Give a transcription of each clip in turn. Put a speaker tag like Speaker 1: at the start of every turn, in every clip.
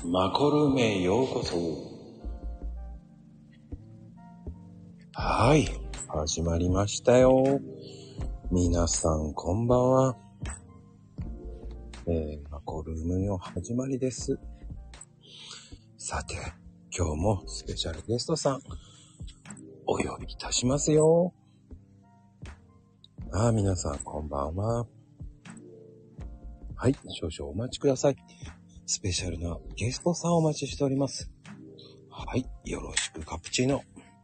Speaker 1: マコルームへようこそ。はい、始まりましたよ。皆さんこんばんは。マコルームの始まりです。さて、今日もスペシャルゲストさんお呼びいたしますよ。皆さんこんばんは。はい、少々お待ちください。スペシャルなゲストさんをお待ちしております。はい、よろしくカプチーノ。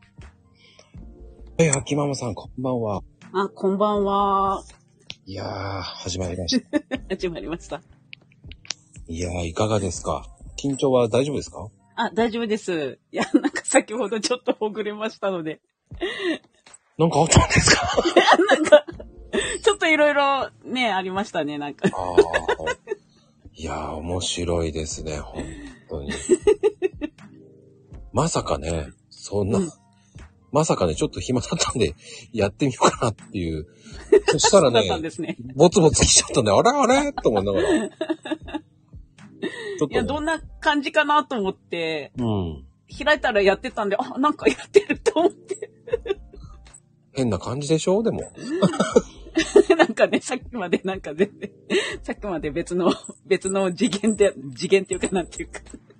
Speaker 1: はい、秋ママさんこんばんは。
Speaker 2: こんばんは。
Speaker 1: いやー、始まりました。
Speaker 2: 始まりました。
Speaker 1: いやー、いかがですか？緊張は大丈夫ですか？
Speaker 2: 大丈夫です。いや、なんか先ほどちょっとほぐれましたので。
Speaker 1: なんかあったんですか？
Speaker 2: なんか、ちょっといろいろね、ありましたね、なんか。
Speaker 1: いやー、面白いですね、本当に。まさかね、そんな、まさかね、ちょっと暇だったんで、やってみようかなっていう。そしたらね、
Speaker 2: そうだったんですね。
Speaker 1: ボツボツ来ちゃったんで、あれと思いながら。ちょっとね、
Speaker 2: いや、どんな感じかなと思って、
Speaker 1: うん。
Speaker 2: 開いたらやってたんで、なんかやってると思って。
Speaker 1: 変な感じでしょでも。
Speaker 2: なんかね、さっきまでなんか全然、さっきまで別の次元っていうかなんていうか。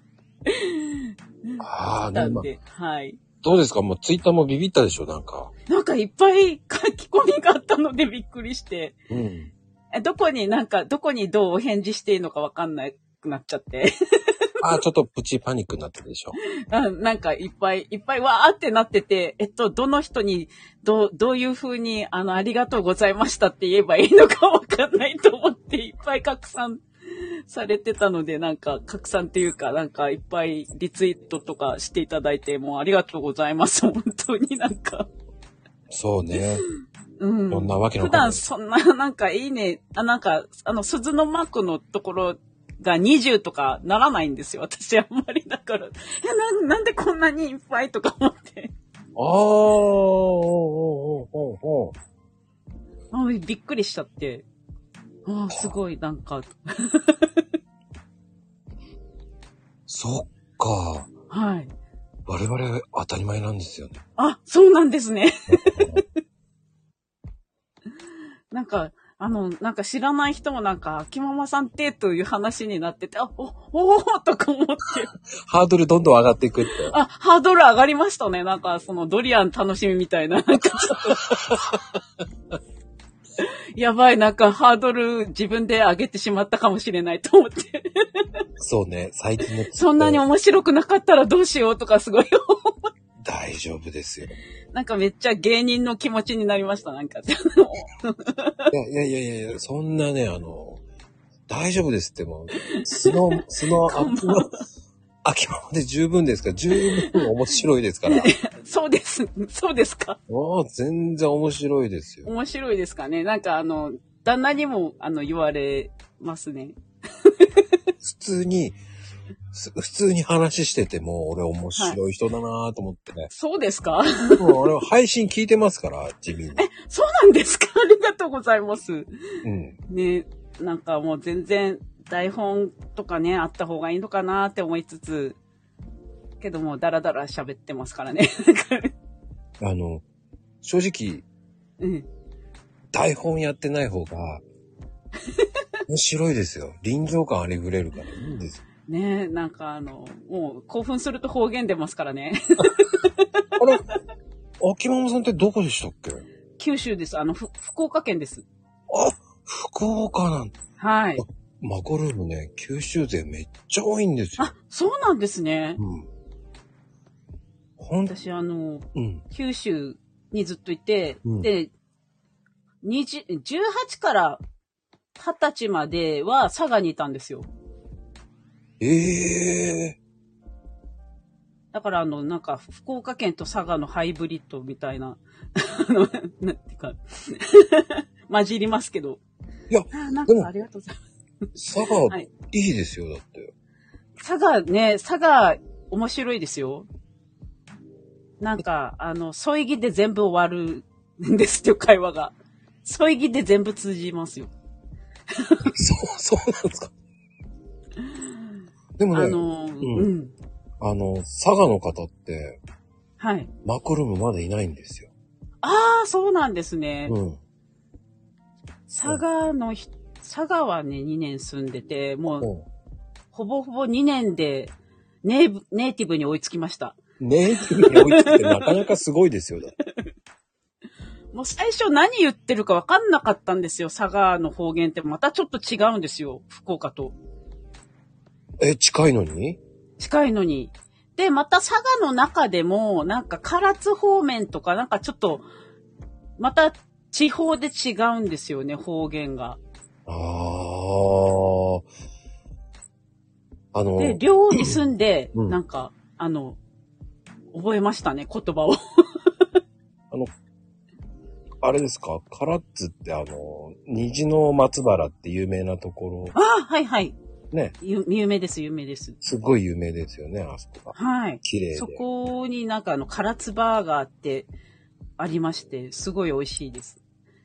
Speaker 2: なんで、はい。
Speaker 1: どうですか？もうツイッターもビビったでしょなんか。
Speaker 2: なんかいっぱい書き込みがあったのでびっくりして。
Speaker 1: うん。
Speaker 2: どこにどうお返事していいのかわかんなくなっちゃって。
Speaker 1: ちょっとプチパニックになってるでしょ。
Speaker 2: なんかいっぱいわーってなってて、どの人にどういう風にありがとうございましたって言えばいいのかわかんないと思っていっぱい拡散されてたので、なんか拡散っていうかなんかいっぱいリツイートとかしていただいて、もうありがとうございます。本当になんか。
Speaker 1: そうね。
Speaker 2: うん。
Speaker 1: そんなわけの
Speaker 2: 普段そんな、なんかいいね、なんか、鈴のマークのところが20とかならないんですよ。私あんまりだから。なんでこんなにいっぱいとか思って。びっくりしちゃって。すごい、なんか。
Speaker 1: そっか。
Speaker 2: はい。
Speaker 1: 我々当たり前なんですよね。
Speaker 2: そうなんですね。なんか、なんか知らない人もなんか、秋ママさんってという話になってて、おーとか思って。
Speaker 1: ハードルどんどん上がっていくって。
Speaker 2: ハードル上がりましたね。なんか、そのドリアン楽しみみたいな。なんかちょっと。やばい、なんかハードル自分で上げてしまったかもしれないと思って。
Speaker 1: そうね、最近の。
Speaker 2: そんなに面白くなかったらどうしようとかすごい思って。
Speaker 1: 大丈夫ですよ。
Speaker 2: なんかめっちゃ芸人の気持ちになりました、なんか。
Speaker 1: いや、そんなね、大丈夫ですってもう、秋ママで十分ですから、十分面白いですから。
Speaker 2: そうですか。
Speaker 1: 全然面白いですよ。
Speaker 2: 面白いですかね。なんか旦那にも言われますね。
Speaker 1: 普通に話してても、俺面白い人だなぁと思ってね。
Speaker 2: そうですか？
Speaker 1: 俺は配信聞いてますから、地味に。
Speaker 2: そうなんですか？ありがとうございます。
Speaker 1: うん。
Speaker 2: ね、なんかもう全然台本とかね、あった方がいいのかなって思いつつ、けどもダラダラ喋ってますからね。
Speaker 1: 正直、台本やってない方が、面白いですよ。臨場感ありふれるからいいんですよ。
Speaker 2: ねえ、なんかもう興奮すると方言出ますからね。
Speaker 1: あれ、秋ママさんってどこでしたっけ？
Speaker 2: 九州です。福岡県です。
Speaker 1: 福岡なんだ。
Speaker 2: はい。
Speaker 1: マコルームね、九州勢めっちゃ多いんですよ。
Speaker 2: そうなんですね。私九州にずっといて、で、18から20歳までは佐賀にいたんですよ。だからなんか福岡県と佐賀のハイブリッドみたいな、なんていうか、混じりますけど。
Speaker 1: いや、
Speaker 2: なんかありがとうございます。
Speaker 1: 佐賀、いいですよ、だって。
Speaker 2: 佐賀面白いですよ。なんか、添い木で全部終わるんですよ、会話が。添い木で全部通じますよ。
Speaker 1: そうなんですか。でもね、
Speaker 2: うん。
Speaker 1: 佐賀の方って、
Speaker 2: はい。
Speaker 1: マコルームまだいないんですよ。
Speaker 2: ああ、そうなんですね。
Speaker 1: うん。
Speaker 2: 佐賀はね、2年住んでて、もう、ほぼほぼ2年でネイティブに追いつきました。
Speaker 1: ネイティブに追いつくってなかなかすごいですよね。
Speaker 2: もう最初何言ってるか分かんなかったんですよ。佐賀の方言ってまたちょっと違うんですよ。福岡と。
Speaker 1: 近いのに？
Speaker 2: 近いのに。で、また佐賀の中でも、なんか唐津方面とか、なんかちょっと、また地方で違うんですよね、方言が。で、寮に住んで、
Speaker 1: うん、
Speaker 2: なんか、覚えましたね、言葉を。
Speaker 1: あれですか？唐津って虹の松原って有名なところ。
Speaker 2: ああ、はいはい。
Speaker 1: ね。
Speaker 2: 有名です、有名です。
Speaker 1: すごい有名ですよね、あそこが。
Speaker 2: はい。
Speaker 1: 綺麗で。
Speaker 2: そこになんか唐津バーガーってありまして、すごい美味しいです。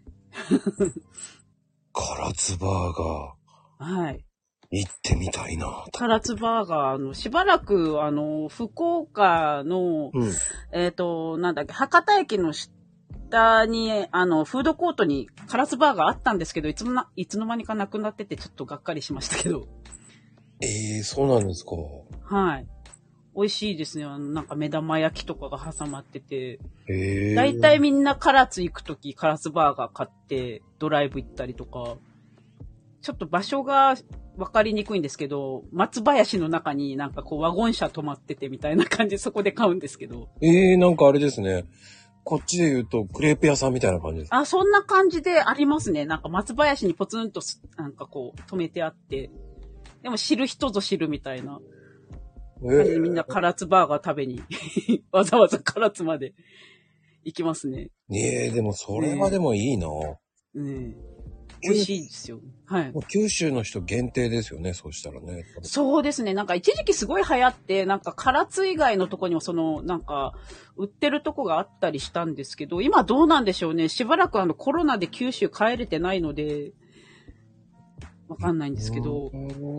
Speaker 1: 唐津バーガ
Speaker 2: ー。はい。
Speaker 1: 行ってみたいな。
Speaker 2: 唐津バーガー、しばらく、福岡の、なんだっけ、博多駅の下に、フードコートに唐津バーガーあったんですけど、いつの間にかなくなってて、ちょっとがっかりしましたけど。
Speaker 1: そうなんですか。
Speaker 2: はい。美味しいですね。なんか目玉焼きとかが挟まってて。だいたいみんな唐津行くとき、唐津バーガー買ってドライブ行ったりとか。ちょっと場所が分かりにくいんですけど、松林の中になんかこうワゴン車止まっててみたいな感じでそこで買うんですけど。
Speaker 1: なんかあれですね。こっちで言うとクレープ屋さんみたいな感じです。
Speaker 2: あ、そんな感じでありますね。なんか松林にポツンとなんかこう止めてあって。でも知る人ぞ知るみたいな。みんな唐津バーガー食べにわざわざ唐津まで行きますね。
Speaker 1: でもそれはでもいいな。
Speaker 2: 美味しいですよ。はい。
Speaker 1: 九州の人限定ですよね、そうしたらね。
Speaker 2: そうですね。なんか一時期すごい流行って、なんか唐津以外のとこにもなんか、売ってるとこがあったりしたんですけど、今どうなんでしょうね。しばらくコロナで九州帰れてないので、わかんないんですけど。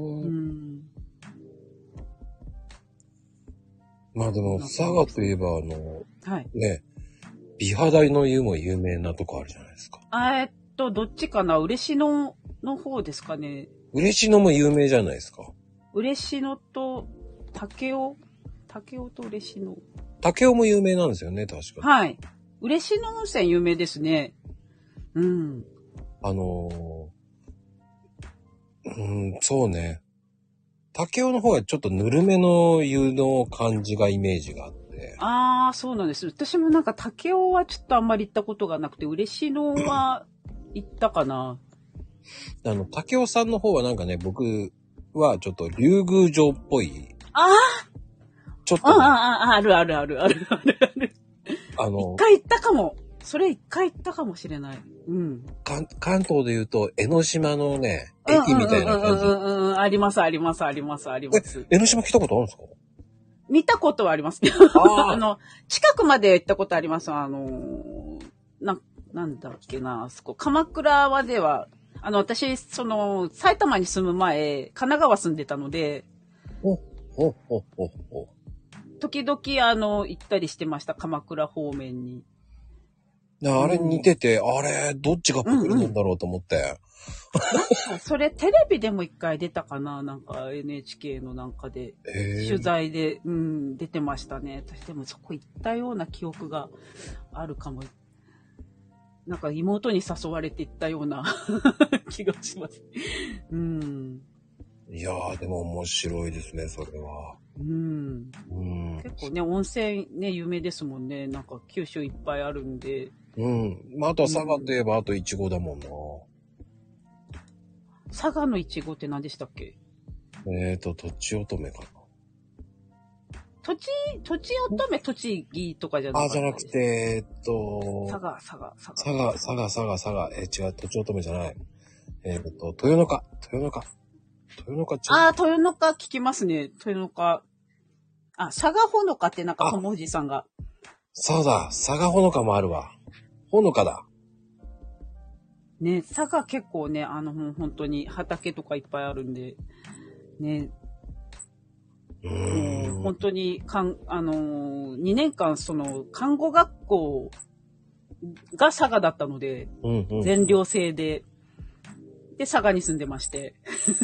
Speaker 1: まあでも、佐賀といえば
Speaker 2: はい。
Speaker 1: ね、美肌の湯も有名なとこあるじゃないですか。
Speaker 2: どっちかな？嬉野の方ですかね。
Speaker 1: 嬉野も有名じゃないですか。
Speaker 2: 嬉野と武雄と嬉野。
Speaker 1: 武雄も有名なんですよね、確か。
Speaker 2: はい。嬉野温泉有名ですね。うん。
Speaker 1: そうね。武雄の方がちょっとぬるめの湯の感じがイメージがあって。
Speaker 2: ああ、そうなんです。私もなんか武雄はちょっとあんまり行ったことがなくて、嬉野は行ったかな。
Speaker 1: 武雄さんの方はなんかね、僕はちょっと竜宮城っぽい。
Speaker 2: ああ
Speaker 1: ちょっと、
Speaker 2: ね。ある。一回行ったかも。それ一回行ったかもしれない。うん。
Speaker 1: 関東で言うと、江ノ島のね、駅みたいな感じ。
Speaker 2: あります。
Speaker 1: 江ノ島来たことあるんですか？
Speaker 2: 見たことはあります。近くまで行ったことあります。なんだっけな、あそこ、鎌倉までは、私、埼玉に住む前、神奈川住んでたので、時々、行ったりしてました、鎌倉方面に。
Speaker 1: あれ似てて、あれ、どっちがパクリなんだろうと思って。
Speaker 2: それ、テレビでも一回出たかな、なんか NHK のなんかで、取材で、出てましたね。私でもそこ行ったような記憶があるかも。なんか妹に誘われて行ったような気がします。
Speaker 1: いやー、でも面白いですね、それは。結構ね、温泉ね、有名ですもんね。なんか九州いっぱいあるんで。 まあ、あとは佐賀といえば、あとイチゴだもんな。
Speaker 2: 佐賀のイチゴって何でしたっけ？
Speaker 1: とちおとめかな。
Speaker 2: とちおとめ、栃木とかじゃなくて。
Speaker 1: じゃなくて、
Speaker 2: 佐賀。
Speaker 1: 違う、とちおとめじゃない。豊中ちゃん。
Speaker 2: 豊中聞きますね。豊中。佐賀ほのかってなんか、ともおじさんが。
Speaker 1: そうだ、佐賀ほのかもあるわ。ほのかだ。
Speaker 2: ね、佐賀結構ね、本当に畑とかいっぱいあるんで、ね。 本当に2年間看護学校が佐賀だったので、全寮制で、で、佐賀に住んでまして。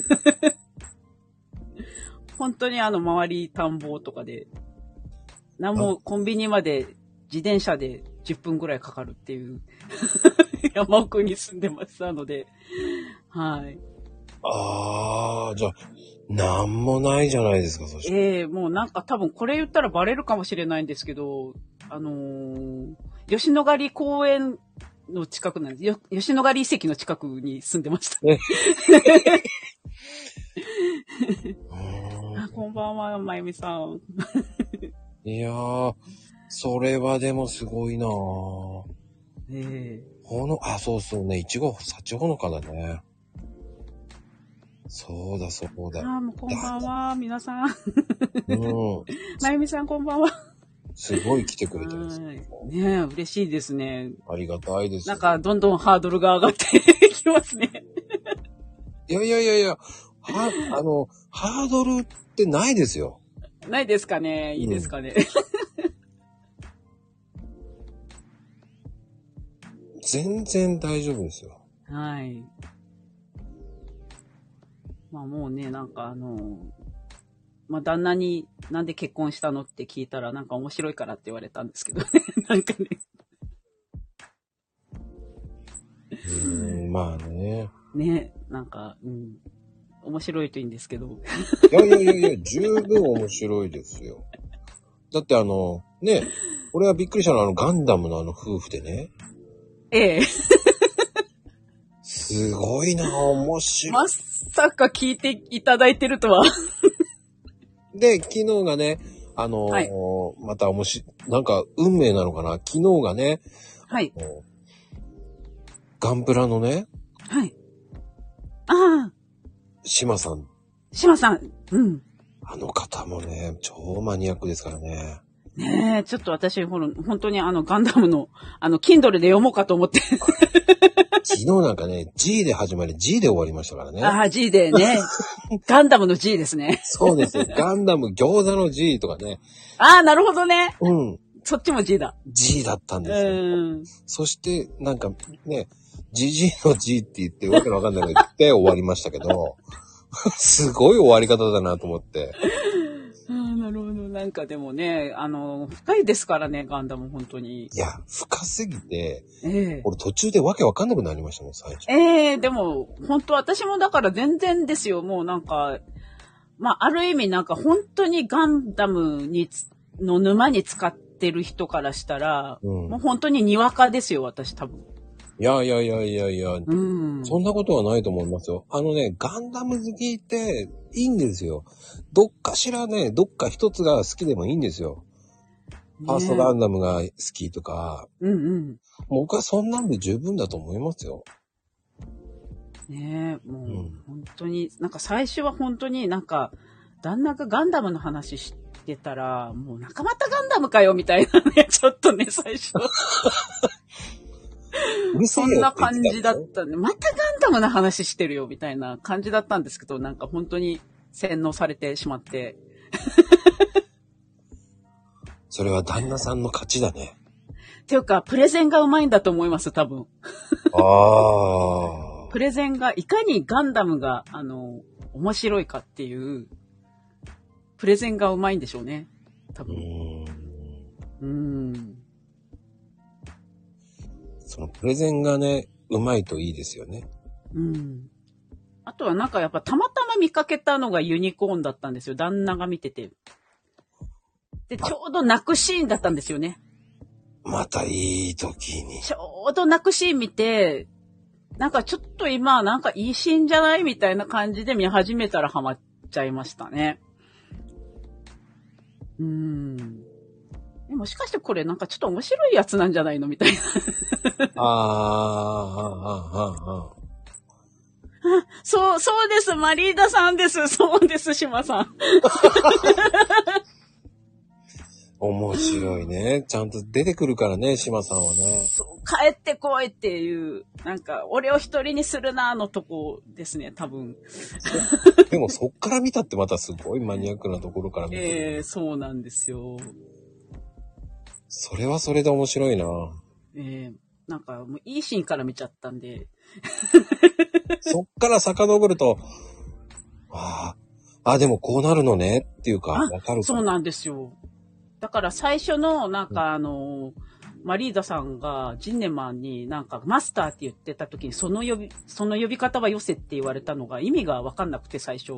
Speaker 2: 本当に周り田んぼとかで、コンビニまで自転車で10分ぐらいかかるっていう山奥に住んでましたので、はい。
Speaker 1: じゃあ、なんもないじゃないですか、そして。
Speaker 2: もうなんか多分これ言ったらバレるかもしれないんですけど、吉野ヶ里公園の近くなんです。吉野ヶ里遺跡の近くに住んでました。こんばんは、まゆみさん。
Speaker 1: いやー、それはでもすごいなぁ。そうそうね、いちご、幸ほのかだね。そうだ、そうだ。
Speaker 2: もうこんばんは、皆さん。まゆみさん、こんばんは。
Speaker 1: すごい来てくれてます
Speaker 2: ね。ねえ、嬉しいですね。
Speaker 1: ありがたいです。
Speaker 2: なんか、どんどんハードルが上がってきますね。
Speaker 1: いや、ハードルってないですよ。
Speaker 2: ないですかね。いいですかね。
Speaker 1: 全然大丈夫ですよ。
Speaker 2: はい。まあもうね、なんか旦那になんで結婚したのって聞いたらなんか面白いからって言われたんですけどね。なんかね。
Speaker 1: まあね。
Speaker 2: ね、なんか、面白いといいんですけど。
Speaker 1: いや、十分面白いですよ。だってね、俺はびっくりしたのはガンダムの夫婦でね。
Speaker 2: ええ。
Speaker 1: すごいな、面白い。
Speaker 2: まさか聞いていただいてるとは。
Speaker 1: で、昨日がね、はい、またなんか運命なのかな、昨日がね、
Speaker 2: はい。
Speaker 1: ガンプラのね、
Speaker 2: はい。ああ。
Speaker 1: 島さん。
Speaker 2: うん。
Speaker 1: あの方もね、超マニアックですからね。
Speaker 2: ねえ、ちょっと私、本当にガンダムの、Kindle で読もうかと思って。
Speaker 1: 昨日なんかね、G で始まり、G で終わりましたからね。
Speaker 2: G でね。ガンダムの G ですね。
Speaker 1: そうですよ。ガンダム餃子の G とかね。
Speaker 2: なるほどね。
Speaker 1: うん。
Speaker 2: そっちも G だ。
Speaker 1: G だったんですよ。そして、なんかね、GG の G って言ってわけのわかんないこと言って終わりましたけど、すごい終わり方だなと思って。
Speaker 2: なるほど。なんかでもね、深いですからね、ガンダム本当に。
Speaker 1: いや、深すぎて、俺途中でわけわかんなくなりましたもん、最初。
Speaker 2: でも、本当私もだから全然ですよ、もうなんか、まあ、ある意味なんか本当にガンダムの沼に使ってる人からしたら、もう本当ににわかですよ、私多分。
Speaker 1: いや、そんなことはないと思いますよ。ガンダム好きっていいんですよ。どっか一つが好きでもいいんですよ。ファーストガンダムが好きとか。僕はそんなんで十分だと思いますよ。
Speaker 2: ねえ、もう、本当に、なんか最初は本当になんか、旦那がガンダムの話してたら、もう仲間たガンダムかよみたいなね、ちょっとね、最初。そんな感じだったね。またガンダムの話してるよ、みたいな感じだったんですけど、なんか本当に洗脳されてしまって。
Speaker 1: それは旦那さんの勝ちだね。
Speaker 2: っていうか、プレゼンがうまいんだと思います、多分。プレゼンが、いかにガンダムが、面白いかっていう、プレゼンがうまいんでしょうね、多分。
Speaker 1: そのプレゼンがね、うまいといいですよね。
Speaker 2: あとはなんかやっぱたまたま見かけたのがユニコーンだったんですよ。旦那が見てて。で、ちょうど泣くシーンだったんですよね。
Speaker 1: またいい時に。
Speaker 2: ちょうど泣くシーン見て、なんかちょっと今、なんかいいシーンじゃないみたいな感じで見始めたらハマっちゃいましたね。もしかしてこれなんかちょっと面白いやつなんじゃないのみたいな。そうです。マリーダさんです。そうです、島さん。
Speaker 1: 面白いね。ちゃんと出てくるからね、島さんはね。
Speaker 2: そう、帰ってこいっていう、なんか、俺を一人にするなのとこですね、多分。
Speaker 1: でもそっから見たってまたすごいマニアックなところから見てる。
Speaker 2: そうなんですよ。
Speaker 1: それはそれで面白いな。
Speaker 2: なんか、もういいシーンから見ちゃったんで。
Speaker 1: そっから遡ると、でもこうなるのねっていうか、わかる。
Speaker 2: そうなんですよ。だから最初の、なんかマリーダさんがジンネマンになんかマスターって言ってた時にその呼び方はよせって言われたのが意味がわかんなくて最初。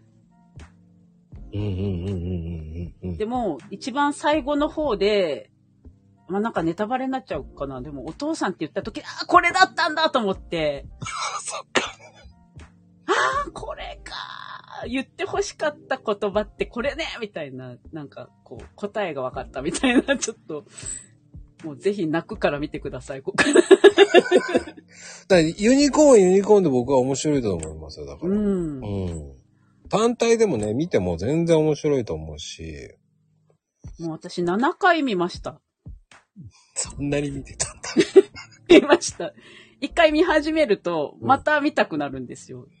Speaker 2: でも、一番最後の方で、まあなんかネタバレになっちゃうかな。でもお父さんって言った時、これだったんだと思って。
Speaker 1: そっか。
Speaker 2: これか。言って欲しかった言葉ってこれねみたいな、なんかこう答えが分かったみたいな、ちょっと、もうぜひ泣くから見てください、ここから。だ
Speaker 1: からユニコーンで僕は面白いと思いますよ、だから。単体でもね、見ても全然面白いと思うし。
Speaker 2: もう私7回見ました。
Speaker 1: そんなに見てたんだ。
Speaker 2: 見ました。1回見始めると、また見たくなるんですよ。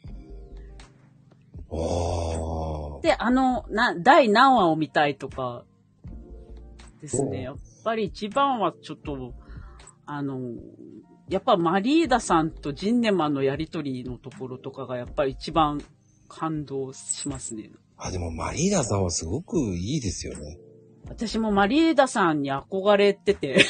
Speaker 2: で、第何話を見たいとか、ですね。やっぱり一番はちょっと、やっぱマリーダさんとジンネマンのやりとりのところとかがやっぱり一番感動しますね。
Speaker 1: でもマリーダさんはすごくいいですよね。
Speaker 2: 私もマリーダさんに憧れてて。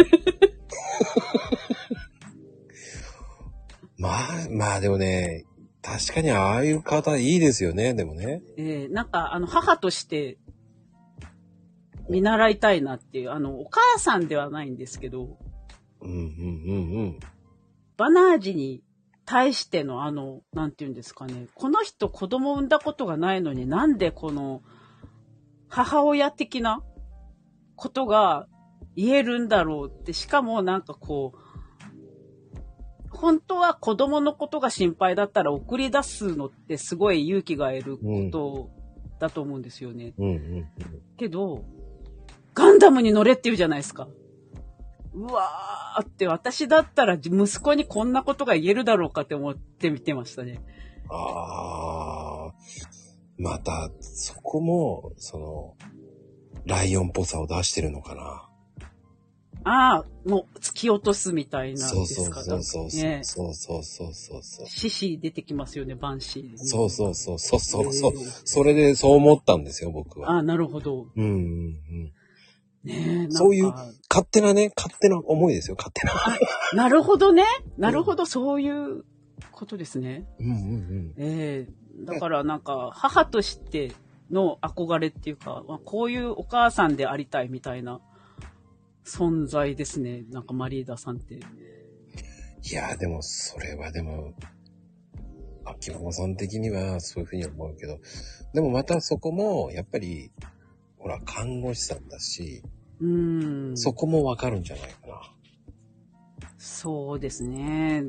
Speaker 1: まあでもね、確かにああいう方いいですよね、でもね。
Speaker 2: なんか母として見習いたいなっていう、お母さんではないんですけど、バナージに対してのなんていうんですかね、この人子供産んだことがないのになんでこの母親的なことが言えるんだろうって、しかもなんかこう、本当は子供のことが心配だったら送り出すのってすごい勇気がいることだと思うんですよね。けど、ガンダムに乗れって言うじゃないですか。うわーって私だったら息子にこんなことが言えるだろうかって思って見てましたね。
Speaker 1: また、そこも、ライオンっぽさを出してるのかな。
Speaker 2: もう突き落とすみたいなですか。
Speaker 1: そう。
Speaker 2: 獅子出てきますよね、バンシー。
Speaker 1: そう。それでそう思ったんですよ、僕は。
Speaker 2: なるほど。
Speaker 1: そういう勝手な思いですよ、勝手な。
Speaker 2: なるほどね。なるほど、そういうことですね。だからなんか、母としての憧れっていうか、こういうお母さんでありたいみたいな存在ですね。なんかマリーダさんって。い
Speaker 1: や、でも、それはでも、秋ママさん的にはそういうふうに思うけど、でもまたそこも、やっぱり、ほら、看護師さんだし、そこもわかるんじゃないかな。
Speaker 2: そうですね。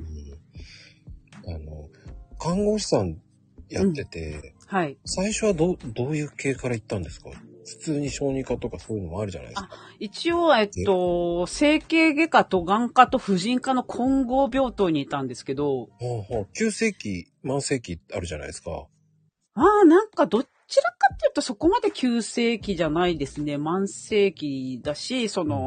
Speaker 1: 看護師さんやってて、最初はどういう系から行ったんですか？普通に小児科とかそういうのもあるじゃないですか。
Speaker 2: 一応、整形外科と眼科と婦人科の混合病棟にいたんですけど。
Speaker 1: 急性期、慢性期あるじゃないですか。
Speaker 2: なんかどちらかっていうとそこまで急性期じゃないですね。慢性期だし、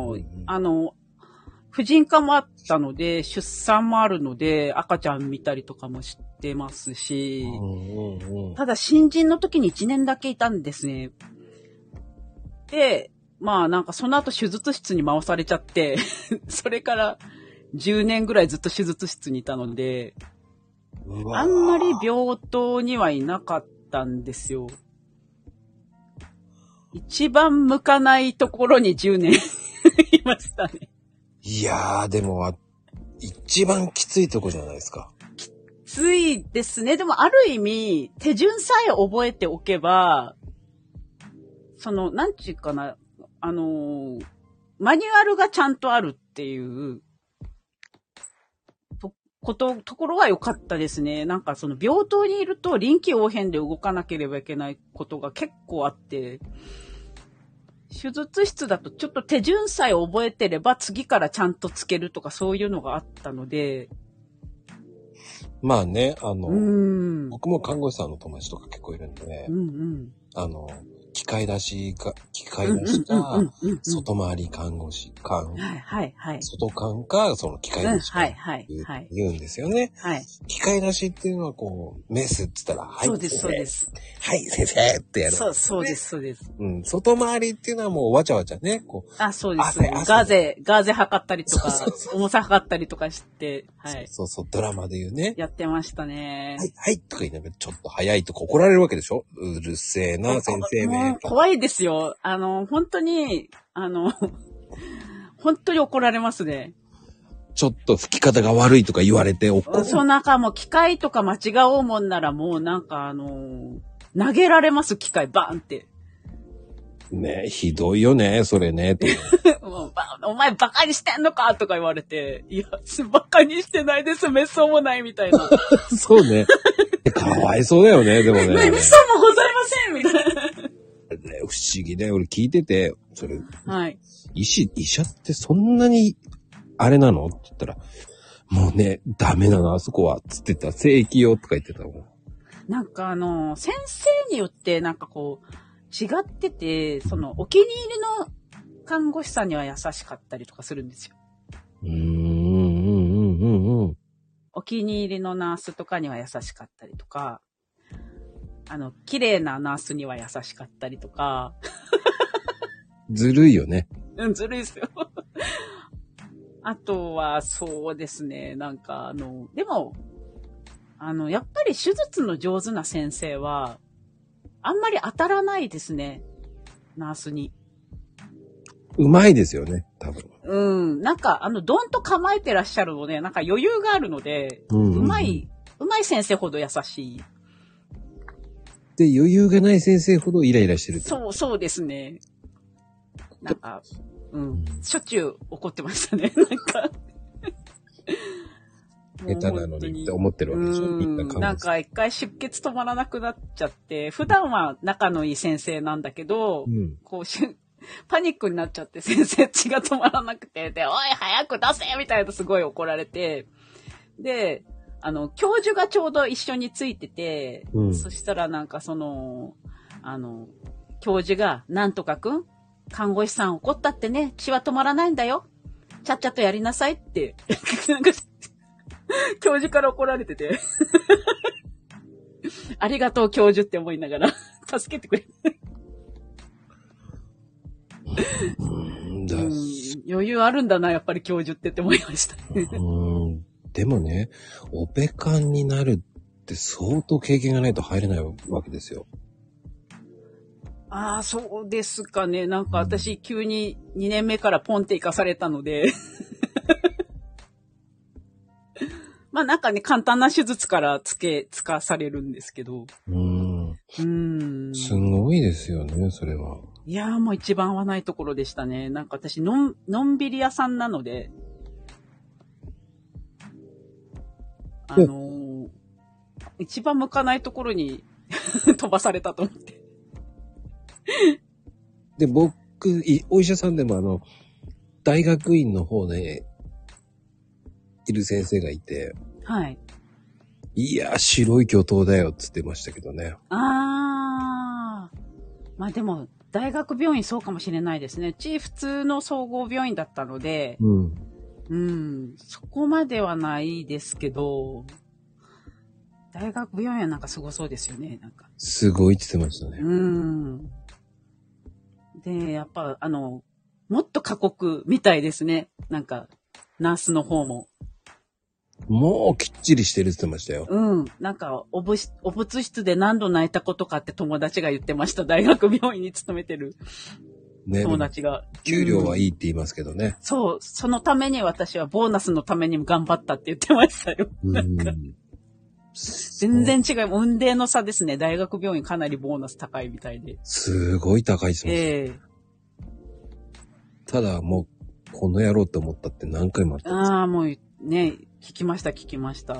Speaker 2: 婦人科もあったので、出産もあるので、赤ちゃん見たりとかもしてますし、ただ新人の時に1年だけいたんですね。で、なんかその後手術室に回されちゃって、それから10年ぐらいずっと手術室にいたので、あんまり病棟にはいなかったんですよ。一番向かないところに10年いましたね。
Speaker 1: いやー、でも、一番きついとこじゃないですか。
Speaker 2: きついですね。でもある意味、手順さえ覚えておけば、なんちゅうかな、マニュアルがちゃんとあるっていうところは良かったですね。なんか病棟にいると臨機応変で動かなければいけないことが結構あって、 手術室だとちょっと手順さえ覚えてれば次からちゃんとつけるとかそういうのがあったので。
Speaker 1: まあね、僕も看護師さんの友達とか結構いるんで、機械出しが、外回り看護師官、外官か、その機械出し官言うんですよね。機械出しっていうのはこう、メスって言ったら、はい、
Speaker 2: そうです、そうです。
Speaker 1: はい、先生ってやる、ね。
Speaker 2: そうです、そうです。
Speaker 1: 外回りっていうのはもうわちゃわちゃね、こう。
Speaker 2: そうです。ガーゼ測ったりとか、重さ測ったりとかして、
Speaker 1: そう、ドラマで言うね。
Speaker 2: やってましたね。
Speaker 1: はい、とか言いながら、ちょっと早いとか怒られるわけでしょ？うるせえな、先生め。
Speaker 2: 怖いですよ。本当に、本当に怒られますね。
Speaker 1: ちょっと吹き方が悪いとか言われて怒る。
Speaker 2: そう、なんかもう機械とか間違おうもんならもうなんか投げられます、機械バーンって。
Speaker 1: ね、ひどいよね、それね。
Speaker 2: もうお前バカにしてんのかとか言われて、いや、バカにしてないです、めっそうもないみたいな。
Speaker 1: そうね。かわいそうだよね、でもね。
Speaker 2: めっそうもございませんみたいな。
Speaker 1: 不思議だよ。俺聞いてて、それ。
Speaker 2: はい。
Speaker 1: 医者ってそんなに、あれなのって言ったら、もうね、ダメなの、あそこは。つってた。正規よ、とか言ってたもん。
Speaker 2: なんか先生によって、なんかこう、違ってて、お気に入りの看護師さんには優しかったりとかするんですよ。お気に入りのナースとかには優しかったりとか、綺麗なナースには優しかったりとか。
Speaker 1: ずるいよね。
Speaker 2: ずるいですよ。あとは、そうですね、なんかでも、やっぱり手術の上手な先生は、あんまり当たらないですね。ナースに。
Speaker 1: うまいですよね、多分。
Speaker 2: なんか、どんと構えてらっしゃるので、なんか余裕があるので、うまい先生ほど優しい。
Speaker 1: で、余裕がない先生ほどイライラしてる。
Speaker 2: そうですね。なんか、しょっちゅう怒ってましたね、なんか。
Speaker 1: 下手なのにって思ってるわけでしょ、みんな。
Speaker 2: なんか一回出血止まらなくなっちゃって、普段は仲のいい先生なんだけど、こうパニックになっちゃって先生血が止まらなくて、で、おい早く出せみたいなすごい怒られて、で、教授がちょうど一緒についてて、そしたらなんか教授が、なんとかくん、看護師さん怒ったってね、血は止まらないんだよ。ちゃっちゃとやりなさいって、なんか、教授から怒られてて。ありがとう教授って思いながら、助けてくれる。余裕あるんだな、やっぱり教授って思いました。
Speaker 1: でもね、オペ看になるって相当経験がないと入れないわけですよ。
Speaker 2: ああ、そうですかね。なんか私、急に2年目からポンって行かされたので。まあなんかね、簡単な手術からつかされるんですけど。
Speaker 1: すごいですよね、それは。
Speaker 2: いやーもう一番合わないところでしたね。なんか私、のんびり屋さんなので、一番向かないところに飛ばされたと思って。
Speaker 1: で、僕、お医者さんでも大学院の方で、いる先生がいて、
Speaker 2: はい。
Speaker 1: いや、白い巨頭だよって言ってましたけどね。
Speaker 2: まあでも、大学病院そうかもしれないですね。うち普通の総合病院だったので、そこまではないですけど、大学病院はなんかすごそうですよね、なんか。
Speaker 1: すごいって言ってましたね。
Speaker 2: で、やっぱもっと過酷みたいですね。なんか、ナースの方も。
Speaker 1: もうきっちりしてるって言ってましたよ。
Speaker 2: なんか、お物室で何度泣いたことかって友達が言ってました。大学病院に勤めてる友達が。
Speaker 1: 給料はいいって言いますけどね。
Speaker 2: そう、そのために私はボーナスのためにも頑張ったって言ってましたよ。なんか全然違う。雲泥の差ですね。大学病院かなりボーナス高いみたいで。
Speaker 1: すごい高いですね。ただもう、この野郎って思ったって何回もあったんですか？
Speaker 2: もうね、聞きました。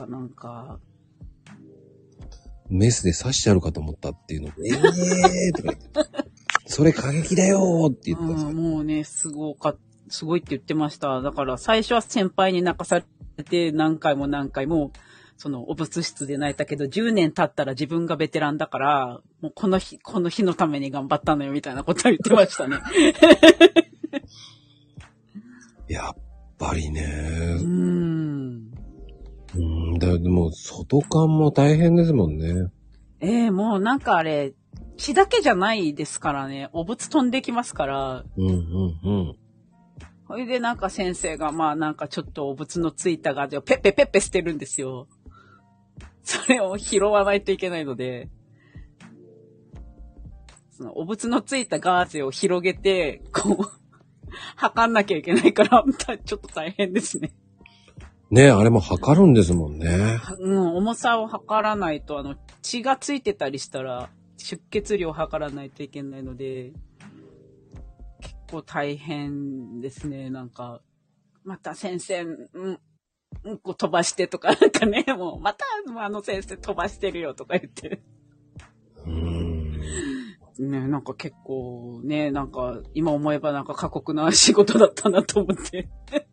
Speaker 2: なんか。
Speaker 1: メスで刺してあるかと思ったっていうのを、とか言って。
Speaker 3: それ過激だよーって言ってたんですよ。
Speaker 2: もうね、すごいって言ってました。だから最初は先輩に泣かされて何回も何回も、そのお仏室で泣いたけど、10年経ったら自分がベテランだから、もうこの日のために頑張ったのよみたいなことを言ってましたね。
Speaker 3: やっぱりね。でも外観も大変ですもんね。
Speaker 2: もうなんかあれ、血だけじゃないですからね。お仏飛んできますから。それでなんか先生がまあなんかちょっとお仏のついたガーゼをペッペペッペ捨てるんですよ。それを拾わないといけないので、そのお仏のついたガーゼを広げて、こう、測んなきゃいけないから、ちょっと大変ですね。
Speaker 3: ねえ、あれも測るんですもんね。
Speaker 2: 重さを測らないと、血がついてたりしたら、出血量を測らないといけないので、結構大変ですね。なんか、また先生、うんこ飛ばしてとか、なんかね、もう、また先生飛ばしてるよとか言って。ね、なんか結構ね、なんか今思えばなんか過酷な仕事だったなと思って。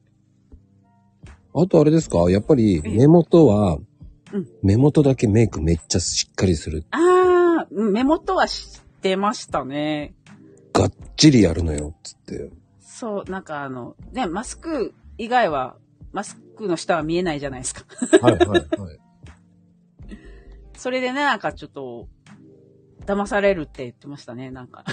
Speaker 3: あとあれですか？やっぱり目元は、目元だけメイクめっちゃしっかりする。
Speaker 2: 目元はしてましたね。
Speaker 3: がっちりやるのよ、つって。
Speaker 2: そう、なんかね、マスク以外は、マスクの下は見えないじゃないですか。
Speaker 3: はいはいはい。
Speaker 2: それでね、なんかちょっと、騙されるって言ってましたね、なんか。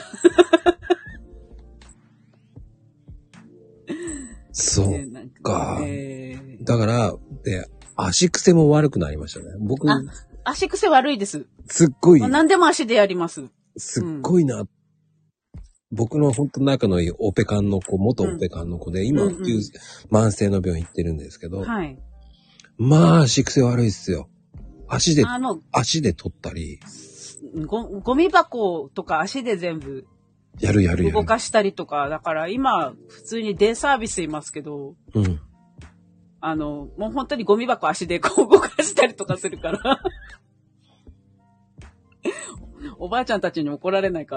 Speaker 3: そうか。だから、足癖も悪くなりましたね。僕。
Speaker 2: 足癖悪いです。
Speaker 3: すっごい。
Speaker 2: 何でも足でやります。
Speaker 3: すっごいな。僕の本当仲のいいオペカンの子、元オペカンの子で、今、慢性の病院行ってるんですけど、
Speaker 2: はい。
Speaker 3: まあ、足癖悪いっすよ。足で取ったり。
Speaker 2: ゴミ箱とか足で全部。
Speaker 3: やる。
Speaker 2: 動かしたりとか、だから今、普通にデイサービスいますけど、もう本当にゴミ箱足でこう動かしたりとかするから。おばあちゃんたちに怒られないから。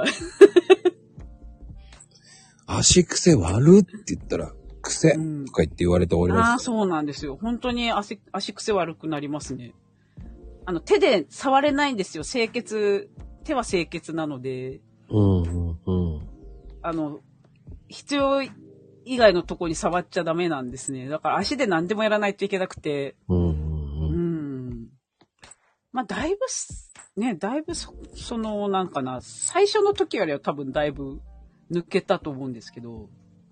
Speaker 3: 足癖悪って言ったら、癖とか言って終わります。
Speaker 2: そうなんですよ。本当に足癖悪くなりますね。手で触れないんですよ。手は清潔なので。必要以外のとこに触っちゃダメなんですね。だから足で何でもやらないといけなくて。まあ、だいぶなんかな、最初の時よりは多分だいぶ抜けたと思うんですけど。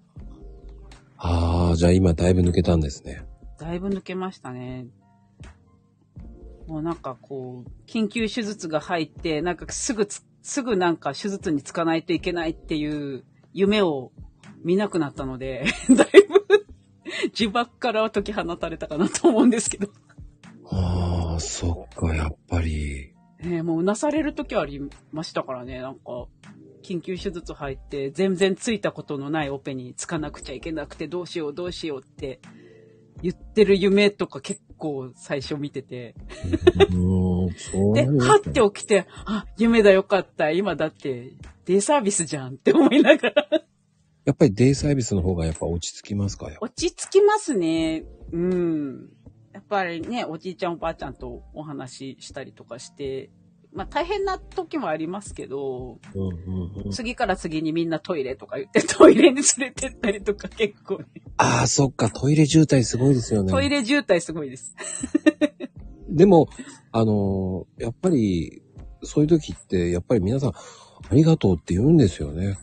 Speaker 3: じゃあ今だいぶ抜けたんですね。
Speaker 2: だいぶ抜けましたね。もうなんかこう、緊急手術が入って、なんかすぐなんか手術につかないといけないっていう夢を見なくなったので、だいぶ呪縛からは解き放たれたかなと思うんですけど。
Speaker 3: そっか、やっぱり。
Speaker 2: もううなされる時はありましたからね、なんか、緊急手術入って、全然ついたことのないオペにつかなくちゃいけなくて、どうしようって言ってる夢とか結構最初見てて。で、はって起きて、夢だよかった。今だってデイサービスじゃんって思いながら。
Speaker 3: やっぱりデイサービスの方がやっぱ落ち着きますか？
Speaker 2: 落ち着きますね。やっぱりね、おじいちゃんおばあちゃんとお話ししたりとかして、まあ大変な時もありますけど、次から次にみんなトイレとか言ってトイレに連れてったりとか結構ね。
Speaker 3: そっか、トイレ渋滞すごいですよね。
Speaker 2: トイレ渋滞すごいです。
Speaker 3: でも、やっぱり、そういう時って、やっぱり皆さん、ありがとうって言うんですよね。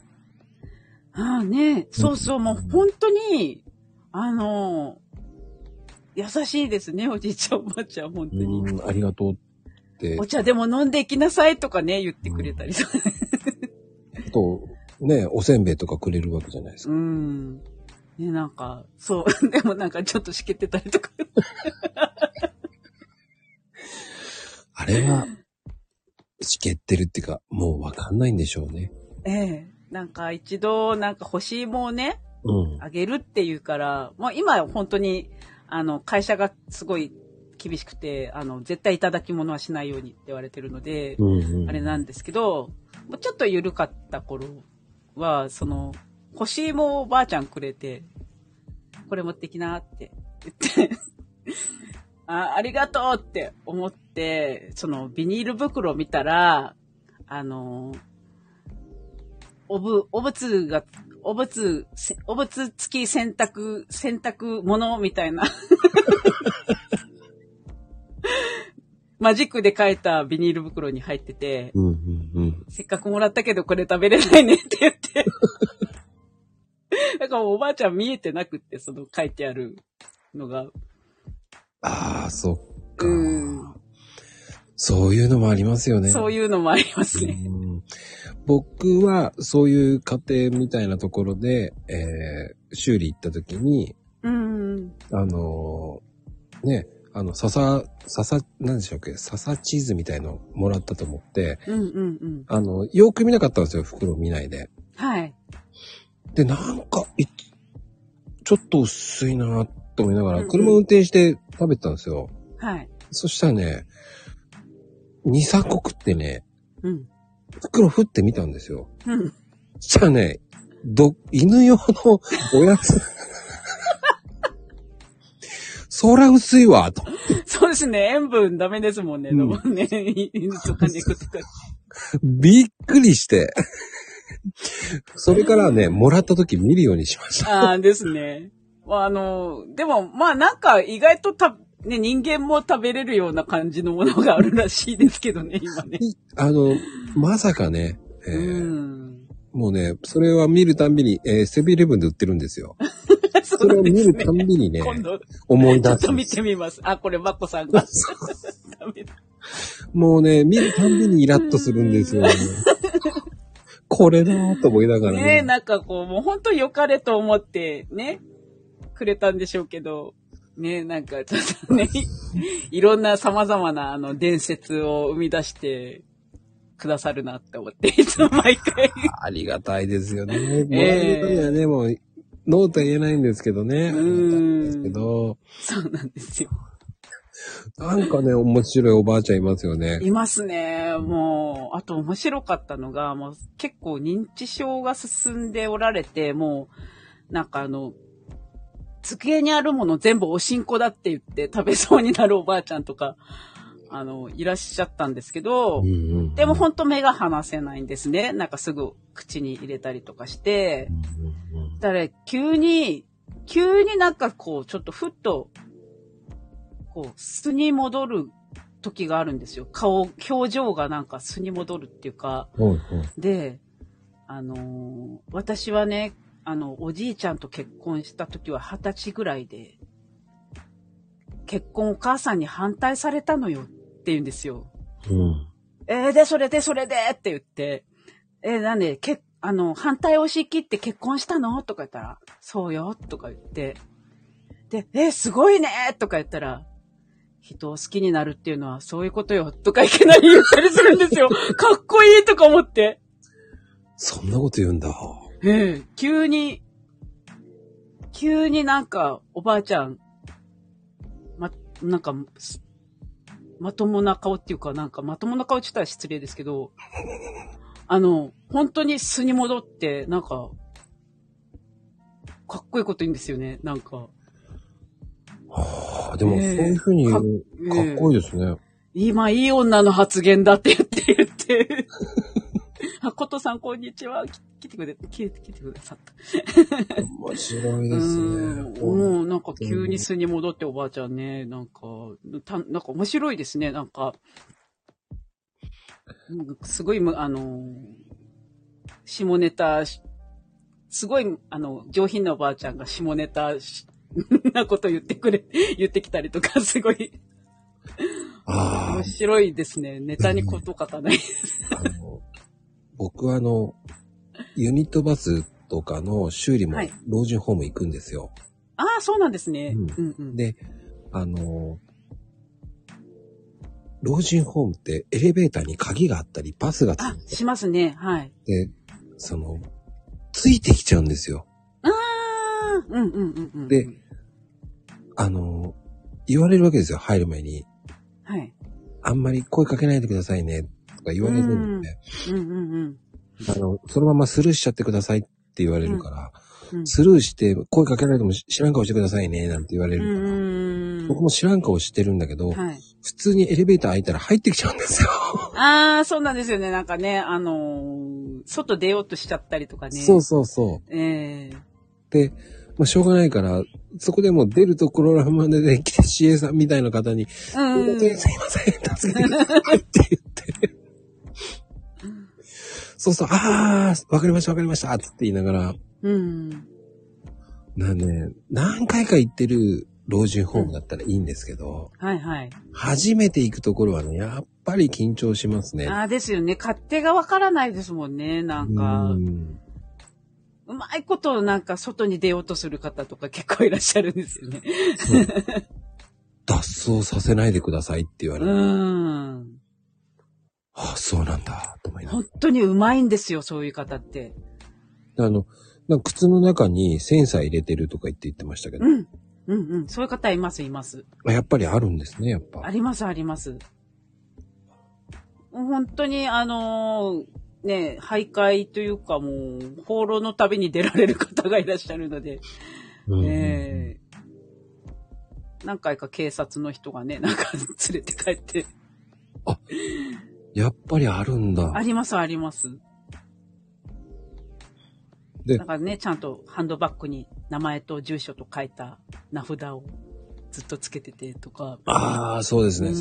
Speaker 2: そうそう、もう本当に、優しいですね、おじいちゃんおばあちゃん、本当に。
Speaker 3: ありがとうって。
Speaker 2: お茶でも飲んでいきなさいとかね、言ってくれたり。
Speaker 3: あと、ね、おせんべいとかくれるわけじゃないですか。
Speaker 2: ね、なんか、そう、でもなんかちょっとしけってたりとか。
Speaker 3: あれは、しけってるっていうか、もうわかんないんでしょうね。
Speaker 2: なんか一度、なんか欲しいもんをね、あげるっていうから、もう今本当に、会社がすごい厳しくて、絶対いただき物はしないようにって言われてるので、あれなんですけど、もうちょっと緩かった頃は、干し芋をばあちゃんくれて、これ持ってきなって言って、ありがとうって思って、ビニール袋を見たら、お仏付き洗濯物みたいな。マジックで書いたビニール袋に入ってて、せっかくもらったけどこれ食べれないねって言って。だからおばあちゃん見えてなくって、書いてあるのが。
Speaker 3: ああ、そっか。そういうのもありますよね。
Speaker 2: そういうのもありますね。
Speaker 3: 僕はそういう家庭みたいなところで、修理行った時に、ね、なんでしょうっけ、笹チーズみたいのもらったと思って、よく見なかったんですよ、袋見ないで。
Speaker 2: はい。
Speaker 3: で、なんか、ちょっと薄いなと思いながら、車運転して食べてたんですよ。
Speaker 2: はい。そ
Speaker 3: したらね、2、3個食ってね、袋振ってみたんですよ。そしたらね、犬用のおやつ、そら薄いわ、と。
Speaker 2: そうですね、塩分ダメですもんね、犬とか猫とか。
Speaker 3: びっくりして。それからね、もらった時見るようにしました。
Speaker 2: ああ、ですね。でも、なんか意外と人間も食べれるような感じのものがあるらしいですけどね、今ね。
Speaker 3: まさかね、もうね、それは見るたんびに、セブンイレブンで売ってるんですよ。それを見るたんびにね、思い出す。
Speaker 2: ちょっと見てみます。これマコさんが。
Speaker 3: もうね、見るたんびにイラッとするんですよね。これだーと思いながらね。
Speaker 2: なんかもう本当良かれと思ってね、くれたんでしょうけど、なんかちょっとね、いろんな様々な伝説を生み出してくださるなって思って、いつも毎回。
Speaker 3: ありがたいですよね。もらえるにはね、もう、ノーとは言えないんですけどね。
Speaker 2: そうなんですよ。
Speaker 3: なんかね、面白いおばあちゃんいますよね。
Speaker 2: いますね。もう、あと面白かったのが、もう結構認知症が進んでおられて、もう、なんか机にあるもの全部おしんこだって言って食べそうになるおばあちゃんとか、いらっしゃったんですけど、でもほんと目が離せないんですね。なんかすぐ口に入れたりとかして、だから急になんかちょっとふっと、素に戻る時があるんですよ。表情がなんか素に戻るっていうか、で、私はね、おじいちゃんと結婚した時は20歳ぐらいで、結婚お母さんに反対されたのよって言うんですよ。で、それでって言って、なんで、反対を押し切って結婚したのとか言ったら、そうよとか言って、で、すごいねとか言ったら、人を好きになるっていうのはそういうことよとかいきなり言ったりするんですよ。かっこいいとか思って。
Speaker 3: そんなこと言うんだ。
Speaker 2: 急になんかおばあちゃん、なんか、まともな顔っていうか、なんかまともな顔って言ったら失礼ですけど、本当に素に戻って、なんか、かっこいいこと言うんですよね、なんか。
Speaker 3: でもそういうふうにかっこいいですね。
Speaker 2: 今いい女の発言だって言って。ことさんこんにちは。来てくださった。
Speaker 3: 面白いですね。
Speaker 2: もうなんか急に素に戻っておばあちゃんね、なんか面白いですね、なんか。すごい、下ネタ、すごい、上品なおばあちゃんが下ネタなこと言ってきたりとか、すごい。面白いですね。ネタにこと書かない。
Speaker 3: 僕はユニットバスとかの修理も老人ホーム行くんですよ。
Speaker 2: ああ、そうなんですね。
Speaker 3: で、老人ホームってエレベーターに鍵があったり、バスがついて
Speaker 2: しますね。はい。
Speaker 3: で、ついてきちゃうんですよ。で、言われるわけですよ、入る前に。
Speaker 2: はい。
Speaker 3: あんまり声かけないでくださいね、とか言われるんで。 そのままスルーしちゃってくださいって言われるから、スルーして声かけられても知らん顔してくださいね、なんて言われるから、僕も知らん顔してるんだけど、普通にエレベーター開いたら入ってきちゃうんですよ。
Speaker 2: ああ、そうなんですよね。なんかね、外出ようとしちゃったりとかね。
Speaker 3: そうそうそう。で、まあ、しょうがないから、そこでも出るところまでで来て CA さんみたいな方に、すいません、助けてくださいって言って。そうそう、わかりました、つって言いながら、何回か行ってる老人ホームだったらいいんですけど、初めて行くところはね、やっぱり緊張しますね。
Speaker 2: ですよね。勝手がわからないですもんね、なんか。うまいことなんか外に出ようとする方とか結構いらっしゃるんですよね。
Speaker 3: 脱走させないでくださいって言われる。そうなんだ、と思いながら。
Speaker 2: 本当にうまいんですよ、そういう方って。
Speaker 3: なんか靴の中にセンサー入れてるとか言ってましたけど。
Speaker 2: そういう方います。
Speaker 3: やっぱりあるんですね、やっぱ。
Speaker 2: あります。本当にね、徘徊というかもう、放浪の旅に出られる方がいらっしゃるので、何回か警察の人がね、なんか連れて帰って。
Speaker 3: やっぱりあるんだ。
Speaker 2: あります。
Speaker 3: で、
Speaker 2: だからね、ちゃんとハンドバッグに名前と住所と書いた名札をずっとつけててとか。
Speaker 3: そうですね。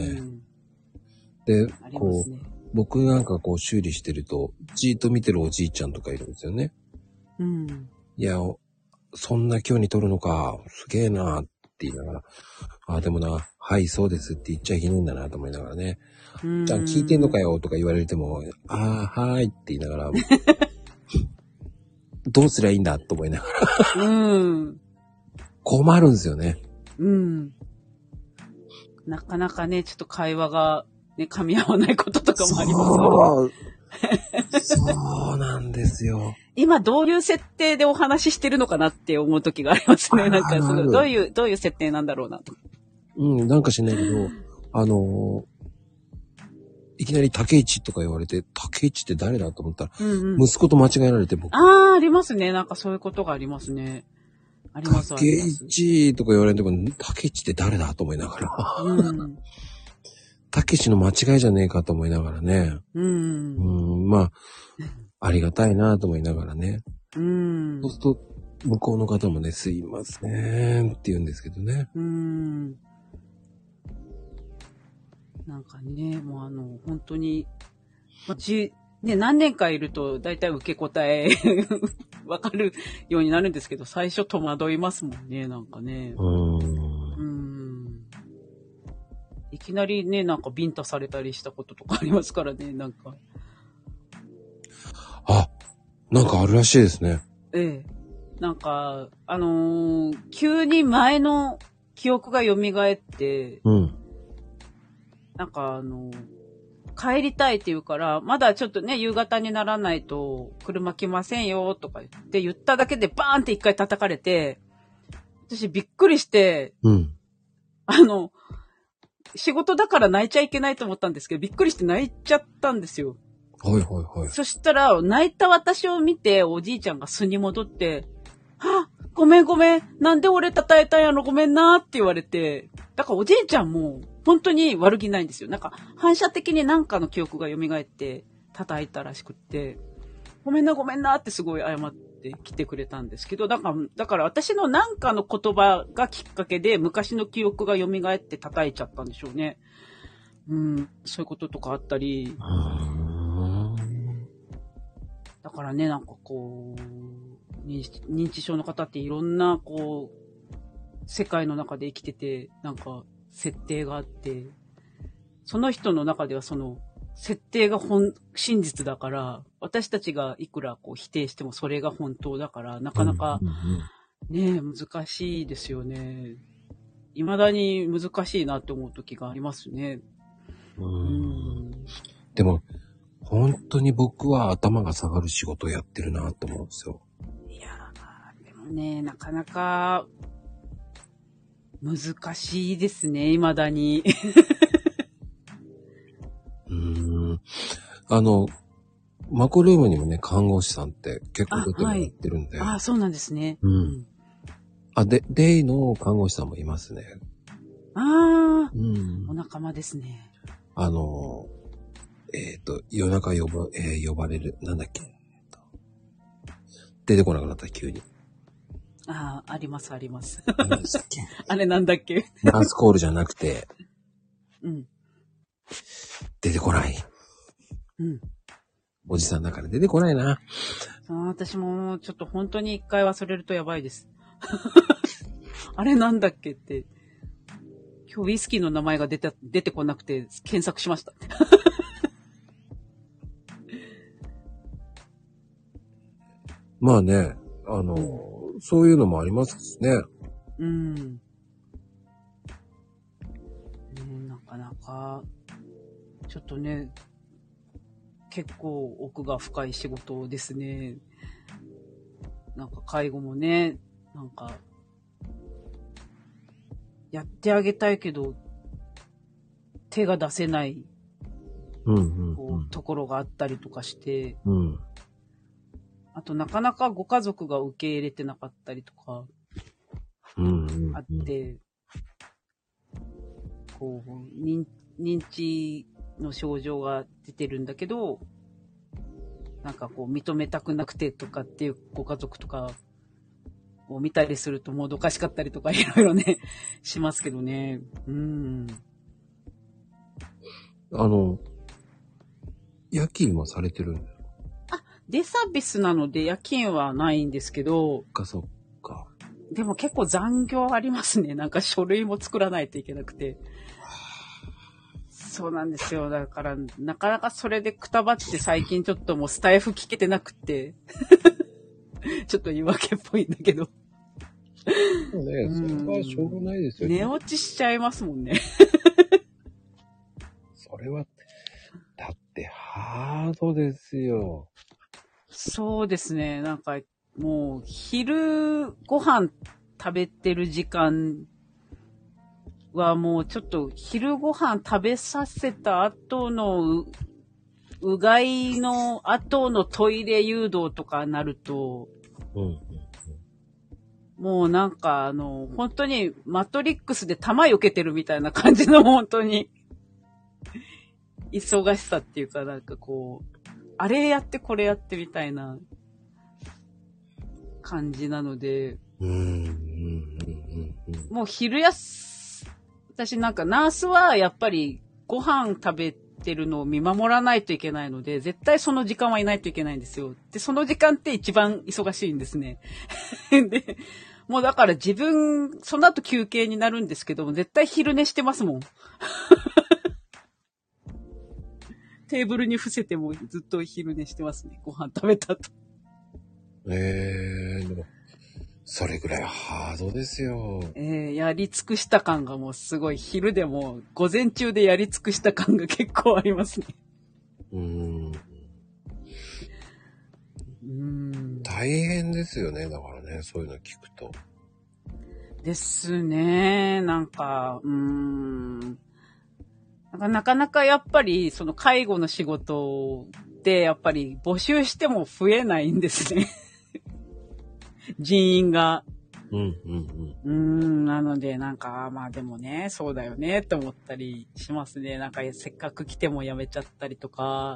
Speaker 3: で、こう、僕なんかこう修理してると、じーっと見てるおじいちゃんとかいるんですよね。いや、そんな今日に撮るのか、すげえなーって言いながら、でもな、はいそうですって言っちゃいけないんだなと思いながらね。じゃあ聞いてんのかよとか言われても、はーいって言いながら、どうすりゃいいんだと思いながら。困るんですよね。
Speaker 2: なかなかね、ちょっと会話がね、噛み合わないこととかもあります
Speaker 3: よね。そうなんですよ。
Speaker 2: 今どういう設定でお話ししてるのかなって思う時がありますね。なんかどういう設定なんだろうなと。
Speaker 3: なんか知んないけど、いきなり竹市とか言われて、竹市って誰だと思ったら、息子と間違えられて僕。
Speaker 2: ありますね。なんかそういうことがありますね。あります。
Speaker 3: 竹市とか言われても、竹市って誰だと思いながら。竹市の間違いじゃねえかと思いながらね。まあ、ありがたいなと思いながらね。そうすると、向こうの方もね、すいませんって言うんですけどね。
Speaker 2: なんかね、もう本当に、ね、何年かいると大体受け答えわかるようになるんですけど、最初戸惑いますもんね、なんかね。いきなりね、なんかビンタされたりしたこととかありますからね、なんか。
Speaker 3: なんかあるらしいですね。
Speaker 2: なんか、急に前の記憶が蘇って、なんか帰りたいって言うから、まだちょっとね、夕方にならないと車来ませんよとか言っただけでバーンって一回叩かれて、私びっくりして、仕事だから泣いちゃいけないと思ったんですけど、びっくりして泣いちゃったんですよ。そしたら、泣いた私を見て、おじいちゃんが素に戻って、ごめん。なんで俺叩いたんやろ、ごめんなって言われて。だからおじいちゃんも、本当に悪気ないんですよ。なんか、反射的に何かの記憶が蘇って叩いたらしくって、ごめんなってすごい謝って来てくれたんですけど、だから私の何かの言葉がきっかけで昔の記憶が蘇って叩いちゃったんでしょうね。そういうこととかあったり。だからね、なんかこう、認知症の方っていろんなこう、世界の中で生きてて、なんか設定があって、その人の中ではその設定が真実だから、私たちがいくらこう否定してもそれが本当だから、なかなかね、難しいですよね。未だに難しいなって思う時がありますね。
Speaker 3: でも、本当に僕は頭が下がる仕事をやってるなと思うんですよ。
Speaker 2: いやー、でもね、なかなか難しいですね、未だに。
Speaker 3: マコルームにもね、看護師さんって結構出てもらってるんで。
Speaker 2: あ、そうなんですね。
Speaker 3: うん。デイの看護師さんもいますね。
Speaker 2: ああ、お仲間ですね。
Speaker 3: 夜中呼ばれる、なんだっけ。出てこなくなった、急に。
Speaker 2: ああ、あります、あります。
Speaker 3: 何でしたっけ
Speaker 2: あれなんだっけ
Speaker 3: ナースコールじゃなくて。
Speaker 2: うん。
Speaker 3: 出てこない。
Speaker 2: うん。
Speaker 3: おじさんだから出てこないな。
Speaker 2: 私もちょっと本当に一回忘れるとやばいです。あれなんだっけって。今日ウイスキーの名前が出てこなくて検索しました。
Speaker 3: まあね、そういうのもありますしね。
Speaker 2: なかなか、ちょっとね、結構奥が深い仕事ですね。なんか介護もね、なんか、やってあげたいけど、手が出せない、ところがあったりとかして、あとなかなかご家族が受け入れてなかったりとか、あって、こう、認知の症状が出てるんだけど、なんかこう認めたくなくてとかっていうご家族とかを見たりするともどかしかったりとかいろいろね、しますけどね。
Speaker 3: 夜勤はされてるんですか？
Speaker 2: デイサービスなので夜勤はないんですけど。
Speaker 3: そっか。
Speaker 2: でも結構残業ありますね。なんか書類も作らないといけなくて。そうなんですよ。だから、なかなかそれでくたばって最近ちょっともうスタイフ聞けてなくて。ちょっと言い訳っぽいんだけど。
Speaker 3: そうね、それはしょうがないですよね。
Speaker 2: 寝落ちしちゃいますもんね。
Speaker 3: それは、だってハードですよ。
Speaker 2: そうですね。なんか、もう、昼ご飯食べてる時間はもうちょっと昼ご飯食べさせた後のうがいの後のトイレ誘導とかなると、もうなんか本当にマトリックスで弾避けてるみたいな感じの本当に忙しさっていうかなんかこう、あれやってこれやってみたいな感じなので、もう私なんかナースはやっぱりご飯食べてるのを見守らないといけないので、絶対その時間はいないといけないんですよ。で、その時間って一番忙しいんですね。で、もうだからその後休憩になるんですけども、絶対昼寝してますもん。テーブルに伏せてもずっと昼寝してますね。ご飯食べた後。
Speaker 3: でも、それぐらいハードですよ。
Speaker 2: やり尽くした感がもうすごい、昼でも午前中でやり尽くした感が結構ありますね。
Speaker 3: 大変ですよね。だからね、そういうの聞くと。
Speaker 2: ですね。なんか、なかなかやっぱりその介護の仕事ってやっぱり募集しても増えないんですね。人員が。なのでなんか、まあでもね、そうだよね、と思ったりしますね。なんかせっかく来ても辞めちゃったりとか。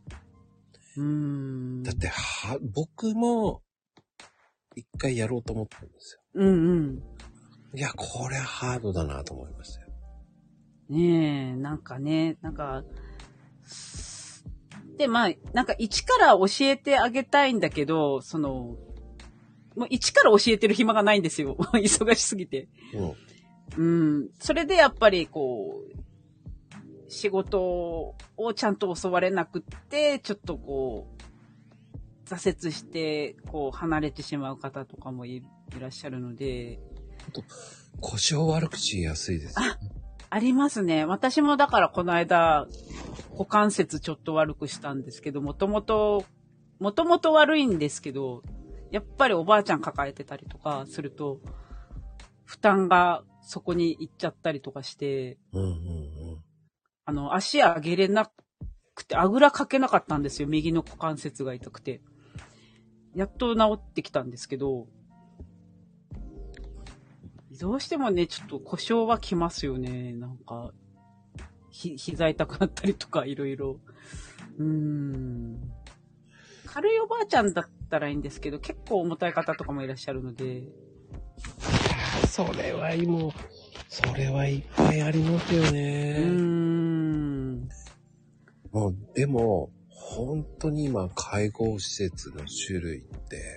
Speaker 3: だって僕も一回やろうと思ったんですよ。いや、これハードだなと思いましたよ。
Speaker 2: ねえ、なんか、で、まあ、なんか一から教えてあげたいんだけど、もう一から教えてる暇がないんですよ。忙しすぎて。それでやっぱりこう、仕事をちゃんと教われなくって、ちょっとこう、挫折して、こう、離れてしまう方とかもいらっしゃるので。
Speaker 3: あと、腰を悪くしやすいです、ね。
Speaker 2: ありますね。私もだからこの間、股関節ちょっと悪くしたんですけど、もともと悪いんですけど、やっぱりおばあちゃん抱えてたりとかすると、負担がそこに行っちゃったりとかして、足上げれなくくて、あぐらかけなかったんですよ。右の股関節が痛くて。やっと治ってきたんですけど、どうしてもね、ちょっと故障はきますよね。なんか、膝痛くなったりとか、いろいろ。軽いおばあちゃんだったらいいんですけど、結構重たい方とかもいらっしゃるので。
Speaker 3: それはいっぱいありますよね。もう、でも、本当に今、介護施設の種類って、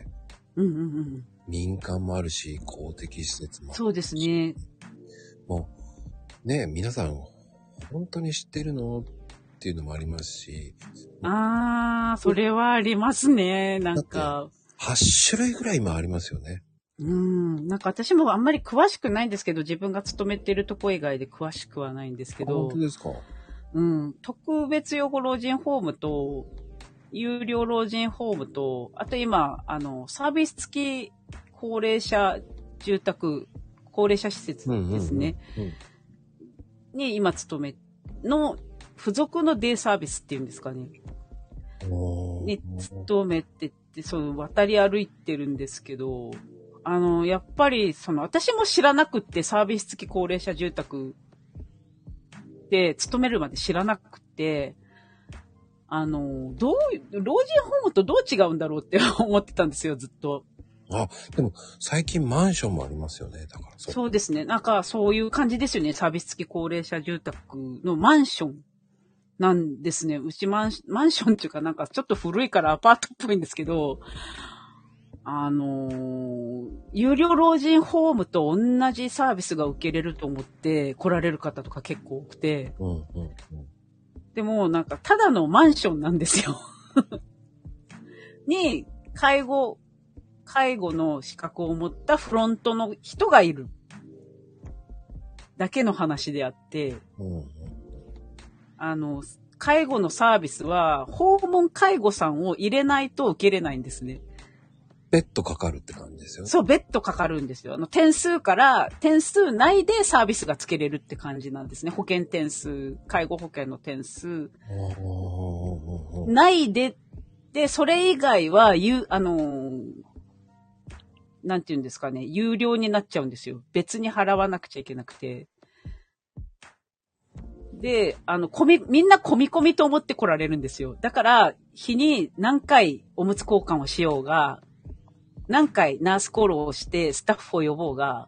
Speaker 3: 民間もあるし、公的施設もあるし。
Speaker 2: そうですね。
Speaker 3: もう、ね、皆さん、本当に知ってるのっていうのもありますし。
Speaker 2: それはありますね。なんか。
Speaker 3: 8種類ぐらい今ありますよね。
Speaker 2: なんか私もあんまり詳しくないんですけど、自分が勤めてるとこ以外で詳しくはないんですけど。
Speaker 3: 本当ですか？
Speaker 2: 特別養護老人ホームと、有料老人ホームと、あと今、サービス付き高齢者住宅、高齢者施設ですね。に今勤めの、付属のデイサービスっていうんですかね。に勤めてて、渡り歩いてるんですけど、やっぱり、私も知らなくってサービス付き高齢者住宅で勤めるまで知らなくて、老人ホームとどう違うんだろうって思ってたんですよ、ずっと。
Speaker 3: でも、最近マンションもありますよね、だから
Speaker 2: そうですね。なんか、そういう感じですよね。サービス付き高齢者住宅のマンションなんですね。うちマンションっていうかなんかちょっと古いからアパートっぽいんですけど、有料老人ホームと同じサービスが受けれると思って来られる方とか結構多くて。でもなんかただのマンションなんですよ。に、介護の資格を持ったフロントの人がいる。だけの話であって、介護のサービスは、訪問介護さんを入れないと受けれないんですね。
Speaker 3: 別途かかるって感じですよね。
Speaker 2: そう、別途かかるんですよ。点数内でサービスがつけれるって感じなんですね。保険点数、介護保険の点数。内で、それ以外は、なんていうんですかね、有料になっちゃうんですよ。別に払わなくちゃいけなくて。で、みんな込みと思って来られるんですよ。だから、日に何回おむつ交換をしようが、何回ナースコールをしてスタッフを呼ぼうが、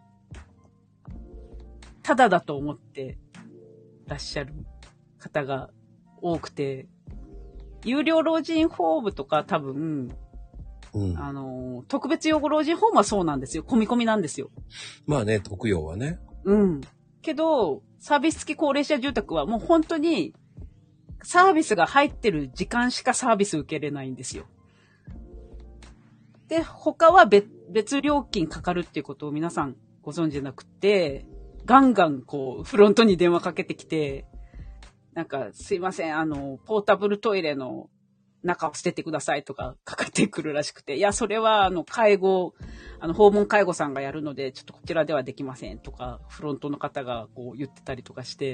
Speaker 2: ただだと思ってらっしゃる方が多くて、有料老人ホームとか多分、特別養護老人ホームはそうなんですよ。込みなんですよ。
Speaker 3: まあね、特養はね。
Speaker 2: けど、サービス付き高齢者住宅はもう本当に、サービスが入ってる時間しかサービス受けれないんですよ。で、他は別料金かかるっていうことを皆さんご存知なくて、ガンガンフロントに電話かけてきて、なんか、すいません、ポータブルトイレの中を捨ててくださいとかかかってくるらしくて、いや、それは訪問介護さんがやるので、ちょっとこちらではできませんとか、フロントの方が言ってたりとかして、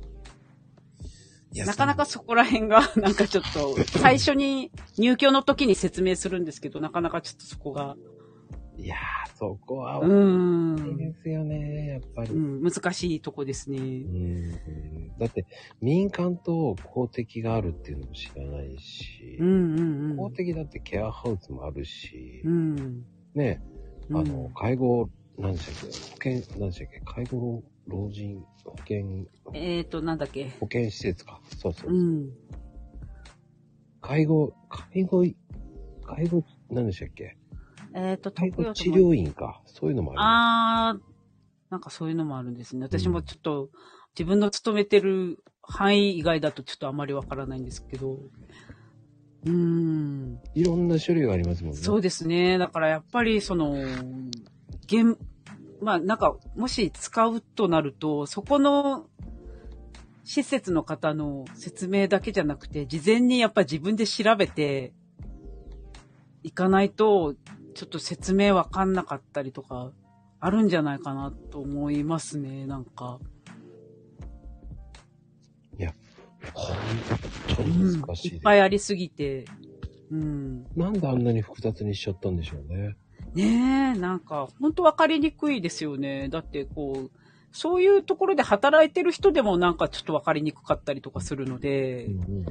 Speaker 2: なかなかそこら辺が、なんかちょっと、最初に入居の時に説明するんですけど、なかなかちょっとそこが。
Speaker 3: いやー、そこは、いいですよね、やっぱり。
Speaker 2: 難しいとこですね。
Speaker 3: だって、民間と公的があるっていうのも知らないし、公的だってケアハウスもあるし、ね、介護、何でしたっけ、保険、何でしたっけ、介護老人保険、
Speaker 2: なんだっけ。
Speaker 3: 保険施設か。そう。介護、何でしたっけ。介護治療院か。そういうのもある。
Speaker 2: なんかそういうのもあるんですね。私もちょっと、自分の勤めてる範囲以外だとちょっとあまりわからないんですけど。
Speaker 3: いろんな種類がありますもんね。
Speaker 2: そうですね。だからやっぱりまあなんか、もし使うとなると、そこの施設の方の説明だけじゃなくて、事前にやっぱり自分で調べていかないと、ちょっと説明わかんなかったりとか、あるんじゃないかなと思いますね、なんか。
Speaker 3: いや、 本当に難しい、
Speaker 2: いっぱいありすぎて。
Speaker 3: なんであんなに複雑にしちゃったんでしょうね。
Speaker 2: ねえ、なんか、ほんと分かりにくいですよね。だってこう、そういうところで働いてる人でもなんかちょっと分かりにくかったりとかするので。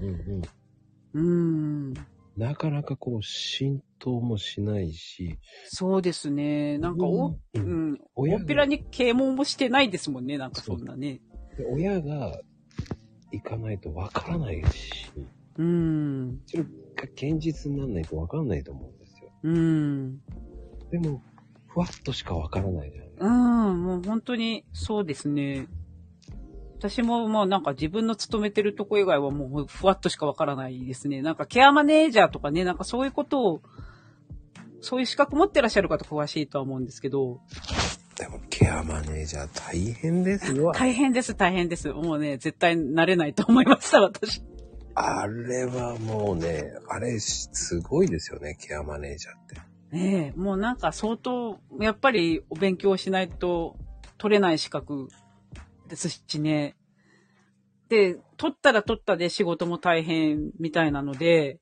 Speaker 3: なかなかこう、浸透もしないし。
Speaker 2: そうですね。なんか大っぴらに啓蒙もしてないですもんね。なんかそんなね。
Speaker 3: で親が行かないと分からないし。それが現実にならないと分かんないと思うんですよ。でも、ふわっとしか分からないじゃないですか。
Speaker 2: もう本当にそうですね。私もまあなんか自分の勤めてるとこ以外はもうふわっとしかわからないですね。なんかケアマネージャーとかね、なんかそういうことを、そういう資格持ってらっしゃる方詳しいとは思うんですけど。
Speaker 3: でもケアマネージャー大変ですよ。
Speaker 2: 大変です。もうね、絶対慣れないと思いました、私。
Speaker 3: あれはもうね、あれすごいですよね、ケアマネージャーって。
Speaker 2: ねえ、もうなんか相当、やっぱりお勉強しないと取れない資格ですしね。で、取ったら取ったで仕事も大変みたいなので、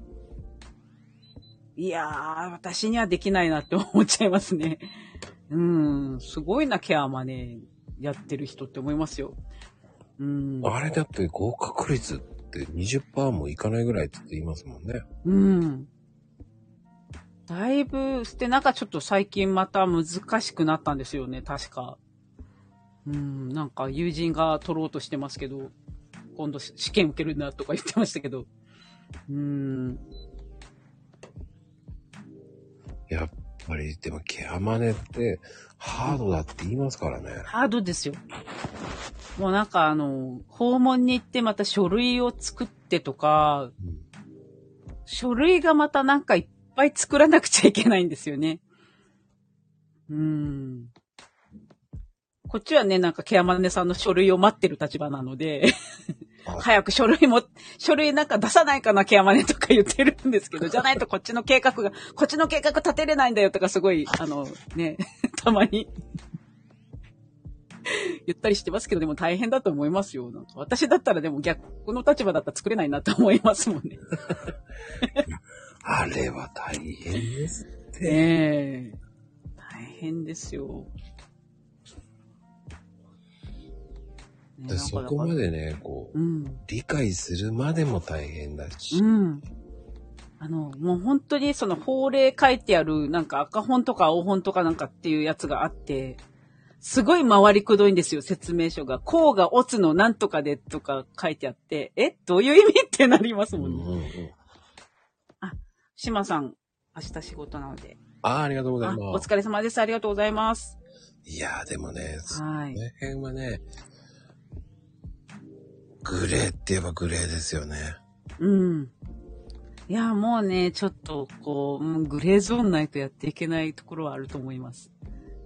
Speaker 2: いやー、私にはできないなって思っちゃいますね。すごいな、ケアマネやってる人って思いますよ。
Speaker 3: あれだって合格率って 20% もいかないぐらいって言いますもんね。
Speaker 2: だいぶ、なんかちょっと最近また難しくなったんですよね、確か。なんか友人が取ろうとしてますけど、今度試験受けるんだとか言ってましたけど。
Speaker 3: やっぱり、でもケアマネってハードだって言いますからね。
Speaker 2: ハードですよ。もうなんか訪問に行ってまた書類を作ってとか、書類がまたなんかいっぱい作らなくちゃいけないんですよね。こっちはね、なんかケアマネさんの書類を待ってる立場なので、早く書類なんか出さないかな、ケアマネとか言ってるんですけど、じゃないとこっちの計画立てれないんだよとかすごい、ね、たまに言ったりしてますけど、でも大変だと思いますよ。なんか私だったらでも逆の立場だったら作れないなと思いますもんね。
Speaker 3: あれは大変ですって。
Speaker 2: 大変ですよ。
Speaker 3: でそこまでね、こう、理解するまでも大変だし。
Speaker 2: もう本当にその法令書いてある、なんか赤本とか青本とかなんかっていうやつがあって、すごい回りくどいんですよ、説明書が。こうがオツのなんとかでとか書いてあって、どういう意味ってなりますもんね。島さん、明日仕事なので。
Speaker 3: ありがとうございます。
Speaker 2: お疲れ様です。ありがとうございます。
Speaker 3: いやーでもね、その辺はね、グレーって言えばグレーですよね。
Speaker 2: いや、もうね、ちょっと、こう、グレーゾーンないとやっていけないところはあると思います。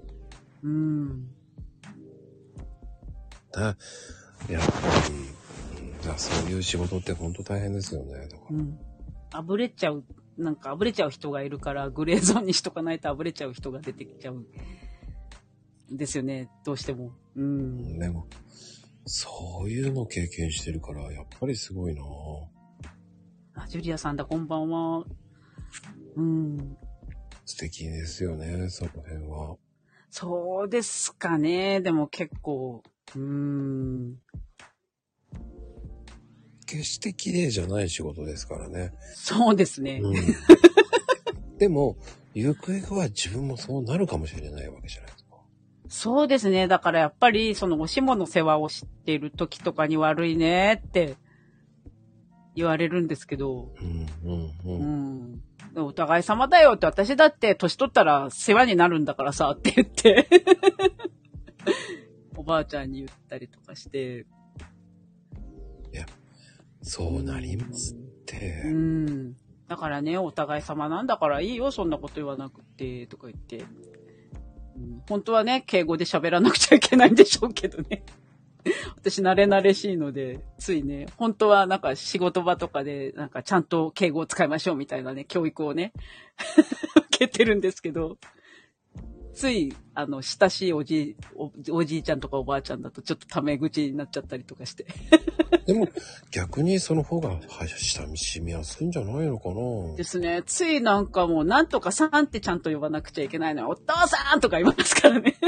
Speaker 3: やっぱり、そういう仕事って本当大変ですよね。だから。
Speaker 2: あぶれちゃう人がいるから、グレーゾーンにしとかないとあぶれちゃう人が出てきちゃうんですよね、どうしても。
Speaker 3: でも、そういうの経験してるから、やっぱりすごいな
Speaker 2: ジュリアさんだ、こんばんは。
Speaker 3: 素敵ですよね、その辺は。
Speaker 2: そうですかね、でも結構、
Speaker 3: 決して綺麗じゃない仕事ですからね。
Speaker 2: そうですね。
Speaker 3: でも、ゆくゆくは自分もそうなるかもしれないわけじゃないですか。
Speaker 2: そうですね。だからやっぱり、そのおしもの世話をしている時とかに悪いねって言われるんですけど、お互い様だよって、私だって年取ったら世話になるんだからさって言って、おばあちゃんに言ったりとかして。
Speaker 3: いや、そうなりますって。
Speaker 2: だからね、お互い様なんだからいいよ、そんなこと言わなくて、とか言って。本当はね、敬語で喋らなくちゃいけないんでしょうけどね。私慣れしいので、ついね、本当はなんか仕事場とかで、なんかちゃんと敬語を使いましょうみたいなね、教育をね、受けてるんですけど、つい、親しいおじいちゃんとかおばあちゃんだとちょっとタメ口になっちゃったりとかして。
Speaker 3: でも逆にその方が親しみやすいんじゃないのかな。
Speaker 2: ですね。ついなんかもうなんとかさんってちゃんと呼ばなくちゃいけないのよ。お父さんとか言いますからね。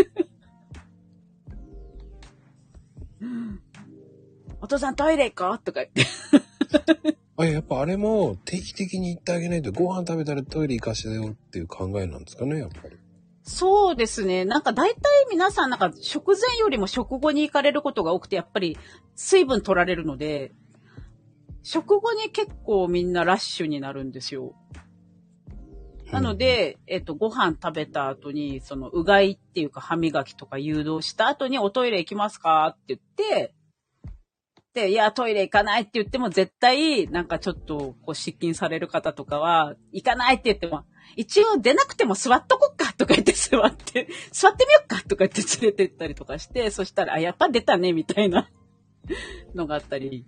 Speaker 2: お父さんトイレ行こうとか言って。
Speaker 3: やっぱあれも定期的に行ってあげないと、ご飯食べたらトイレ行かせてよっていう考えなんですかね、やっぱり。
Speaker 2: そうですね。なんか大体皆さんなんか食前よりも食後に行かれることが多くて、やっぱり水分取られるので、食後に結構みんなラッシュになるんですよ。なので、ご飯食べた後に、そのうがいっていうか歯磨きとか誘導した後におトイレ行きますかって言って、で、いや、トイレ行かないって言っても絶対、なんかちょっと、こう、失禁される方とかは、行かないって言っても、一応出なくても座っとこっかとか言って座ってみよっかとか言って連れて行ったりとかして、そしたら、やっぱ出たね、みたいなのがあったり。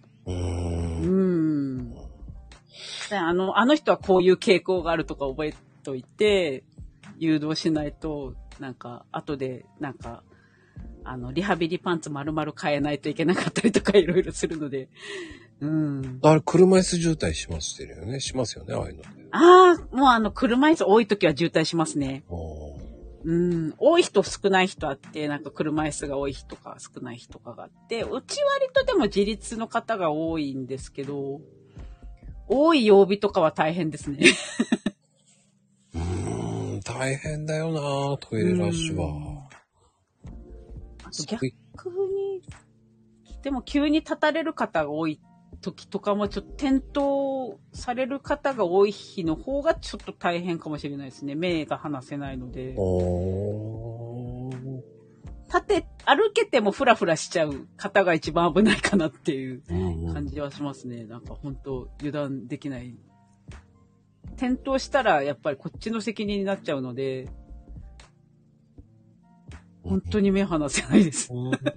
Speaker 2: で、あの人はこういう傾向があるとか覚えといて、誘導しないと、なんか、後で、なんか、リハビリパンツ丸々変えないといけなかったりとかいろいろするので。
Speaker 3: あれ、車椅子渋滞しますよね、ああいうの。
Speaker 2: もう車椅子多い時は渋滞しますね。多い人少ない人あって、なんか車椅子が多い人か少ない人かがあって、うち割とでも自立の方が多いんですけど、多い曜日とかは大変ですね。
Speaker 3: 大変だよな、トイレラッシュは。
Speaker 2: 逆に、でも急に立たれる方が多い時とかもちょっと転倒される方が多い日の方がちょっと大変かもしれないですね。目が離せないので。歩けてもフラフラしちゃう方が一番危ないかなっていう感じはしますね。なんか本当油断できない。転倒したらやっぱりこっちの責任になっちゃうので、本当に目離せないです。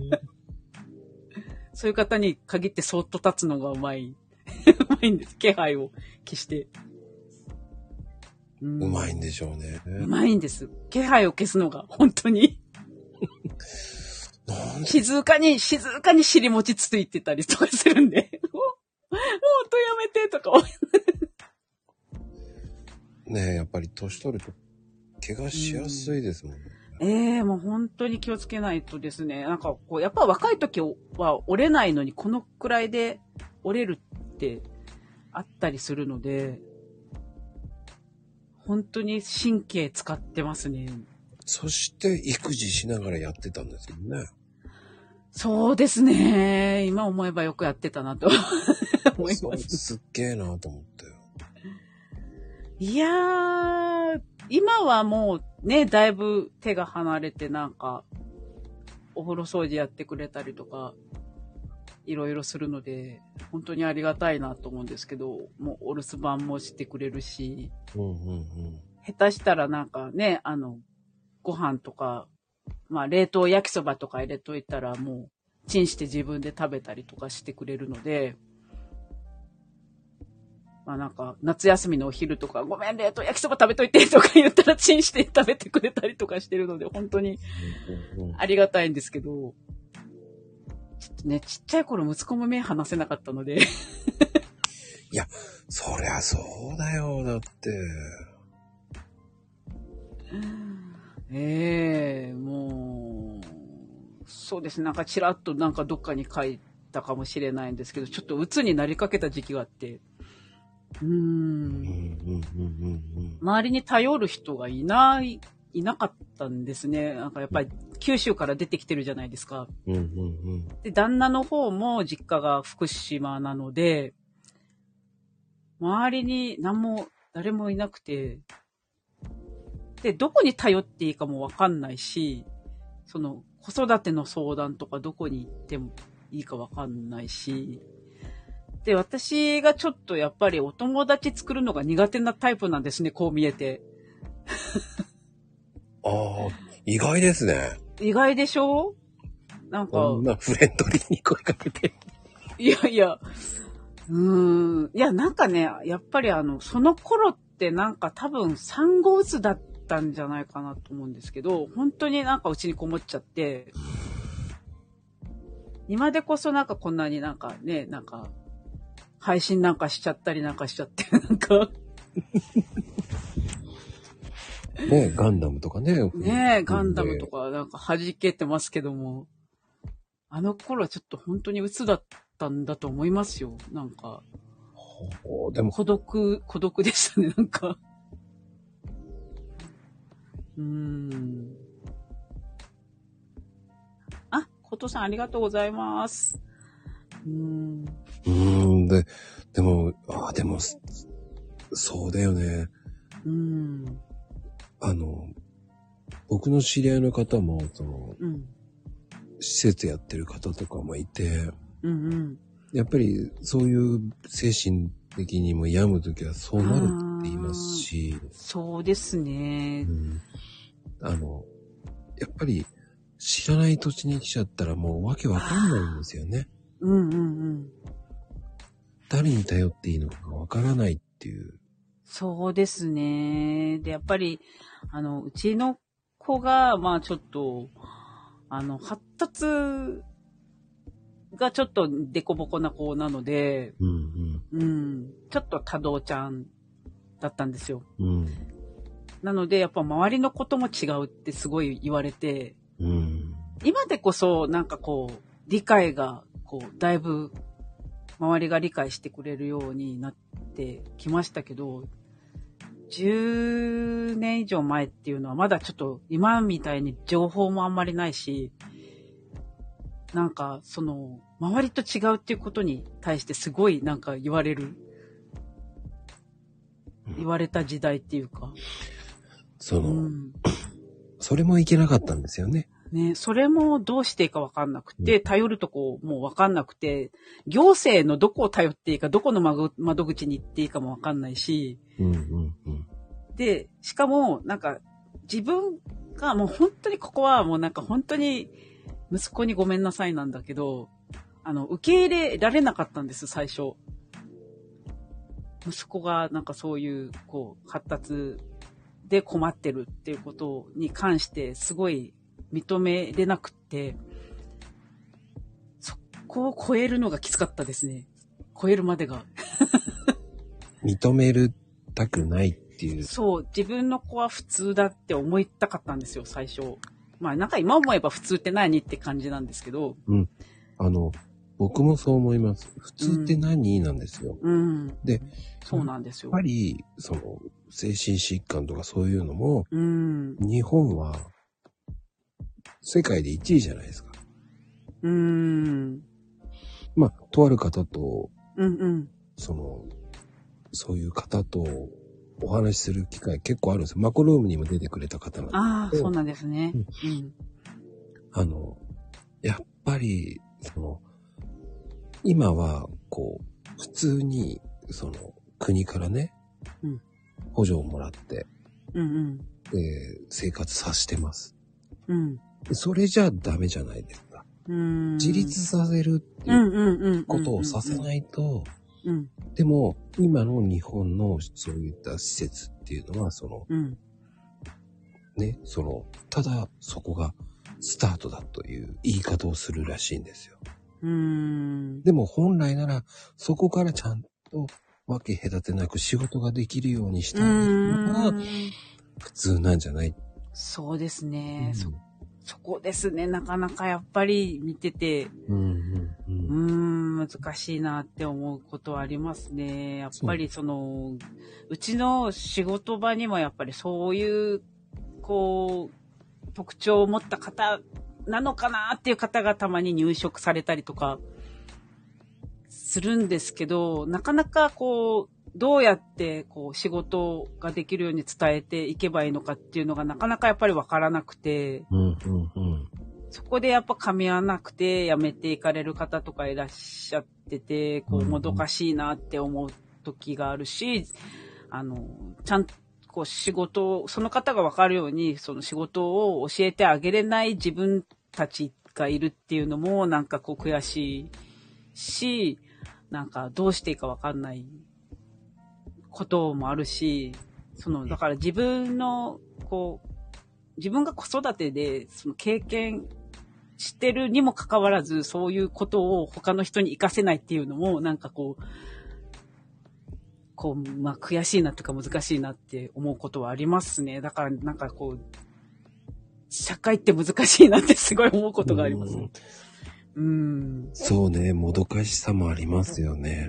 Speaker 2: そういう方に限ってそっと立つのがうまい。うまいんです。気配を消して。
Speaker 3: うまいんでしょうね。
Speaker 2: うまいんです。気配を消すのが本当に。静かに尻餅ついてたりとかするんで。もう音やめてとか。
Speaker 3: ねえ、やっぱり年取ると怪我しやすいですもんね。
Speaker 2: もう本当に気をつけないとですね。なんかこう、やっぱ若い時は折れないのにこのくらいで折れるってあったりするので、本当に神経使ってますね。
Speaker 3: そして育児しながらやってたんですよね。
Speaker 2: そうですね。今思えばよくやってたなと思います。
Speaker 3: すっげえなと思って。
Speaker 2: いやー、今はもうね、だいぶ手が離れてなんか、お風呂掃除やってくれたりとか、いろいろするので、本当にありがたいなと思うんですけど、もうお留守番もしてくれるし、下手したらなんかね、ご飯とか、まあ冷凍焼きそばとか入れといたらもう、チンして自分で食べたりとかしてくれるので、まあなんか、夏休みのお昼とか、ごめん、冷凍焼きそば食べといてとか言ったらチンして食べてくれたりとかしてるので、本当にありがたいんですけど、ちょっとね、ちっちゃい頃息子も目離せなかったので。
Speaker 3: いや、そりゃそうだよ、だって。
Speaker 2: もう、そうですね、なんかちらっとなんかどっかに書いたかもしれないんですけど、ちょっと鬱になりかけた時期があって、周りに頼る人がいなかったんですね。なんかやっぱり九州から出てきてるじゃないですか。で、旦那の方も実家が福島なので、周りに誰もいなくて、で、どこに頼っていいかもわかんないし、その子育ての相談とかどこに行ってもいいかわかんないし、で、私がちょっとやっぱりお友達作るのが苦手なタイプなんですね、こう見えて。
Speaker 3: 意外ですね。
Speaker 2: 意外でしょ？なんか。
Speaker 3: こんなフレンドリーに声かけて。
Speaker 2: いや、なんかね、やっぱりその頃ってなんか多分産後うつだったんじゃないかなと思うんですけど、本当になんかうちにこもっちゃって、 今でこそなんかこんなになんかね、なんか、配信なんかしちゃったりなんかしちゃって、なんか。
Speaker 3: ね、ガンダムとかね。
Speaker 2: ねえ、ガンダムとかなんか弾けてますけども、あの頃はちょっと本当に鬱だったんだと思いますよ、なんか。
Speaker 3: でも
Speaker 2: 孤独でしたね、なんか。あ、ことさんありがとうございます。
Speaker 3: でも、そうだよね。僕の知り合いの方も、施設やってる方とかもいて、やっぱりそういう精神的にも病むときはそうなるって言いますし。
Speaker 2: そうですね。
Speaker 3: やっぱり知らない土地に来ちゃったらもうわけわかんないんですよね。誰に頼っていいのかわからないっていう。
Speaker 2: そうですね。で、やっぱり、うちの子が、まあちょっと、発達がちょっとデコボコな子なので、ちょっと多動ちゃんだったんですよ。なので、やっぱ周りのことも違うってすごい言われて、今でこそなんかこう、理解が、こう、だいぶ、周りが理解してくれるようになってきましたけど、10年以上前っていうのはまだちょっと今みたいに情報もあんまりないし、なんかその周りと違うっていうことに対してすごいなんか言われた時代っていうか。
Speaker 3: それもいけなかったんですよね。
Speaker 2: ね、それもどうしていいか分かんなくて、頼るとこもう分かんなくて、行政のどこを頼っていいか、どこの窓口に行っていいかも分かんないし、で、しかも、なんか、自分がもう本当にここはもうなんか本当に息子にごめんなさいなんだけど、受け入れられなかったんです、最初。息子がなんかそういう、こう、発達で困ってるっていうことに関してすごい認めれなくって、そこを超えるのがきつかったですね。超えるまでが。
Speaker 3: 認めるたくないっていう。
Speaker 2: そう、自分の子は普通だって思いたかったんですよ、最初。まあなんか今思えば普通って何って感じなんですけど。
Speaker 3: 僕もそう思います。普通って何、なんですよ。で、
Speaker 2: そうなんですよ。
Speaker 3: やっぱり、精神疾患とかそういうのも、日本は世界で1位じゃないですか。まあ、とある方と、そういう方とお話しする機会結構あるんですよ。マコルームにも出てくれた方なんですけど。
Speaker 2: ああ、そうなんですね。
Speaker 3: やっぱり、今は、こう、普通に、国からね、補助をもらって、生活させてます。それじゃダメじゃないですか。自立させるっていうことをさせないと、でも、今の日本のそういった施設っていうのは、ね、ただそこがスタートだという言い方をするらしいんですよ。でも本来なら、そこからちゃんと分け隔てなく仕事ができるようにしてあげるのが普通なんじゃない？
Speaker 2: そうですね。そこですね。なかなかやっぱり見てて、難しいなって思うことはありますね。やっぱりうちの仕事場にもやっぱりそういう、こう、特徴を持った方なのかなっていう方がたまに入職されたりとかするんですけど、なかなかこう、どうやってこう仕事ができるように伝えていけばいいのかっていうのがなかなかやっぱりわからなくて、そこでやっぱ噛み合わなくて辞めていかれる方とかいらっしゃってて、こうもどかしいなって思う時があるし、ちゃんとこう仕事、その方がわかるようにその仕事を教えてあげれない自分たちがいるっていうのもなんかこう悔しいし、なんかどうしていいかわかんないこともあるし、だから自分が子育てで、経験してるにもかかわらず、そういうことを他の人に活かせないっていうのも、なんかまあ、悔しいなとか難しいなって思うことはありますね。だから、なんか社会って難しいなってすごい思うことがあります。
Speaker 3: そうね、もどかしさもありますよね。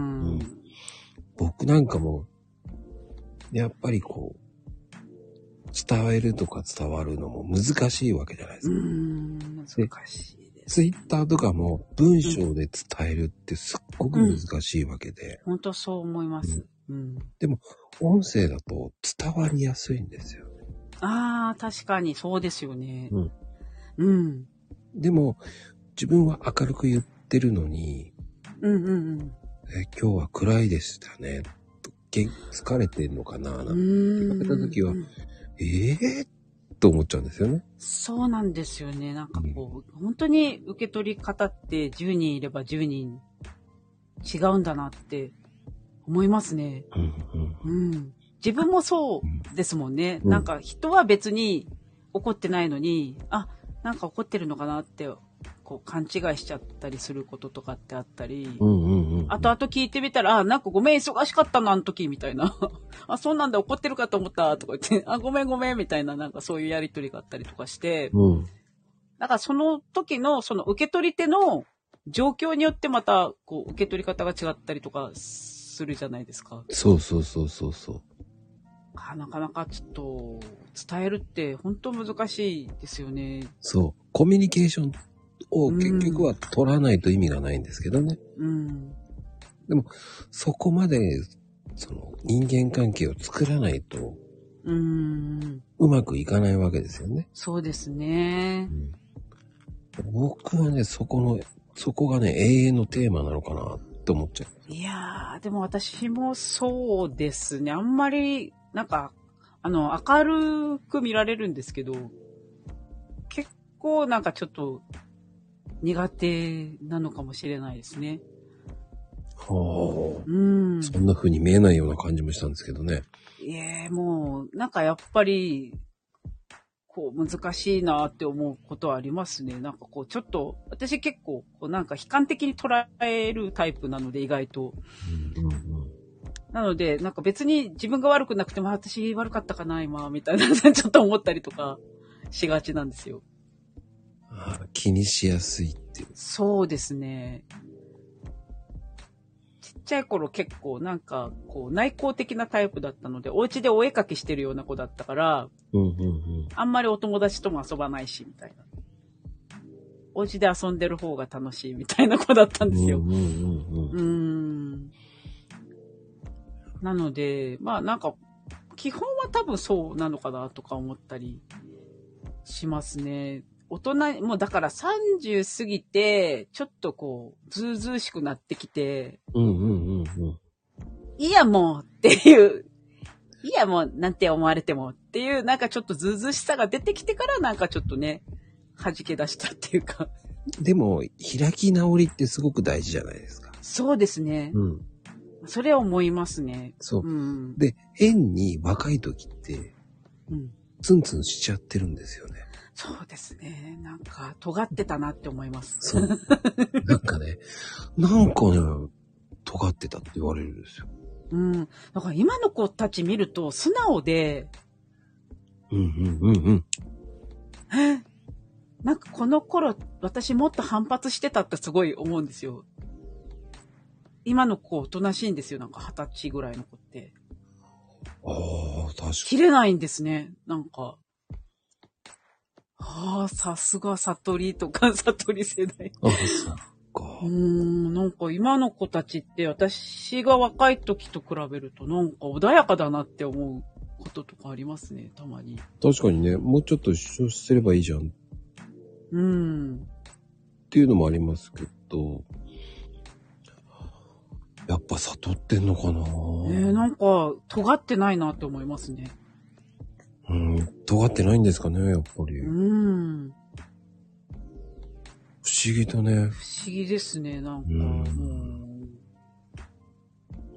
Speaker 3: 僕なんかも、やっぱり伝えるとか伝わるのも難しいわけじゃないですか。
Speaker 2: 難しいです。
Speaker 3: ツイッターとかも文章で伝えるってすっごく難しいわけで。
Speaker 2: 本当そう思います。
Speaker 3: でも、音声だと伝わりやすいんですよ。
Speaker 2: ああ、確かにそうですよね。
Speaker 3: でも、自分は明るく言ってるのに、今日は暗いでしたね。疲れてんのかななんて言われたときは、と思っちゃうんですよね。
Speaker 2: そうなんですよね。なんか本当に受け取り方って10人いれば10人違うんだなって思いますね。自分もそうですもんね。なんか人は別に怒ってないのに、なんか怒ってるのかなって勘違いしちゃったりすることとかってあったり、後々聞いてみたら、なんかごめん忙しかったな、あの時みたいな。そうなんだ、怒ってるかと思ったとか言って、ごめんみたいな、なんかそういうやりとりがあったりとかして、だからその時のその受け取り手の状況によってまた受け取り方が違ったりとかするじゃないですか。
Speaker 3: そう。
Speaker 2: なかなかちょっと伝えるって本当難しいですよね。
Speaker 3: そう。コミュニケーションを結局は取らないと意味がないんですけどね。でも、そこまで、人間関係を作らないと、うまくいかないわけですよね。
Speaker 2: そうですね。
Speaker 3: 僕はね、そこがね、永遠のテーマなのかなって思っちゃう。
Speaker 2: いやー、でも私もそうですね。あんまり、なんか、明るく見られるんですけど、結構なんかちょっと苦手なのかもしれないですね。
Speaker 3: そんな風に見えないような感じもしたんですけどね。
Speaker 2: もう、なんかやっぱり、難しいなって思うことはありますね。なんかちょっと、私結構、なんか悲観的に捉えるタイプなので、意外と。なので、なんか別に自分が悪くなくても、私悪かったかな、今、みたいな、ちょっと思ったりとかしがちなんですよ。
Speaker 3: 気にしやすいっていう。
Speaker 2: そうですね。ちっちゃい頃結構なんか内向的なタイプだったので、お家でお絵描きしてるような子だったから、あんまりお友達とも遊ばないしみたいな。お家で遊んでる方が楽しいみたいな子だったんですよ。なので、まあなんか基本は多分そうなのかなとか思ったりしますね。大人、もうだから30過ぎて、ちょっとずうずうしくなってきて、いやもうっていう、いやもうなんて思われてもっていう、なんかちょっとずうずうしさが出てきてからなんかちょっとね、弾け出したっていうか。
Speaker 3: でも、開き直りってすごく大事じゃないですか。
Speaker 2: そうですね。それは思いますね。
Speaker 3: そう。で、変に若い時って、ツンツンしちゃってるんですよね。
Speaker 2: そうですね。なんか、尖ってたなって思います。
Speaker 3: そう。なんかね、尖ってたって言われるんですよ。
Speaker 2: だから今の子たち見ると素直で、なんかこの頃、私もっと反発してたってすごい思うんですよ。今の子おとなしいんですよ。なんか20歳ぐらいの子って。
Speaker 3: 確かに。
Speaker 2: 切れないんですね。なんか。さすが悟りとか悟り世代。
Speaker 3: そっか。
Speaker 2: なんか今の子たちって私が若い時と比べるとなんか穏やかだなって思うこととかありますね、たまに。
Speaker 3: 確かにね、もうちょっと主張すればいいじゃん。っていうのもありますけど、やっぱ悟ってんのかな。
Speaker 2: なんか尖ってないなって思いますね。
Speaker 3: 尖ってないんですかね、やっぱり。不思議だね。
Speaker 2: 不思議ですね、なんか。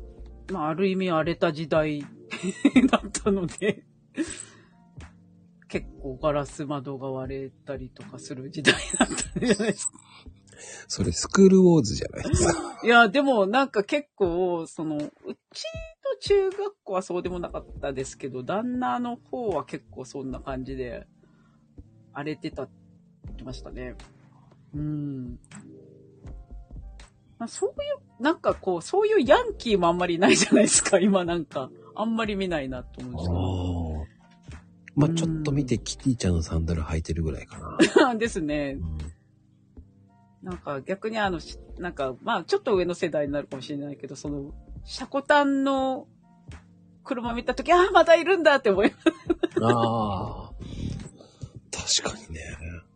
Speaker 2: まあ、ある意味荒れた時代だったので、 結構ガラス窓が割れたりとかする時代だったんじゃないですか。
Speaker 3: それスクールウォーズじゃないですか。
Speaker 2: いや、でもなんか結構、うちの中学校はそうでもなかったですけど、旦那の方は結構そんな感じで、荒れてたって言ってましたね。そういう、なんかこう、そういうヤンキーもあんまりないじゃないですか、今なんか。あんまり見ないなと思うんですけど。
Speaker 3: まあちょっと見てキティちゃんのサンダル履いてるぐらいか
Speaker 2: な。ですね。なんか逆になんか、まあちょっと上の世代になるかもしれないけど、シャコタンの車見たとき、まだいるんだって思います。
Speaker 3: ああ。確かにね。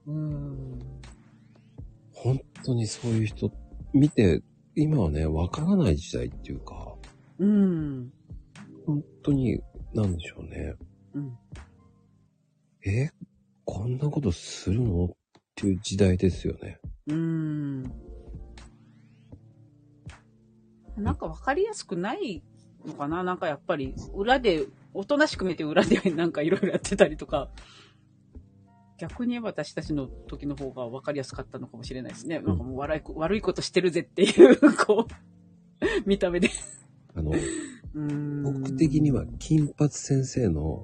Speaker 3: 本当にそういう人見て、今はね、わからない時代っていうか。本当に、なんでしょうね。こんなことするのっていう時代ですよね。
Speaker 2: なんかわかりやすくないのかな。なんかやっぱり裏で、おとなしく見て裏でなんかいろいろやってたりとか、逆に私たちの時の方がわかりやすかったのかもしれないですね。なんかもう悪いことしてるぜっていう、こう、見た目で。
Speaker 3: 僕的には金髪先生の、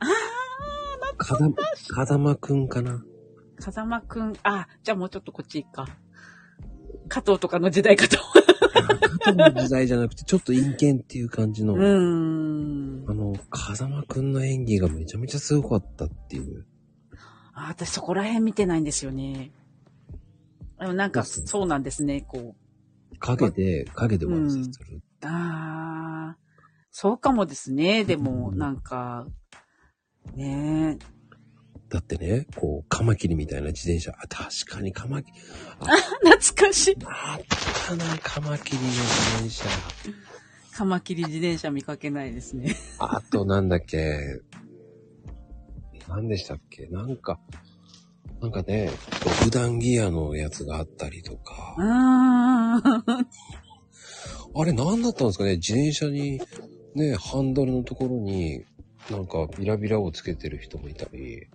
Speaker 3: 風間くんかな。
Speaker 2: 風間くん、じゃあもうちょっとこっちか。加藤とかの時代かと。
Speaker 3: 加藤の時代じゃなくて、ちょっと陰険っていう感じの。風間くんの演技がめちゃめちゃすごかったっていう。
Speaker 2: 私そこら辺見てないんですよね。なんか、そうなんですね、こう。
Speaker 3: 影で悪さする。
Speaker 2: そうかもですね、でも、なんか、ねえ。
Speaker 3: だってね、こう、カマキリみたいな自転車。確かにカマキリ。
Speaker 2: 懐かしい。
Speaker 3: あったな、カマキリの自転車。
Speaker 2: カマキリ自転車見かけないですね。
Speaker 3: あとなんだっけ。何でしたっけ、なんかね、6段ギアのやつがあったりとか。あれ何だったんですかね、自転車に、ね、ハンドルのところに、なんかビラビラをつけてる人もいたり。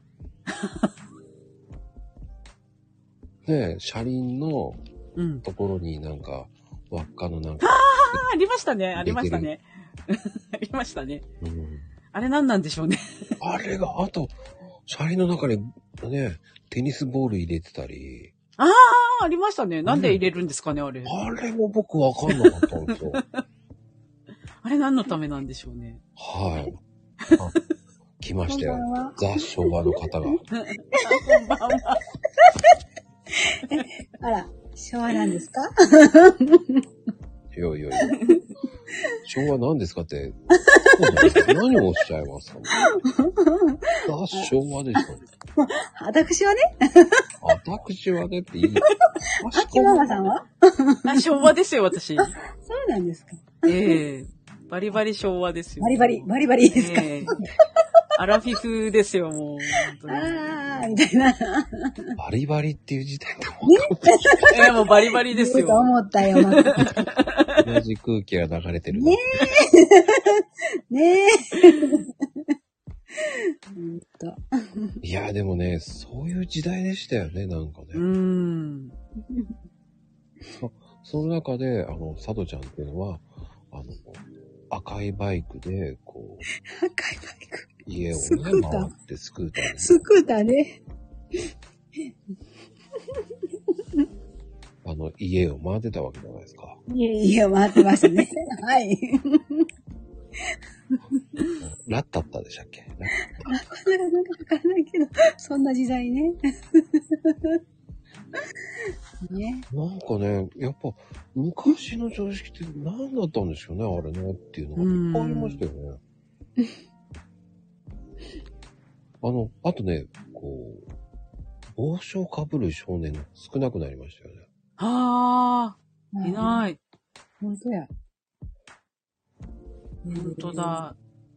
Speaker 3: ね、車輪のところになんか、輪っかのなんか。
Speaker 2: ありましたね、ありましたね。ありましたね。あれ何なんでしょうね。
Speaker 3: あれが、あと、車輪の中にね、テニスボール入れてたり。
Speaker 2: ありましたね。なんで入れるんですかね、あれ。
Speaker 3: あれも僕わかんなかったんですよ。
Speaker 2: あれ何のためなんでしょうね。
Speaker 3: はい。来ましたよ。ザ・昭和の方が。こんばんは。
Speaker 4: あら、昭和なんですか？
Speaker 3: いや。昭和なんですかって、何をおっしゃいますか？ザ・昭和でしょ。
Speaker 4: 私はね。
Speaker 3: 私はねっていい。
Speaker 4: 秋ママさんは？
Speaker 2: 昭和ですよ、私。
Speaker 4: そうなんですか。
Speaker 2: バリバリ昭和ですよ。
Speaker 4: バリバリですか。
Speaker 2: アラフィフですよ、もう。
Speaker 4: みたいな。
Speaker 3: バリバリっていう時点でも
Speaker 2: もうバリバリですよ。
Speaker 4: と思ったよ。
Speaker 3: 同じ空気が流れてる。
Speaker 4: ねえ。
Speaker 3: いや、でもね、そういう時代でしたよね、なんかね。その中で、佐渡ちゃんっていうのは、赤いバイクで、こう。
Speaker 4: 赤いバイク。
Speaker 3: 家をね、回ってスクーターで。
Speaker 4: スクーターね。
Speaker 3: 家を回ってたわけじゃないですか。
Speaker 4: 家を回ってましたね。はい。
Speaker 3: ラッタッタでしたっけ？
Speaker 4: なんかわからないけど、そんな時代ね。
Speaker 3: ね。なんかね、やっぱ昔の常識って何だったんでしょうね、あれねっていうのがいっぱいありましたよね。あとね、こう、帽子をかぶる少年が少なくなりましたよね。
Speaker 2: いない。
Speaker 4: 本当や。
Speaker 2: 本当だ。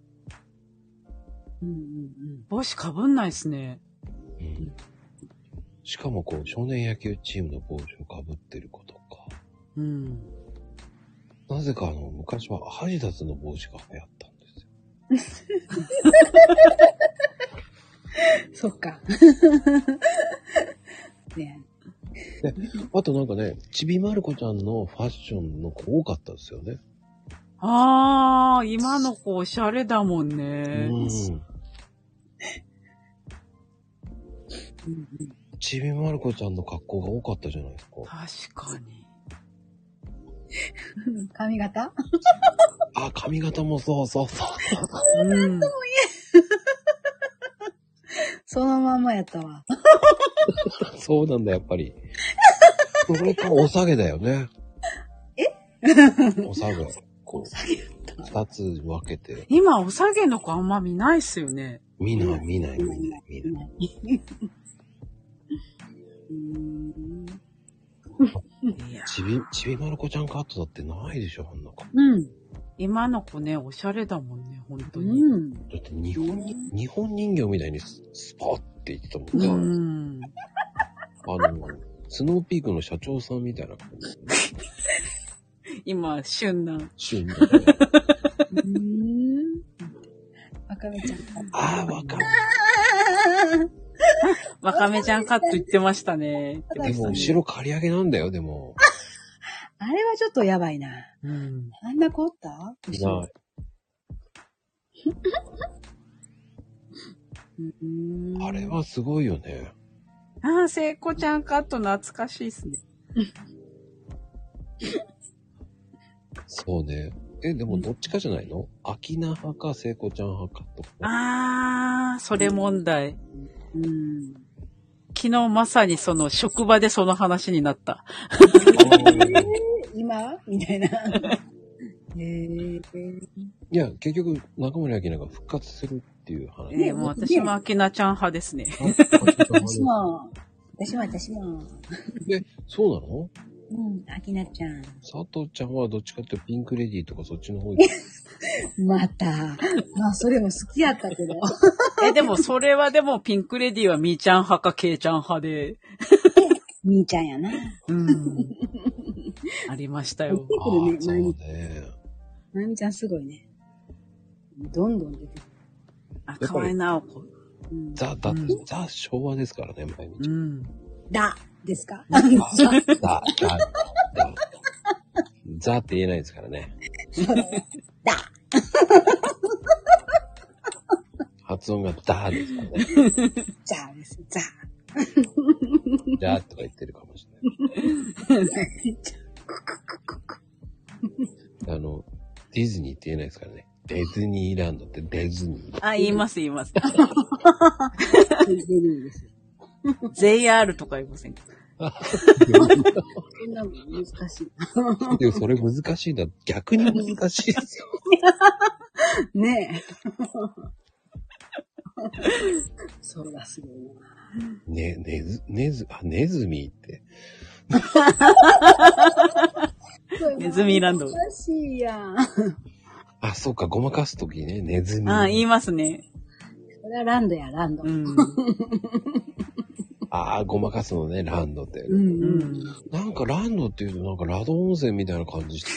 Speaker 2: 帽子かぶんないですね。
Speaker 3: しかもこう、少年野球チームの帽子をかぶってる子とか。なぜか昔はアディダスの帽子が流行ったんですよ。
Speaker 4: そっか。ね。
Speaker 3: で、あとなんかね、ちびまる子ちゃんのファッションの子多かったですよね。
Speaker 2: あー、今の子おしゃれだもんね。
Speaker 3: ちびまる子ちゃんの格好が多かったじゃないですか。
Speaker 2: 確かに。
Speaker 4: 髪型
Speaker 3: あ、髪型もそう。
Speaker 2: うん。
Speaker 4: そのまんまやったわ。
Speaker 3: そうなんだ、やっぱり。それか、お下げだよね。お下げ。こう、二つ分けて。
Speaker 2: 今、お下げの子あんま見ないっすよね。
Speaker 3: 見ない。ちびまる子ちゃんカットだってないでしょ、あんな子。
Speaker 4: うん。
Speaker 2: 今の子ね、おしゃれだもんね、本当に。
Speaker 4: うん。
Speaker 3: だって日本人形みたいにスパーって言ってたもんね。スノーピークの社長さんみたいな感じ、ね。
Speaker 2: 今、旬な。
Speaker 3: 旬な、ね。
Speaker 4: わかめちゃん。
Speaker 3: ああ、わかめ。
Speaker 2: わかめちゃんカット言ってましたね。
Speaker 3: でも、後ろ刈り上げなんだよ、でも。
Speaker 4: あれはちょっとやばいな。
Speaker 2: うん。
Speaker 4: あんな子おった
Speaker 3: いない。あれはすごいよね。
Speaker 2: ああ、聖子ちゃんカット懐かしいっすね。
Speaker 3: そうね。でもどっちかじゃないの？アキナ派か聖子ちゃん派かとか。
Speaker 2: ああ、それ問題。昨日まさにその職場でその話になった。
Speaker 4: 今みたいな。
Speaker 3: いや、結局、中森明菜が復活するっていう話。
Speaker 2: もう私も明菜ちゃん派ですね。
Speaker 4: 私も。
Speaker 3: そうなの？
Speaker 4: 明菜ちゃん。
Speaker 3: 佐藤ちゃんはどっちかっていうとピンクレディーとかそっちの方に。
Speaker 4: また。まあ、それも好きやったけど。
Speaker 2: でもそれはでもピンクレディーはみーちゃん派かけいちゃん派で。
Speaker 4: みーちゃんやな。
Speaker 2: ありましたよ。
Speaker 3: そうね。
Speaker 4: まゆみちゃんすごいね。どんどん出てくる。
Speaker 2: 河合直子。
Speaker 3: ザ昭和ですからね、まゆみちゃん。
Speaker 4: だですか？
Speaker 3: ザって言えないですからね。
Speaker 4: だ。
Speaker 3: 発音がダーですからね。
Speaker 4: ザーです。ザ
Speaker 3: ー。ザーとか言ってるかもしれない。ディズニーって言えないですからね。ディズニーランドってディズニー。
Speaker 2: 言います。ディズニーです。JR とか言いませんか？
Speaker 4: そんなの難しい。
Speaker 3: でもそれ難しいな。逆に難しいですよ。
Speaker 4: ねえ。それがすごいな。
Speaker 3: ネズミって。
Speaker 2: ネズミランド。
Speaker 4: 難しいやん。
Speaker 3: あ、そうか、ごまかすときね、ネズミ。
Speaker 2: 言いますね。
Speaker 4: それはランドや、ランド。
Speaker 3: ごまかすのね、ランドって。なんかランドっていうとなんかラド温泉みたいな感じして。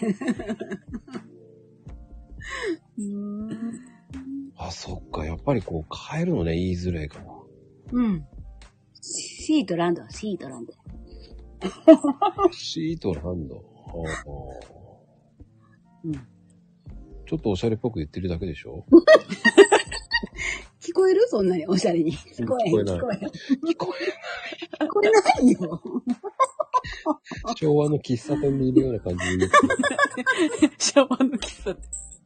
Speaker 3: そっか、やっぱりこう変えるのね、言いづらいから。
Speaker 4: シートランド。シートランド。
Speaker 3: ちょっとおしゃれっぽく言ってるだけでしょ？
Speaker 4: 聞こえる？そんなにおしゃれに。聞こえないよ。
Speaker 3: 昭和の喫茶店にいるような感じで。
Speaker 2: 昭和の喫茶店。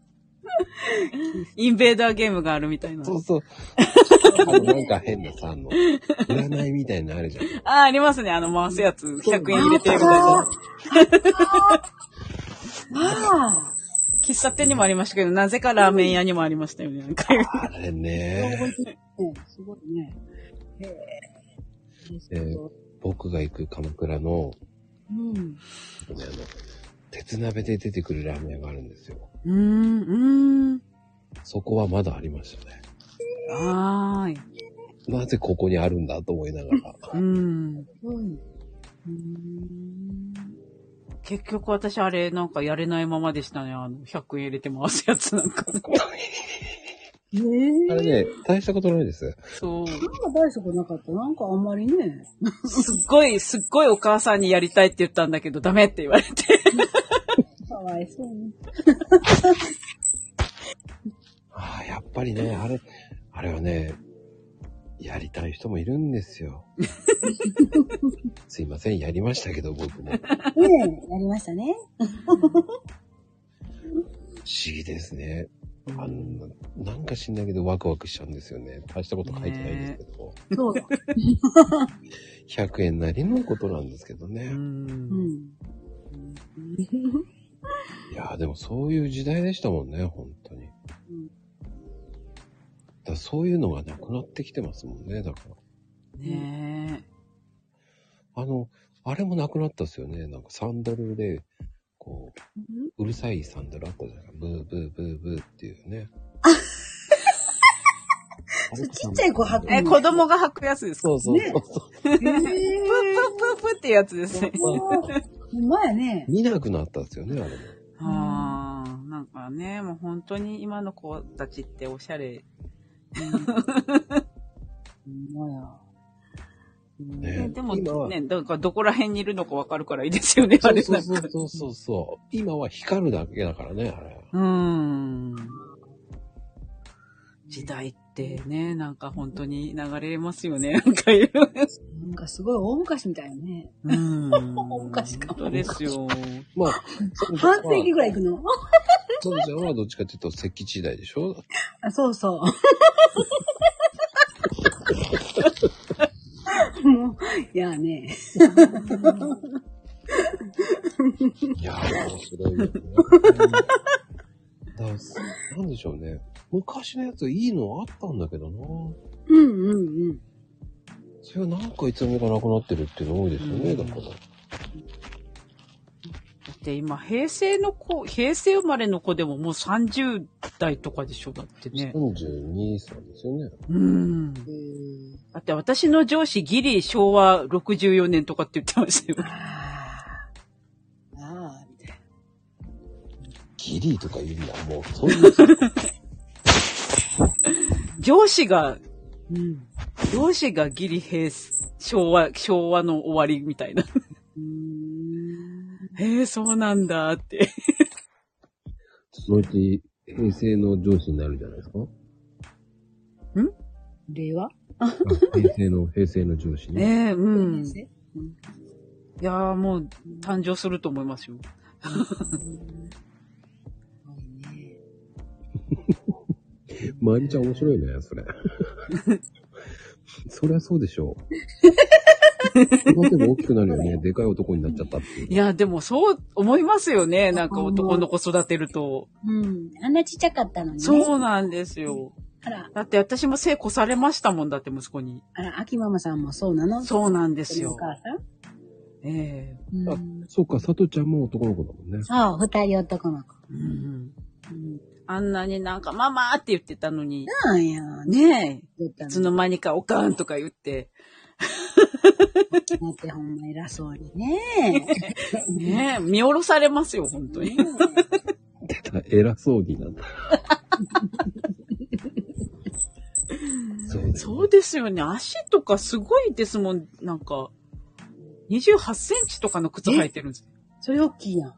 Speaker 2: インベーダーゲームがあるみたいな。
Speaker 3: そう。なんか変なさ、占いみたいなのあるじゃん。
Speaker 2: ありますね。回すやつ。100円入れてみたいな。喫茶店にもありましたけど、なぜかラーメン屋にもありましたよね。
Speaker 3: あれね。
Speaker 4: すごいね。
Speaker 3: 僕が行く鎌倉の、鉄鍋で出てくるラーメン屋があるんですよ。そこはまだありましたね。なぜここにあるんだと思いながら。
Speaker 2: 結局私あれなんかやれないままでしたね。100円入れて回すやつなんか。
Speaker 3: あれね、大したことないです。
Speaker 2: そう。
Speaker 4: なんか大したことなかった。なんかあんまりね。
Speaker 2: すっごいお母さんにやりたいって言ったんだけど、ダメって言われて。
Speaker 4: かわいそうに。
Speaker 3: ああ、やっぱりね、あれはね、やりたい人もいるんですよ。すいません、やりましたけど、僕も。
Speaker 4: ねえ、やりましたね。
Speaker 3: 不思議ですね。なんか知んないけどワクワクしちゃうんですよね。大したこと書いてないんですけど。
Speaker 4: そうだ。
Speaker 3: 100円なりのことなんですけどね。いやーでもそういう時代でしたもんね、本当に。だそういうのがなくなってきてますもんね、だから。
Speaker 2: ねえ。
Speaker 3: あれもなくなったっすよね。なんかサンダルで、こう、うるさいサンダルあったじゃないですか。ブーブーブーブーっていうね。
Speaker 4: ちっちゃい子履く。
Speaker 2: 子供が履くやつですか？
Speaker 3: そうそうそう。
Speaker 2: プープープープーってやつですね。
Speaker 4: ほんまやね。
Speaker 3: 見なくなったんですよね、あれも。
Speaker 2: なんかね、もう本当に今の子たちっておしゃれ。
Speaker 3: ね、
Speaker 2: でもね、だからどこら辺にいるのかわかるからいいですよね、あれ。
Speaker 3: そう。今は光るだけだからね、あれ。
Speaker 2: 時代ってね、なんか本当に流れますよね、なんかいろいろ。
Speaker 4: なんかすごい大昔みたいよね。大昔かも。
Speaker 2: 本当ですよ。
Speaker 3: まあ、
Speaker 4: 半世紀ぐらい行くの。
Speaker 3: そうちゃんはどっちかっていうと石器時代でしょ？
Speaker 4: そうそう。もう、いやね。
Speaker 3: いやー、面白いよね。なんでしょうね。昔のやついいのあったんだけどな。それがなんかいつの間にかなくなってるっていうの多いですよね、だから。
Speaker 2: で、今、平成生まれの子でももう30代とかでしょ、だってね。
Speaker 3: 32歳ですよね。
Speaker 2: だって私の上司ギリ昭和64年とかって言ってましたよ。
Speaker 4: みたいな。
Speaker 3: ギリとか言うんだ、もう、そういう。
Speaker 2: 上司がギリ昭和の終わりみたいな。そうなんだって。
Speaker 3: そのうち平成の上司になるじゃないですか。
Speaker 4: 令和？
Speaker 3: 平成の上司ね。
Speaker 2: いやーもう誕生すると思いますよ。
Speaker 3: まゆみちゃん面白いね、それ。そりゃそうでしょう。その手も大きくなるよね。でかい男になっちゃったっていう。
Speaker 2: いや、でもそう思いますよね。なんか男の子育てると。
Speaker 4: あんなちっちゃかったのにね。
Speaker 2: そうなんですよ。だって私も背越されましたもんだって息子に。
Speaker 4: 秋ママさんもそうなの？
Speaker 2: そうなんですよ。
Speaker 4: お母さん？
Speaker 3: そうか、さとちゃんも男の子だもんね。
Speaker 4: そう、2人男の子。
Speaker 2: あんなになんかママって言ってたのに。
Speaker 4: なんや。
Speaker 2: ねえ。いつの間にかおかんとか言って。
Speaker 4: だってほんま偉そうにね。
Speaker 2: ねえ、見下ろされますよ、本当に。
Speaker 3: 出た、偉そうになんだ。
Speaker 2: そうですよね。足とかすごいですもん。なんか、28センチとかの靴履いてるんです。
Speaker 4: それ大きいやん。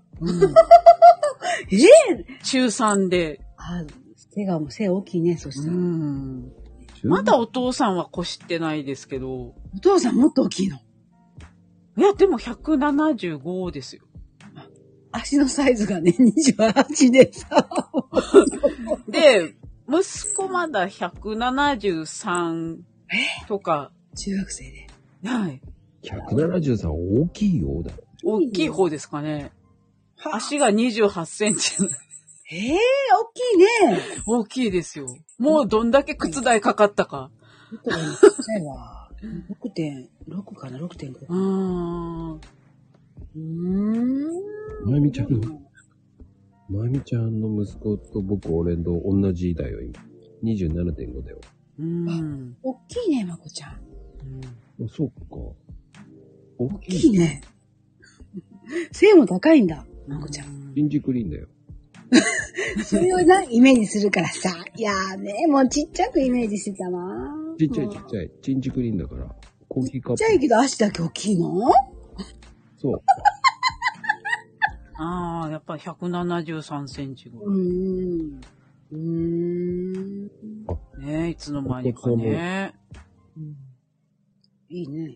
Speaker 2: 中3で。
Speaker 4: 背大きいね、そしたら。
Speaker 2: まだお父さんは越してないですけど。
Speaker 4: お父さんもっと大きいの？
Speaker 2: いや、でも175ですよ。
Speaker 4: 足のサイズがね、28でさ。
Speaker 2: で、息子まだ173とか。
Speaker 4: 中学生で。
Speaker 2: はい。
Speaker 3: 173大きいよ、だ。
Speaker 2: 大きい方ですかね。足が28センチ。
Speaker 4: 大きいね。
Speaker 2: 大きいですよ。もうどんだけ靴代かかったか。
Speaker 4: ちっちゃいわ。6.6 かな、6.5。
Speaker 3: まゆみちゃんの息子と俺と同じだよ、今。27.5 だよ。
Speaker 4: 大きいね、まこちゃん。
Speaker 3: そうか。
Speaker 4: 大きいね。背も高いんだ、まこちゃん。
Speaker 3: 新宿リンだよ。
Speaker 4: それをイメージするからさ。いやーね、もうちっちゃくイメージしてたわ。
Speaker 3: ちっちゃい。チンチクリーンだから。コーヒーカップ。
Speaker 4: ちっちゃいけど足だけ大きいの？
Speaker 3: そう。
Speaker 2: ああ、やっぱり173センチぐらい。ねえ、いつの間にかね。
Speaker 4: いいね。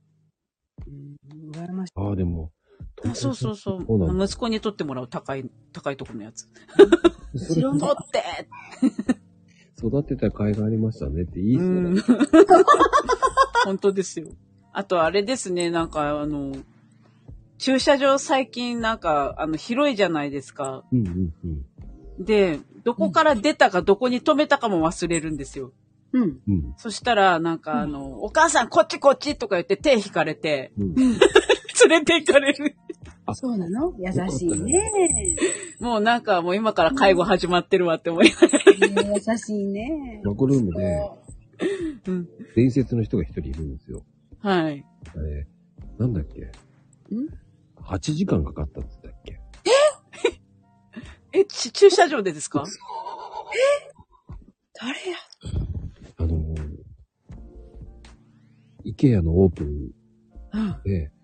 Speaker 4: 羨ましい。
Speaker 3: ああ、でも。
Speaker 2: そう。息子に取ってもらう高いところのやつ。
Speaker 3: それ取
Speaker 2: って。
Speaker 3: 育てた甲斐がありましたねっていいっすね。
Speaker 2: 本当ですよ。あとあれですね、なんか駐車場最近なんか広いじゃないですか。で、どこから出たかどこに止めたかも忘れるんですよ。そしたらなんかお母さんこっちとか言って手引かれて、連れて行かれる。
Speaker 4: あ、そうなの？優しいね。
Speaker 2: もうなんかもう今から介護始まってるわって思いなが
Speaker 4: ら。優しいね。
Speaker 3: マコルームで、伝説の人が一人いるんですよ。
Speaker 2: はい。
Speaker 3: なんだっけ？8時間かかったって言ったっ
Speaker 2: け？駐車場でですか？
Speaker 4: 誰や
Speaker 3: IKEA のオープンで、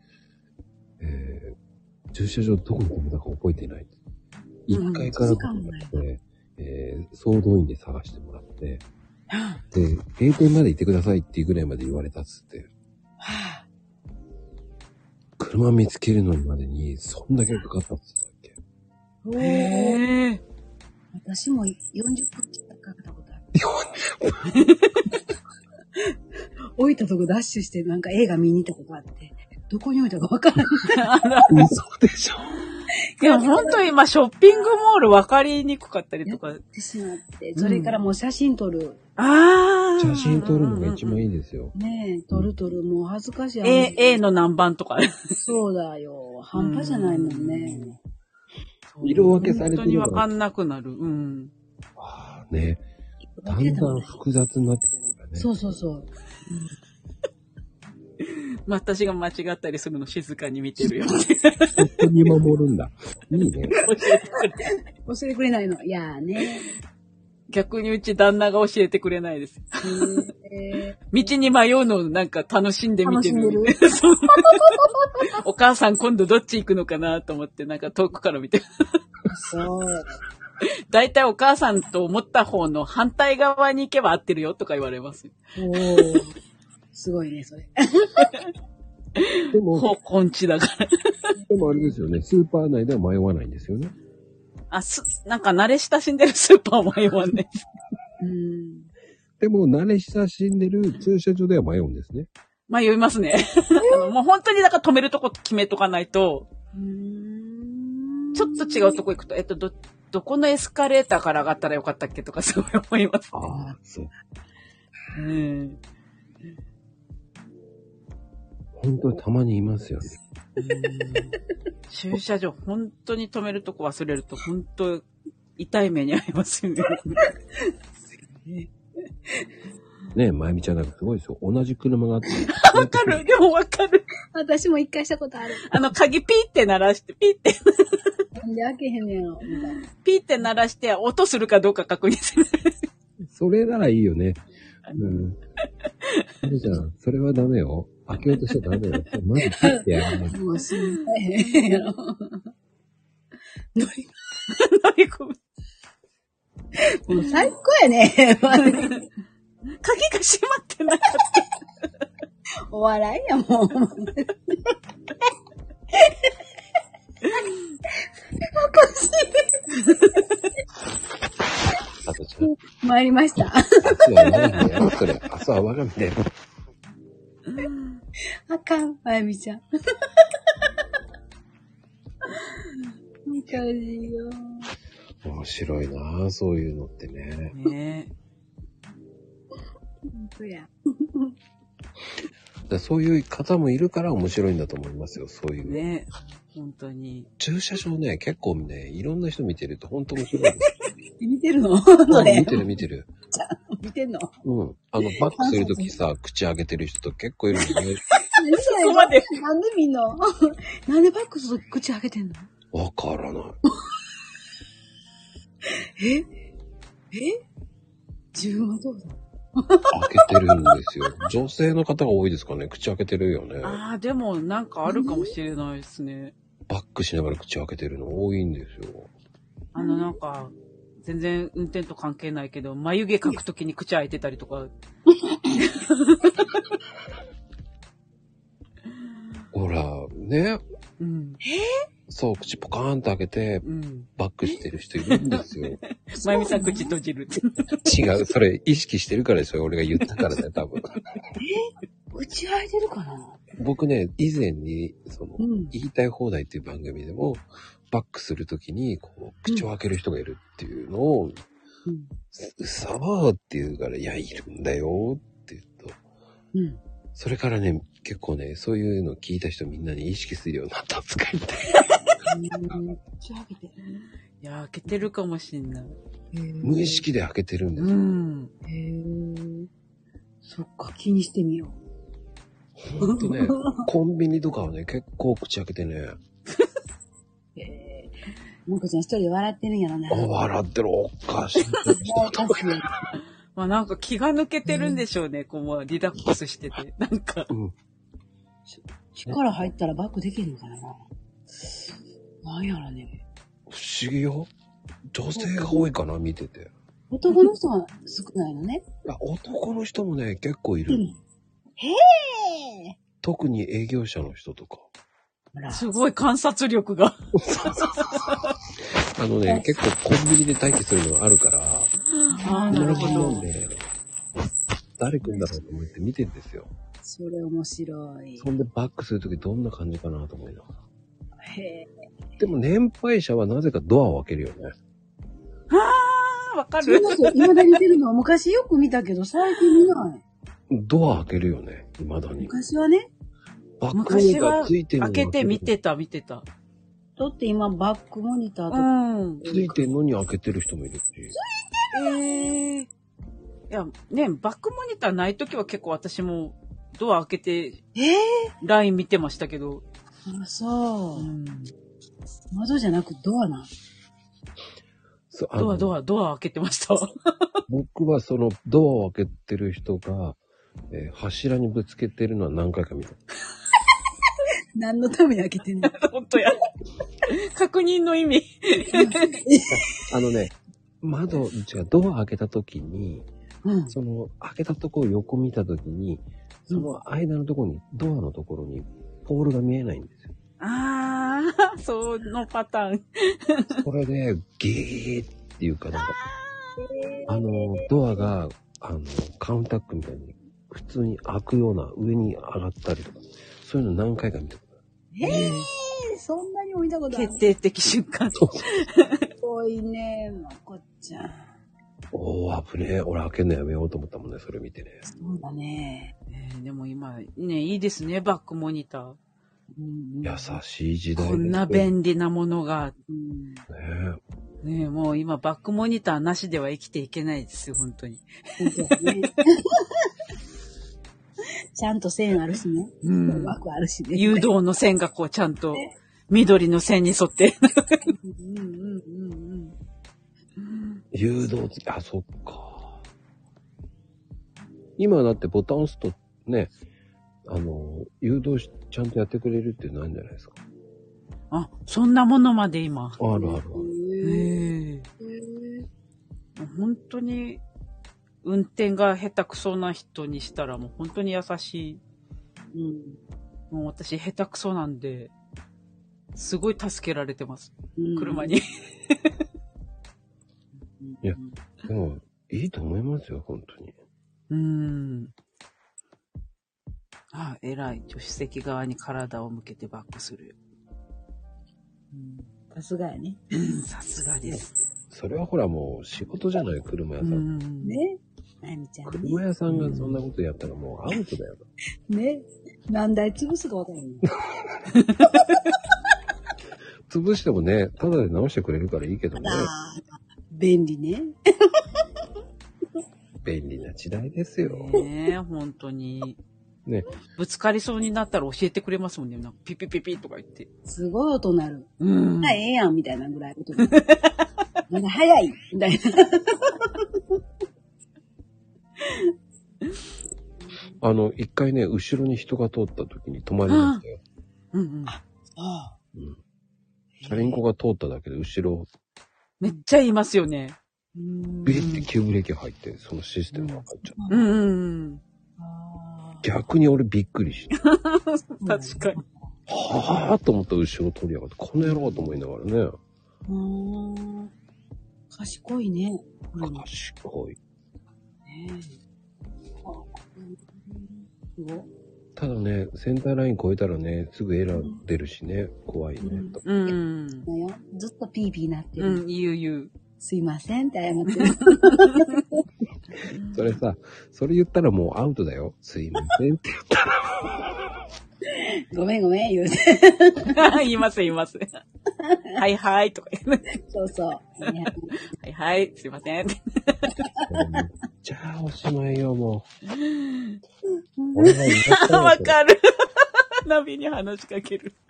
Speaker 3: 駐車場どこに止めたか覚えてない。1階からこうやって、総動員で探してもらって、で、閉店まで行ってくださいっていうぐらいまで言われたっつって。車見つけるのにまでに、そんだけかかったっつってたっけ。
Speaker 4: へぇ。私も40分かかったことある。40分置いたとこダッシュしてなんか映画見に行ったことあって、どこに置いたかわからない。
Speaker 3: 嘘でしょ。
Speaker 2: いや、ほんと今ショッピングモール分かりにくかったりとか。
Speaker 4: ってしまって、それからもう写真撮る。
Speaker 3: 写真撮るのが一番いいですよ。
Speaker 4: ねえ、撮る。もう恥ずかしい。
Speaker 2: A の何番とか。
Speaker 4: そうだよ。半端じゃないもんね。
Speaker 3: 色分けされてる。
Speaker 2: 本当に分かんなくなる。
Speaker 3: ね。だんだん複雑になってくるからね。
Speaker 4: そう。
Speaker 2: 私が間違ったりするの静かに見てるよ。
Speaker 3: 本当に守るんだ。いいね。
Speaker 4: 教えてくれないの。いやーね。
Speaker 2: 逆にうち旦那が教えてくれないです。道に迷うのをなんか楽しんで見てる。お母さん今度どっち行くのかなと思ってなんか遠くから見てる。
Speaker 4: そう。
Speaker 2: だいたいお母さんと思った方の反対側に行けば合ってるよとか言われます。
Speaker 4: すごいね、それ。
Speaker 3: でも、
Speaker 2: 方向音痴だから。
Speaker 3: でもあれですよね、スーパー内では迷わないんですよね。
Speaker 2: なんか慣れ親しんでるスーパーは迷わない。
Speaker 3: でも慣れ親しんでる駐車場では迷うんですね。
Speaker 2: 迷いますね。もう本当にだから止めるとこ決めとかないと、ちょっと違うとこ行くと、どこのエスカレーターから上がったらよかったっけとかすごい思います、ね。
Speaker 3: ああ、そう。本当にたまにいますよね。
Speaker 2: 駐車場、本当に止めるとこ忘れると、本当痛い目に遭いますよね。
Speaker 3: ねえ、まゆみちゃんなんかすごいですよ。同じ車があって。
Speaker 2: わかる、でもわかる。
Speaker 4: 私も一回したことある。
Speaker 2: 鍵ピーって鳴らして、ピーって。
Speaker 4: なんで開けへんねやろ、みたいな。
Speaker 2: ピーって鳴らして、音するかどうか確認する。
Speaker 3: それならいいよね。じゃあ、それはダメよ。開けようとしちゃダメよ。まず切ってやらない。
Speaker 4: もう心配へんやろ。乗り込む。もう最高やね。
Speaker 2: 鍵が閉まってなかった。
Speaker 4: お笑いやもん。おかしい。
Speaker 3: あとちゃん。
Speaker 4: 参りました。
Speaker 3: 明日は我が身だよ、それ。明日は我が身だよ。
Speaker 4: あかん、まゆみちゃん。おかしいよ。
Speaker 3: 面白いなぁ、そういうのってね。
Speaker 2: ね
Speaker 4: え。本当や。
Speaker 3: そういう方もいるから面白いんだと思いますよ、そういう。
Speaker 2: ね、本当に。
Speaker 3: 駐車場ね、結構ね、いろんな人見てると本当面白いです。
Speaker 4: 見てるのそれ。
Speaker 3: 見てる。見
Speaker 4: てんの
Speaker 3: うん。バックするときさ、口開けてる人と結構いるんだね。
Speaker 2: そこまで。
Speaker 4: なんでみんななんでバックするとき口開けてんの？
Speaker 3: わからない。
Speaker 4: 自分はどうだ？
Speaker 3: 開けてるんですよ。女性の方が多いですかね。口開けてるよね。
Speaker 2: ああ、でもなんかあるかもしれないですね。
Speaker 3: バックしながら口開けてるの多いんですよ。
Speaker 2: なんか、全然運転と関係ないけど、眉毛描くときに口開いてたりとか。
Speaker 3: ほら、ね。
Speaker 2: うん。
Speaker 3: そう、口ポカーンと開けて、バックしてる人いるんですよ。
Speaker 2: まゆみさん口閉じるって。
Speaker 3: 違う、それ意識してるからですよ。俺が言ったからね、多分。
Speaker 4: 口開いてるかな？
Speaker 3: 僕ね、以前に、言いたい放題っていう番組でも、バックするときに、こう、口を開ける人がいるっていうのを、嘘ーって言うから、いや、いるんだよって言うと、それからね、結構ね、そういうの聞いた人みんなに意識するようになったんですかみたいな。
Speaker 4: 口開けてる。
Speaker 2: いや、開けてるかもしんない。
Speaker 3: 無意識で開けてるんですよ。
Speaker 4: そっか、気にしてみよ
Speaker 3: う。ほんとね、コンビニとかはね、結構口開けてね。
Speaker 4: もこちゃん一人で笑ってるんやろな。
Speaker 3: 笑ってる、おかしい。
Speaker 2: まあなんか気が抜けてるんでしょうね、こうリラックスしてて。なんか。
Speaker 4: 力入ったらバックできるんかな。なんやろね。
Speaker 3: 不思議よ。女性が多いかな、見てて。
Speaker 4: 男の人は少ないのね。
Speaker 3: 男の人もね、結構いる。
Speaker 4: へえ。
Speaker 3: 特に営業者の人とか。
Speaker 2: すごい観察力が。
Speaker 3: 結構コンビニで待機するのがあるから、
Speaker 2: なるほど。
Speaker 3: 誰来んだろうと思って見てるんですよ。
Speaker 4: それ面白い。
Speaker 3: そんでバックするときどんな感じかなと思いながら。
Speaker 4: へえ。
Speaker 3: でも年配者はなぜかドアを開けるよね。
Speaker 2: わかる。
Speaker 4: 未だに見てるのは昔よく見たけど最近見ない。
Speaker 3: ドア開けるよね、未だに。
Speaker 4: 昔はね。
Speaker 3: バックモニターついてるの
Speaker 2: 開けて見てた。
Speaker 4: だって今バックモニターとか。
Speaker 3: ついてるのに開けてる人もいるし。
Speaker 2: いや、ね、バックモニターないときは結構私もドア開けて、ライン見てましたけど。
Speaker 4: そう。窓じゃなくドアな。
Speaker 2: ドア開けてました。
Speaker 3: 僕はそのドアを開けてる人が、柱にぶつけてるのは何回か見た。
Speaker 4: 何のために開けてんの？
Speaker 2: 本当や。確認の意味。
Speaker 3: ドア開けた時に、その開けたところを横見た時に、その間のところに、ドアのところにポールが見えないんですよ。
Speaker 2: そのパターン。
Speaker 3: これで、ギーっていうかなんか、ドアが、カウンタックみたいに、普通に開くような、上に上がったりとか、そういうの何回か見たことある。
Speaker 4: そんなに見たことある？
Speaker 2: 決定的瞬間。
Speaker 3: そう。
Speaker 4: すごいね、まこっちゃん。
Speaker 3: 危ねえ。俺開けんのやめようと思ったもんね、それ見てね。
Speaker 4: そうだね。
Speaker 2: でも今、ね、いいですね、バックモニター。
Speaker 3: 優しい時代。
Speaker 2: こんな便利なものが。ねえ、もう今バックモニターなしでは生きていけないですよ、本当に。
Speaker 4: ちゃんと線あるしね。枠あるしね。
Speaker 2: 誘導の線がこうちゃんと緑の線に沿って。
Speaker 3: 誘導付き、そっか。今だってボタン押すとね、誘導ちゃんとやってくれるっていうのあるんじゃないですか。
Speaker 2: そんなものまで今。
Speaker 3: ある。
Speaker 2: 本当に、運転が下手くそな人にしたらもう本当に優しい。もう私下手くそなんで、すごい助けられてます。車に。
Speaker 3: いや、でも、いいと思いますよ、本当に。
Speaker 2: 偉い。助手席側に体を向けてバックする。
Speaker 4: さすがやね。
Speaker 2: さすがです。
Speaker 3: それはほらもう仕事じゃない、車屋さん。
Speaker 4: ね。なみちゃん、ね。
Speaker 3: 車屋さんがそんなことやったらもうアウトだよ。
Speaker 4: ね。何台潰すかわからんよ。
Speaker 3: 潰してもね、ただで直してくれるからいいけどね。
Speaker 4: 便利ね。
Speaker 3: 便利な時代ですよ。
Speaker 2: ねえ、本当に。
Speaker 3: ね。
Speaker 2: ぶつかりそうになったら教えてくれますもんね。なんかピピピピとか言って。
Speaker 4: すごい音鳴る。ええやん、みたいなぐらい音鳴る。 まだ早いみたい
Speaker 3: な。一回ね、後ろに人が通った時に止まりましたよ。
Speaker 2: うんうん。
Speaker 3: うん。チャリンコが通っただけで後ろ。
Speaker 2: めっちゃ言いますよね。
Speaker 3: ビリって急ブレーキ入って、そのシステムが入っちゃった。
Speaker 2: うんうん。
Speaker 3: 逆に俺びっくりして。
Speaker 2: 確かに。
Speaker 3: はぁーと思ったら後ろ通りやがって、この野郎と思いながらね。
Speaker 4: 賢いね。
Speaker 3: 賢い。
Speaker 4: ね
Speaker 3: え。ただね、センターライン越えたらね、すぐエラー出るしね、怖いね。
Speaker 4: ずっとピーピーなってる。
Speaker 2: 言う。
Speaker 4: すいませんって謝ってる。
Speaker 3: それさ、それ言ったらもうアウトだよ。すいませんって言ったら。
Speaker 4: ごめん言うて。
Speaker 2: 言います。はいはいとか言う。
Speaker 4: そうそう。
Speaker 2: はいはい、すいません。
Speaker 3: じゃあおしまいよ、もう。
Speaker 2: わかる。ナビに話しかける。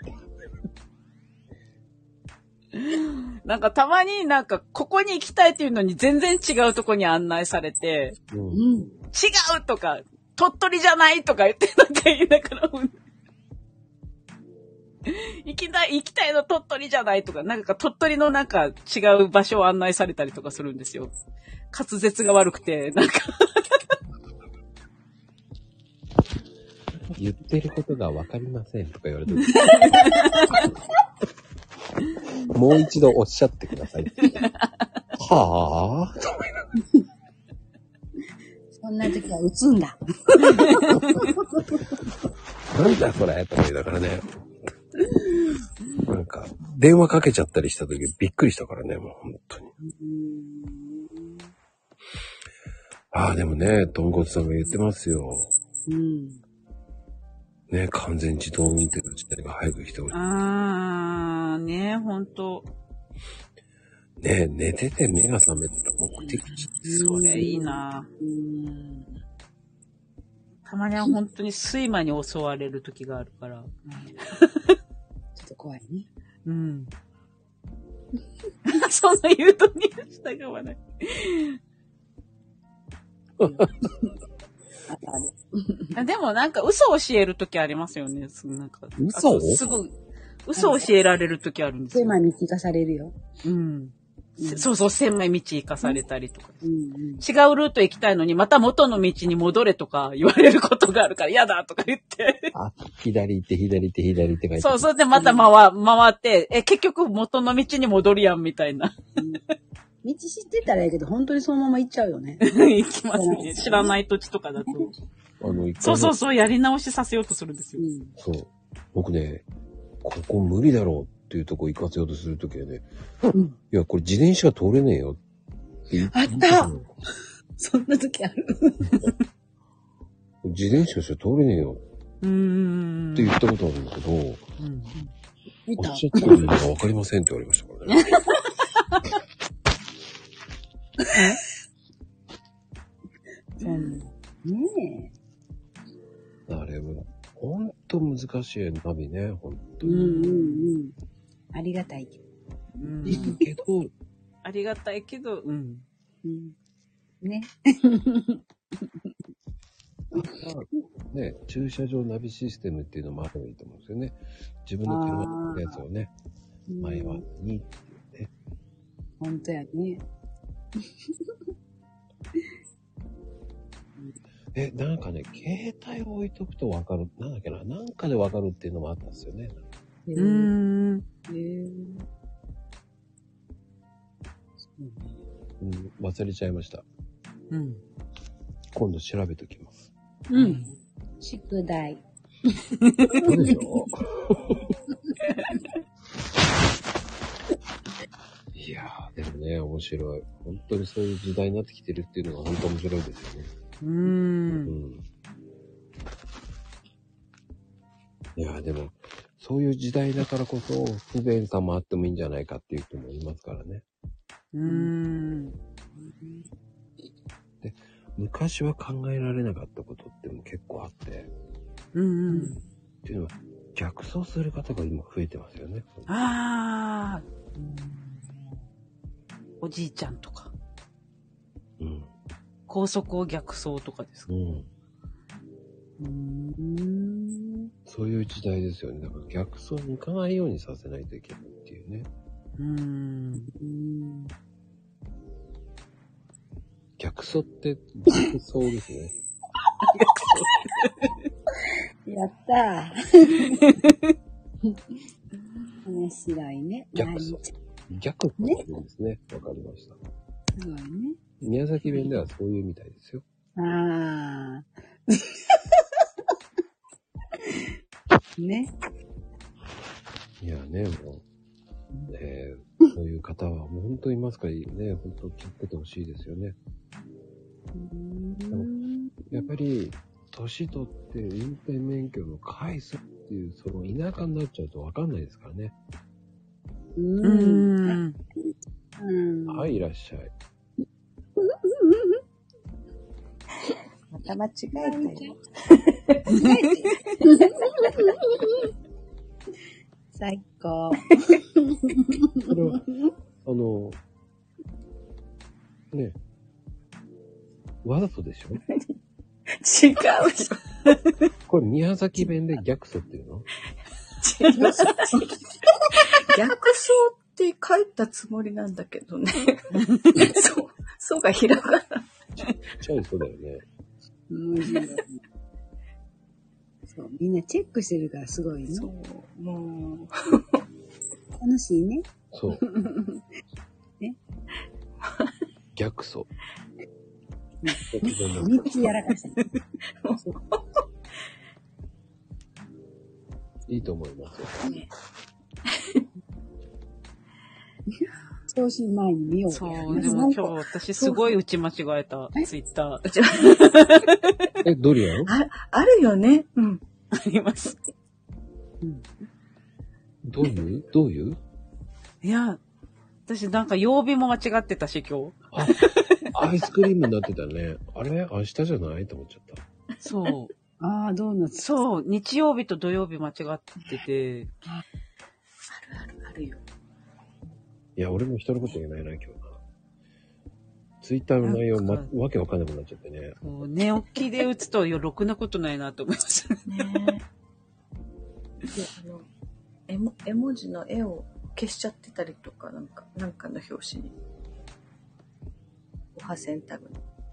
Speaker 2: なんかたまになんかここに行きたいっていうのに全然違うとこに案内されて、違うとか、鳥取じゃないとか言ってなんか言いながら、行きたいの鳥取じゃないとか、なんか鳥取のなんか違う場所を案内されたりとかするんですよ。滑舌が悪くて、なんか。
Speaker 3: 言ってることがわかりませんとか言われてる。もう一度おっしゃってください。はぁと思いながら。
Speaker 4: そんな時は打つんだ。
Speaker 3: なんだそれと思いながらね。なんか、電話かけちゃったりした時びっくりしたからね、もう本当に。ああ、でもね、とんこつさんが言ってますよ。ね、完全自動運転の時代が早く来てほしい。
Speaker 2: ね、ほんと。
Speaker 3: ね、寝てて目が覚めたら目的地って
Speaker 2: それいいな。たまには本当に睡魔に襲われる時があるから。
Speaker 4: ちょっと怖いね。
Speaker 2: そんな言うとに従わない。でもなんか嘘を教えるときありますよね。なんか
Speaker 3: 嘘？
Speaker 2: すごい嘘を教えられるときあるんですよ。
Speaker 4: 狭い道行かされるよ。
Speaker 2: そうそう、狭い道行かされたりとか。違うルート行きたいのに、また元の道に戻れとか言われることがあるから、嫌だとか言って。
Speaker 3: 左行って書いて。
Speaker 2: そう、それでまた回って、結局元の道に戻るやん、みたいな。
Speaker 4: 道知ってたらいいけど、本当にそのまま行っちゃうよね。
Speaker 2: 行きますね。知らない土地とかだと。そう、やり直しさせようとするんですよ。
Speaker 3: そう。僕ね、ここ無理だろうっていうとこ行かせようとするときはね、いや、これ自転車通れねえよって言って。
Speaker 4: あったそんな時ある
Speaker 3: 自転車じゃ通れねえよって言ったことあるんだけど、おっしゃってるのがわかりませんって言われましたからね。
Speaker 4: ね
Speaker 3: え。あれも、ほんと難しいナビね、ほんと。
Speaker 4: ありがたいけ
Speaker 3: ど。
Speaker 2: ありがたいけど、
Speaker 4: ね。
Speaker 3: ね、駐車場ナビシステムっていうのもあればいいと思うんですよね。自分の車のやつをね、前はにっていうね。
Speaker 4: ほんとやね。
Speaker 3: なんかね、携帯を置いとくとわかる。なんだっけな、なんかでわかるっていうのもあったんですよね。忘れちゃいました。今度調べときます。
Speaker 4: 宿題。
Speaker 3: そうでしょいやー、でもね、面白い。本当にそういう時代になってきてるっていうのが本当面白いですよね。いやー、でも、そういう時代だからこそ不便さもあってもいいんじゃないかっていう人もいますからね。で、昔は考えられなかったことっても結構あって。っていうのは、逆走する方が今増えてますよね。
Speaker 2: おじいちゃんとか。
Speaker 3: うん。
Speaker 2: 高速を逆走とかですか？
Speaker 3: そういう時代ですよね。だから逆走に行かないようにさせないといけないっていうね。逆走って逆走ですね。
Speaker 4: やったー。面白いね。
Speaker 3: 逆走。逆って言うんですね。わかりました。
Speaker 4: すごいね。
Speaker 3: 宮崎弁ではそういうみたいですよ。
Speaker 4: ああ。ね。
Speaker 3: いやね、もう、そういう方はもう本当にいますからね、本当気をつけてほしいですよね。やっぱり、年取って運転免許の返すっていう、その田舎になっちゃうとわかんないですからね。はい、いらっしゃい。
Speaker 4: また間違えたよ。最高。
Speaker 3: これは、ね、わざとでしょ？
Speaker 2: 違うよ。
Speaker 3: これ宮崎弁で逆走っていうの？
Speaker 5: 違う。逆走って書いたつもりなんだけどね。そうがひらがな。
Speaker 3: ちっちゃい人だよね。
Speaker 4: そう、みんなチェックしてるからすごいね。
Speaker 5: そう、もう。
Speaker 4: 楽しいね。
Speaker 3: そう。
Speaker 4: ね。
Speaker 3: 逆走。
Speaker 4: 3つやらかした。
Speaker 3: いいと思いますよ。ね、
Speaker 4: 送信前に見よう。
Speaker 2: そう、でも今日私すごい打ち間違えた、ツイッタ
Speaker 3: ー。ドリアン？
Speaker 5: あるよね。うん。
Speaker 2: あります。
Speaker 3: うん、どういう
Speaker 2: いや、私なんか曜日も間違ってたし、今日。
Speaker 3: アイスクリームになってたね。あれ明日じゃないと思っちゃった。
Speaker 2: そう。
Speaker 4: ああ、ドーナツ。
Speaker 2: そう、日曜日と土曜日間違ってて。
Speaker 5: あるよ。
Speaker 3: いや、俺も人のこと言えないな、今日な。ツイッターの内容、わけわかんなくなっちゃってね。
Speaker 2: そう、寝起きで打つと、ろくなことないなと思いましたね。
Speaker 5: 絵文字の絵を消しちゃってたりとか、なんかの表紙に。おは選択。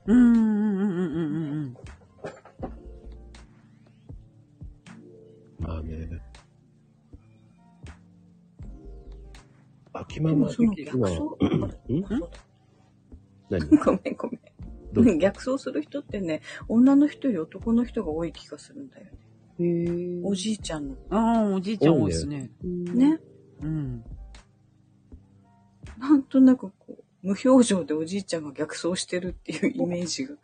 Speaker 3: まあね。秋ママ的な。何？
Speaker 5: ごめん。逆走する人ってね、女の人より男の人が多い気がするんだよね。おじいちゃんの。
Speaker 2: ああ、おじいちゃん多いですね。
Speaker 5: ね。うん。なんとなくこう、無表情でおじいちゃんが逆走してるっていうイメージが。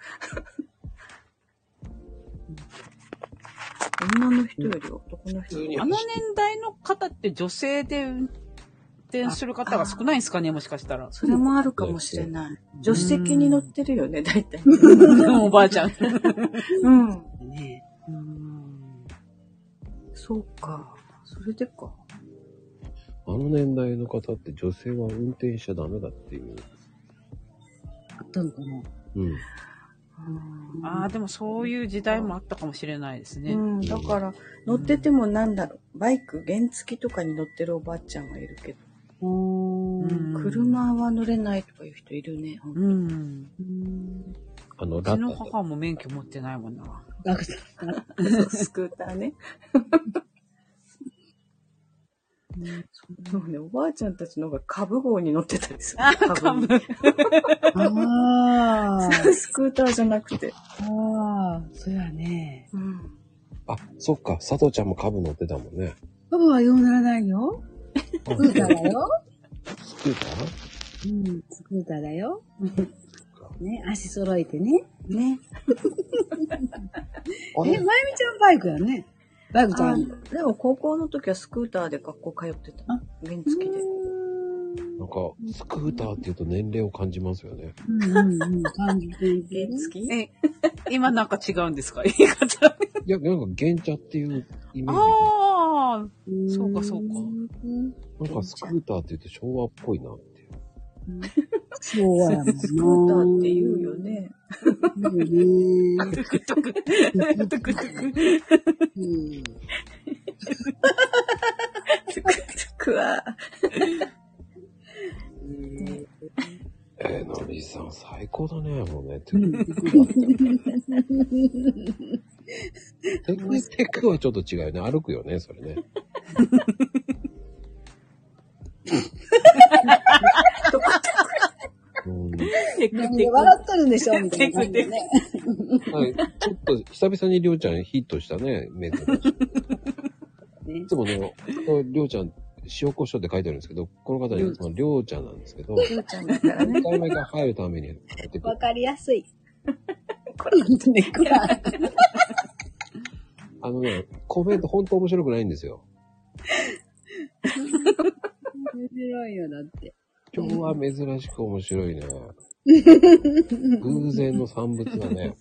Speaker 5: 女の人より男の人。
Speaker 2: あの年代の方って女性で運転する方が少ないんですかね、もしかしたら。
Speaker 5: それもあるかもしれない。助手席に乗ってるよね、大体。
Speaker 2: おばあちゃん。
Speaker 5: うん。ね、そうか。それでか。
Speaker 3: あの年代の方って女性は運転しちゃダメだっていう。
Speaker 4: あったのかな？
Speaker 3: うん。
Speaker 2: ああ、でもそういう時代もあったかもしれないですね。
Speaker 5: だから、乗っててもバイク、原付とかに乗ってるおばあちゃんはいるけど。車は乗れないとかいう人いるね。
Speaker 2: うちの母も免許持ってないもんな。
Speaker 5: スクーターね。そうね、おばあちゃんたちの方が株号に乗ってたりする。株。スクーターじゃなくて。
Speaker 4: そうやね。
Speaker 3: あ、そっか、佐藤ちゃんも株乗ってたもんね。
Speaker 4: 株はようならないよ。スクーターだよ。
Speaker 3: スクーター？
Speaker 4: スクーターだよ。ね、足揃えてね。ね。まゆみちゃんバイクやね。バイクちゃん。
Speaker 5: でも高校の時はスクーターで学校通ってた。原付で。
Speaker 3: なんか、スクーターって言うと年齢を感じますよね。
Speaker 4: 感じてる。
Speaker 5: 原付？
Speaker 2: 今なんか違うんですか？言い方。
Speaker 3: いや、なんか原茶っていうイメージ。
Speaker 2: ああ、そうかそうか。
Speaker 3: なんかスクーターって言うと昭和っぽいなっていう。
Speaker 4: そうやもんな。
Speaker 5: スクーターって言うよね。
Speaker 2: トクトク。トクトク。
Speaker 5: トクトクは。
Speaker 3: のりさん最高だね、もうね。テクはちょっと違うよね。歩くよね、それね。
Speaker 4: なんで笑っとるんでしょみたいな感じでね。
Speaker 3: はい、ちょっと久々にりょうちゃんヒットしたね、珍しい。いつもね、りょうちゃん、塩コショウって書いてあるんですけど、この方にりょうちゃんなんですけど、
Speaker 5: りょうちゃんだからね。
Speaker 3: 毎回入るために入ってくる。
Speaker 4: わかりやすい。
Speaker 5: これ
Speaker 4: ね、こら。
Speaker 3: コメント本当面白くないんですよ。
Speaker 4: 面白いよ、だって。
Speaker 3: 今日は珍しく面白いね。偶然の産物だね。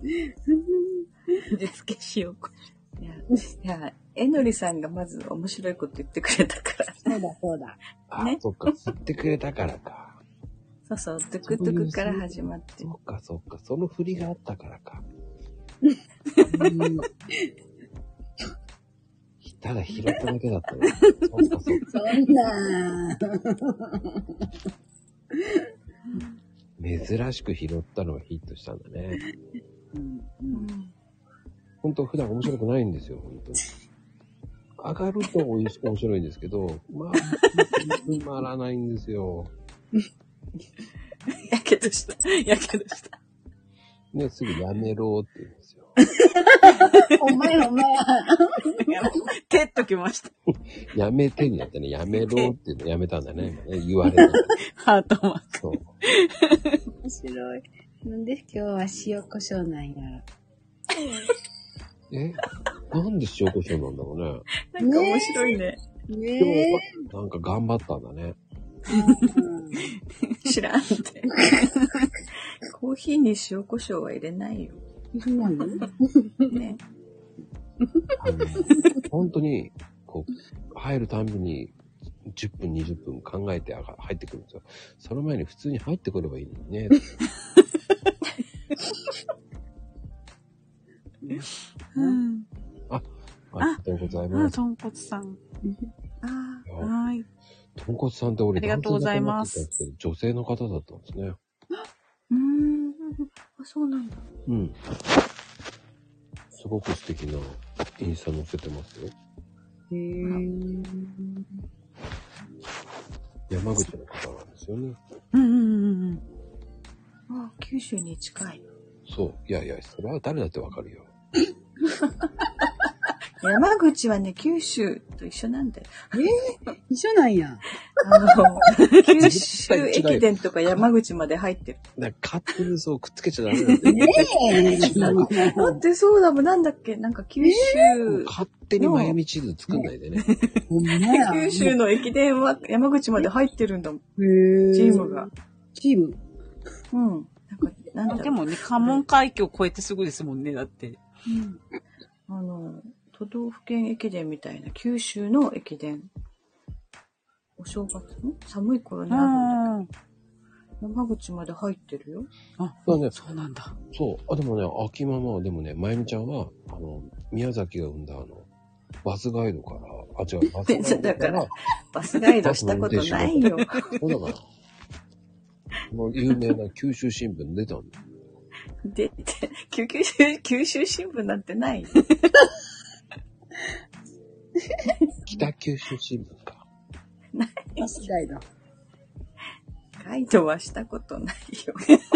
Speaker 5: 味付けしよう。いや、えのりさんがまず面白いこと言ってくれたから。
Speaker 4: そうだ、そうだ。
Speaker 3: ね。そっか、言ってくれたからか。
Speaker 5: そうそう、トゥクトゥクから始まって。
Speaker 3: そっか、そっか、その振りがあったからか。ただ拾っただけだったね。そっか、そっか。
Speaker 4: そんな
Speaker 3: 珍しく拾ったのがヒットしたんだね。本当普段面白くないんですよ、本当に。上がると面白いんですけど、まあ、埋まらないんですよ。
Speaker 2: やけどした。
Speaker 3: ね、すぐやめろって言うんですよ。
Speaker 4: ほんまや。
Speaker 2: 蹴っときました。
Speaker 3: やめてになってね、やめろっていうのやめたんだね、今ね、言われた。
Speaker 2: ハートマーク。
Speaker 3: そう。
Speaker 4: 面白い。なんで今日は塩コショウなんやろ。
Speaker 3: なんで塩コショウなんだろうね。
Speaker 5: なんか面白いね。
Speaker 4: ねえ。
Speaker 3: なんか頑張ったんだね。
Speaker 5: 知らんって。コーヒーに塩コショウは入れないよ。ね。
Speaker 3: 本当に、こう、入るたんびに10分、20分考えて入ってくるんですよ。その前に普通に入ってくればいいのにね。ありがとうございます。
Speaker 2: とんこつさん。
Speaker 3: はい。とんこつさんって俺、
Speaker 2: ありがとうございます。
Speaker 3: 女性の方だったんですね。
Speaker 5: あ、そうなんだ。
Speaker 3: うん。すごく素敵なインスタ載せてますよ。山口の方なんですよね。
Speaker 5: あ、九州に近い。
Speaker 3: そう。いやいや、それは誰だってわかるよ。
Speaker 5: 山口はね、九州と一緒なんだよ。
Speaker 4: 一緒なんや。
Speaker 5: 九州駅伝とか山口まで入ってる。
Speaker 3: 勝手にそうくっつけちゃダメなんだよ。
Speaker 5: だってそうだもん、なんだっけ、なんか九州。
Speaker 3: 勝手に前道図作んないでね。
Speaker 5: 九州の駅伝は山口まで入ってるんだもん。チームが。
Speaker 4: チーム
Speaker 5: うん。なんか
Speaker 2: でもね、関門海峡を越えてすぐですもんね、だって。
Speaker 5: 都道府県駅伝みたいな九州の駅伝。お正月の寒い頃にあるんだけど。山口まで入ってるよ。
Speaker 2: あ、そうなんだ。
Speaker 3: そう。でもね、秋ママは、でもね、まゆみちゃんは、宮崎が生んだバスガイドから、違う、バスガイド
Speaker 5: だから、バスガイドしたことないよ。
Speaker 3: そうだから。有名な九州新聞出たんだよ。
Speaker 5: 出て、九州新聞なんてない。
Speaker 3: 北九州新聞か。
Speaker 5: ない。
Speaker 4: バスガイド。
Speaker 5: ガイドはしたことないよ。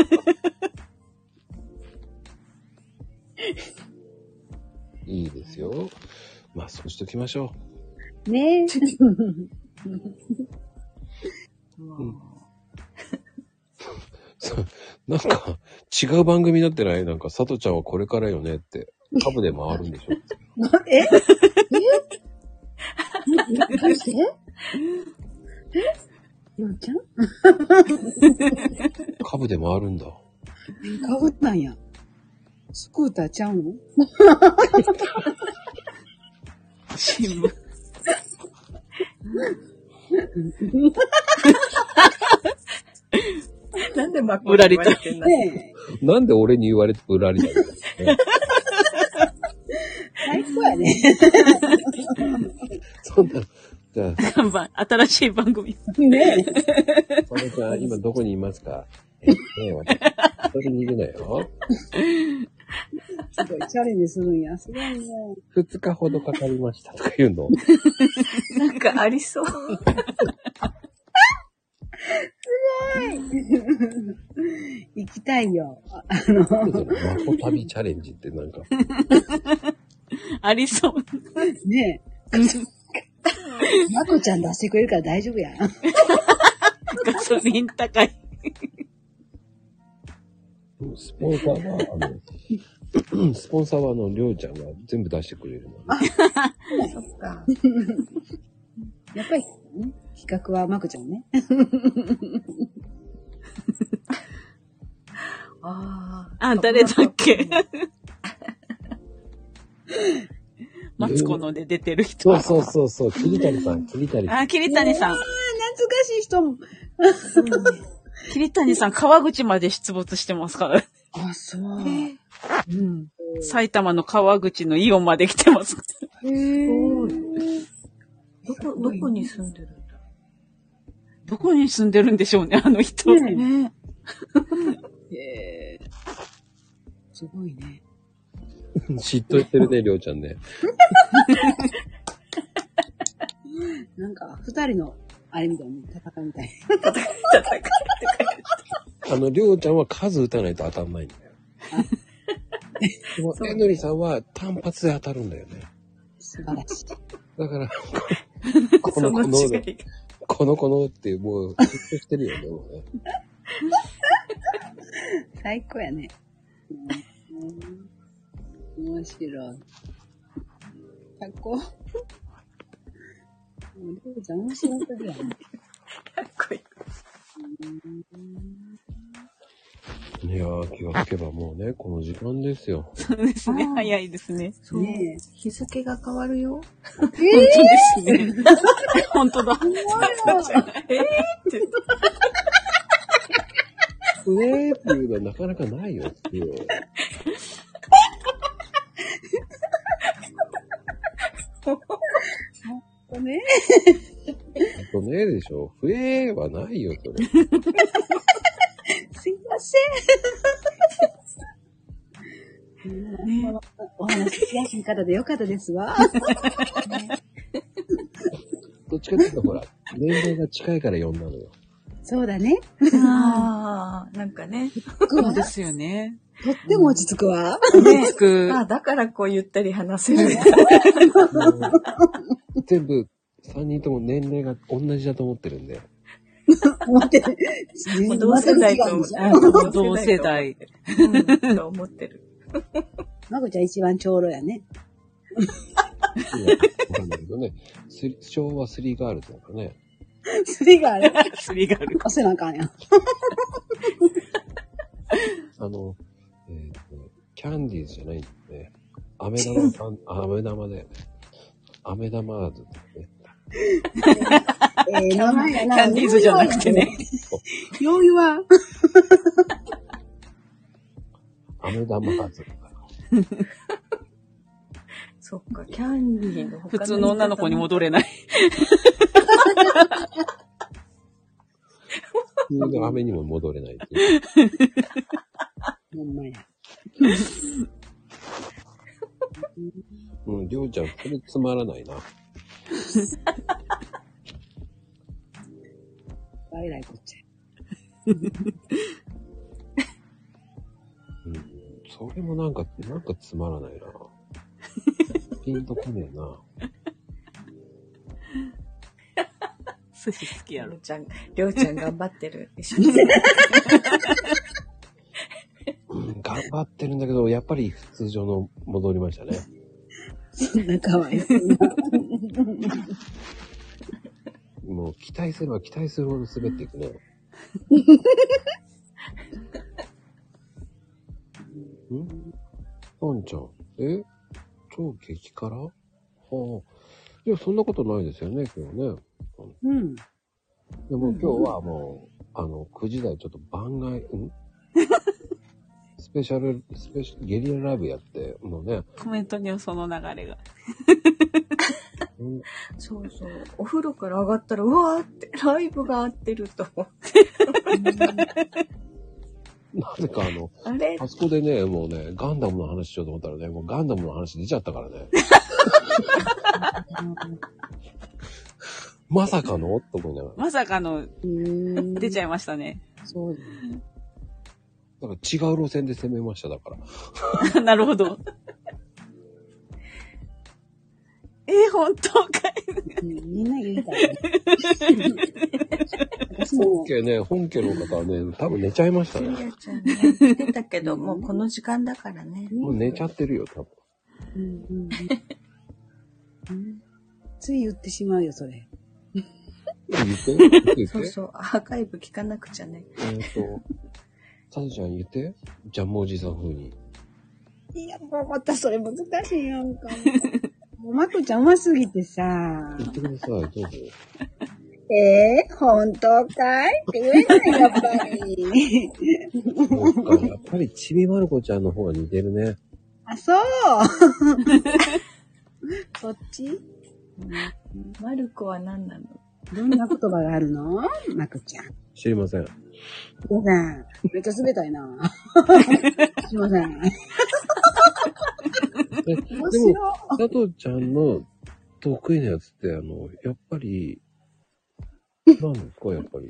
Speaker 3: いいですよ。まあ、そうしときましょ
Speaker 4: う。ねえ。
Speaker 3: なんか、違う番組になってない？なんか、さとちゃんはこれからよねって、株で回るんでしょ？
Speaker 4: ようちゃん
Speaker 3: 株で回るんだ。
Speaker 4: 株なんや。スクーターちゃうの？
Speaker 2: 新聞。
Speaker 5: なんでマコに言われてんだ
Speaker 4: ね
Speaker 3: なんで俺に言われてぶらりだよ、ね。
Speaker 4: 最高やね。
Speaker 3: そんな、じゃあ、
Speaker 2: 新しい番組。
Speaker 4: ね
Speaker 3: そのちゃん、今どこにいますか？私、それにいるのよ。
Speaker 4: すごい、チャレンジするんや。すごいね。
Speaker 3: 2日ほどかかりましたとか言うの。
Speaker 5: なんかありそう。
Speaker 4: 行きたいよ。
Speaker 3: マコ旅チャレンジってなんか。
Speaker 2: ありそう。
Speaker 4: ねえ。まこちゃん出してくれるから大丈夫や。
Speaker 2: ガソリン高い。
Speaker 3: スポンサーは、スポンサーはりょうちゃんが全部出してくれるのね。
Speaker 5: そっか。
Speaker 4: やっぱり、ね、企画はまこちゃんね。
Speaker 2: あ、誰だっけマツコので出てる人。
Speaker 3: そう、桐谷さん。
Speaker 2: あ、桐谷さん。
Speaker 4: 懐かしい人も。
Speaker 2: 桐谷さん、川口まで出没してますから。
Speaker 4: あ、そう。
Speaker 2: うん。埼玉の川口のイオンまで来てます。
Speaker 5: どこに住んでるんだ？
Speaker 2: どこに住んでるんでしょうね、あの人。
Speaker 5: ね。
Speaker 4: すごいね。
Speaker 3: 嫉妬してるね、りょうちゃんね。
Speaker 4: なんか、二人の、あれみたいに、戦いみたい。
Speaker 3: りょうちゃんは数打たないと当たんないんだよ。でも、えのりさんは単発で当たるんだよね。
Speaker 4: 素晴らしい。
Speaker 3: だから、この子のってもう、嫉妬してるよね、もうね。
Speaker 4: 最高やね。面白い。最高。もう、りょうちゃん面白い人だよね。
Speaker 5: かっこいい。
Speaker 3: いやー、気がつけばもうね、この時間ですよ。
Speaker 2: そうですね、早いですね。
Speaker 5: そう。ね、日付が変わるよ。
Speaker 2: 本当ですね。本当だ。って。
Speaker 3: っていうのはなかなかないよっていう。
Speaker 4: ね
Speaker 3: あとねでしょ。ふえーはないよ、それ。
Speaker 4: すいません。ね、お話しやすい方でよかったですわ。
Speaker 3: どっちかっていうとほら、年齢が近いから呼んだのよ。
Speaker 4: そうだね。
Speaker 5: ああ、なんかね。
Speaker 2: そうですよね。
Speaker 4: とっても落ち着くわ。
Speaker 2: 落ち着く。
Speaker 5: あ、だからこうゆったり話せる。
Speaker 3: 全部、3人とも年齢が同じだと思ってるんで。
Speaker 4: 思ってる。
Speaker 5: 同世代と思
Speaker 2: 同世代。
Speaker 5: と思ってる。
Speaker 4: まこちゃん一番長老やね。
Speaker 3: わかんないけどね。昭和3ガールズだからね。
Speaker 4: スリがある。
Speaker 2: スリがある。
Speaker 4: 押せなあかんやん。
Speaker 3: キャンディーズじゃないんだね。飴玉さん、飴玉だよね。飴玉ーズってね。
Speaker 4: 名前やな。
Speaker 2: キャンディーズじゃなくてね。
Speaker 4: よう言わん。
Speaker 3: 飴玉ーズ。
Speaker 5: そっか、キャンディーの
Speaker 2: 普通の女の子に戻れない。
Speaker 3: 普通の飴にも戻れないっていう。
Speaker 4: ほんまや。
Speaker 3: うん、りょうちゃん、これつまらないな。
Speaker 4: えらいこっちゃ。
Speaker 3: うん、それもなんかつまらないな。ピンとこねえな。
Speaker 2: 寿司好きやろ。
Speaker 5: りょうちゃん頑張ってる。一緒に。
Speaker 3: 頑張ってるんだけど、やっぱり通常の戻りましたね。
Speaker 4: そんなかわいそうな。
Speaker 3: もう期待すれば期待するほど滑っていくね。パンちゃん、超激辛？はあ。いや、そんなことないですよね、今日ね。
Speaker 4: うん。
Speaker 3: でも今日はもう、 9時台ちょっと番外、ゲリラライブやって、もうね。
Speaker 2: コメントにはその流れが。
Speaker 5: そうそう。お風呂から上がったら、うわーって、ライブが合ってると思って。
Speaker 3: なぜかあそこでね、もうね、ガンダムの話しようと思ったらね、もうガンダムの話出ちゃったからね。まさかのと思いながら。
Speaker 2: まさかの、出ちゃいましたね。
Speaker 4: そうだね。
Speaker 3: だから違う路線で攻めました、だから。
Speaker 2: なるほど。本当かい。
Speaker 4: みんな言いたいね。
Speaker 3: 本家の方はね、多分寝ちゃいましたね。
Speaker 5: ゆりやちゃんね、寝てたけど、もうこの時間だからね。
Speaker 3: もう寝ちゃってるよ、多分。
Speaker 4: つい言ってしまうよ、それ。
Speaker 3: 言って。
Speaker 5: そうそう、アーカイブ聞かなくちゃね。
Speaker 3: さとちゃん言って。ジャムおじさん風に。
Speaker 4: いや、もうまたそれ難しいやんか。もうまこちゃんうますぎてさ。
Speaker 3: 言ってください、どうぞ。
Speaker 4: 本当かいって言えない、やっぱり。
Speaker 3: そうか、やっぱりちびまる子ちゃんの方が似てるね。
Speaker 4: あ、そう。そっち？
Speaker 5: まる子は何なの？
Speaker 4: どんな言葉があるの？まこちゃん。
Speaker 3: 知りません。
Speaker 4: ごめん。めっちゃ冷たいな。すいません。
Speaker 3: でも、佐藤ちゃんの得意なやつって、やっぱり、何ですか、やっぱ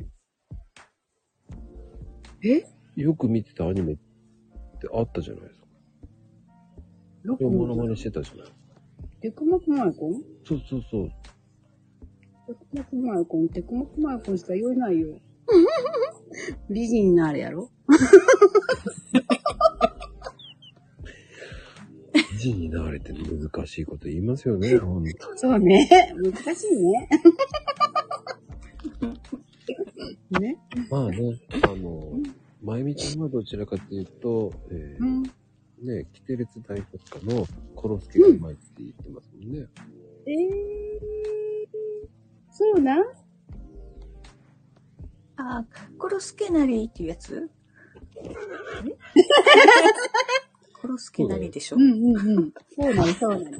Speaker 3: り。よく見てたアニメってあったじゃないですか。よくモノマネしてたじゃない。
Speaker 4: テクモクマイコン？
Speaker 3: そうそうそう。
Speaker 4: テクモクマイコンしか言えないよ。美人なあれやろ？
Speaker 3: 美人になれて難しいこと言いますよね、ほんと。
Speaker 4: そうね。難しいね。ね。
Speaker 3: まあね、まゆみちゃんはどちらかというと、ね、キテレツ大国家のコロスケがうまいって言ってますもんね。
Speaker 4: そうな？
Speaker 5: あ、コロスケなりっていうやつ？コロスケなりでしょ？
Speaker 4: そうなんだ。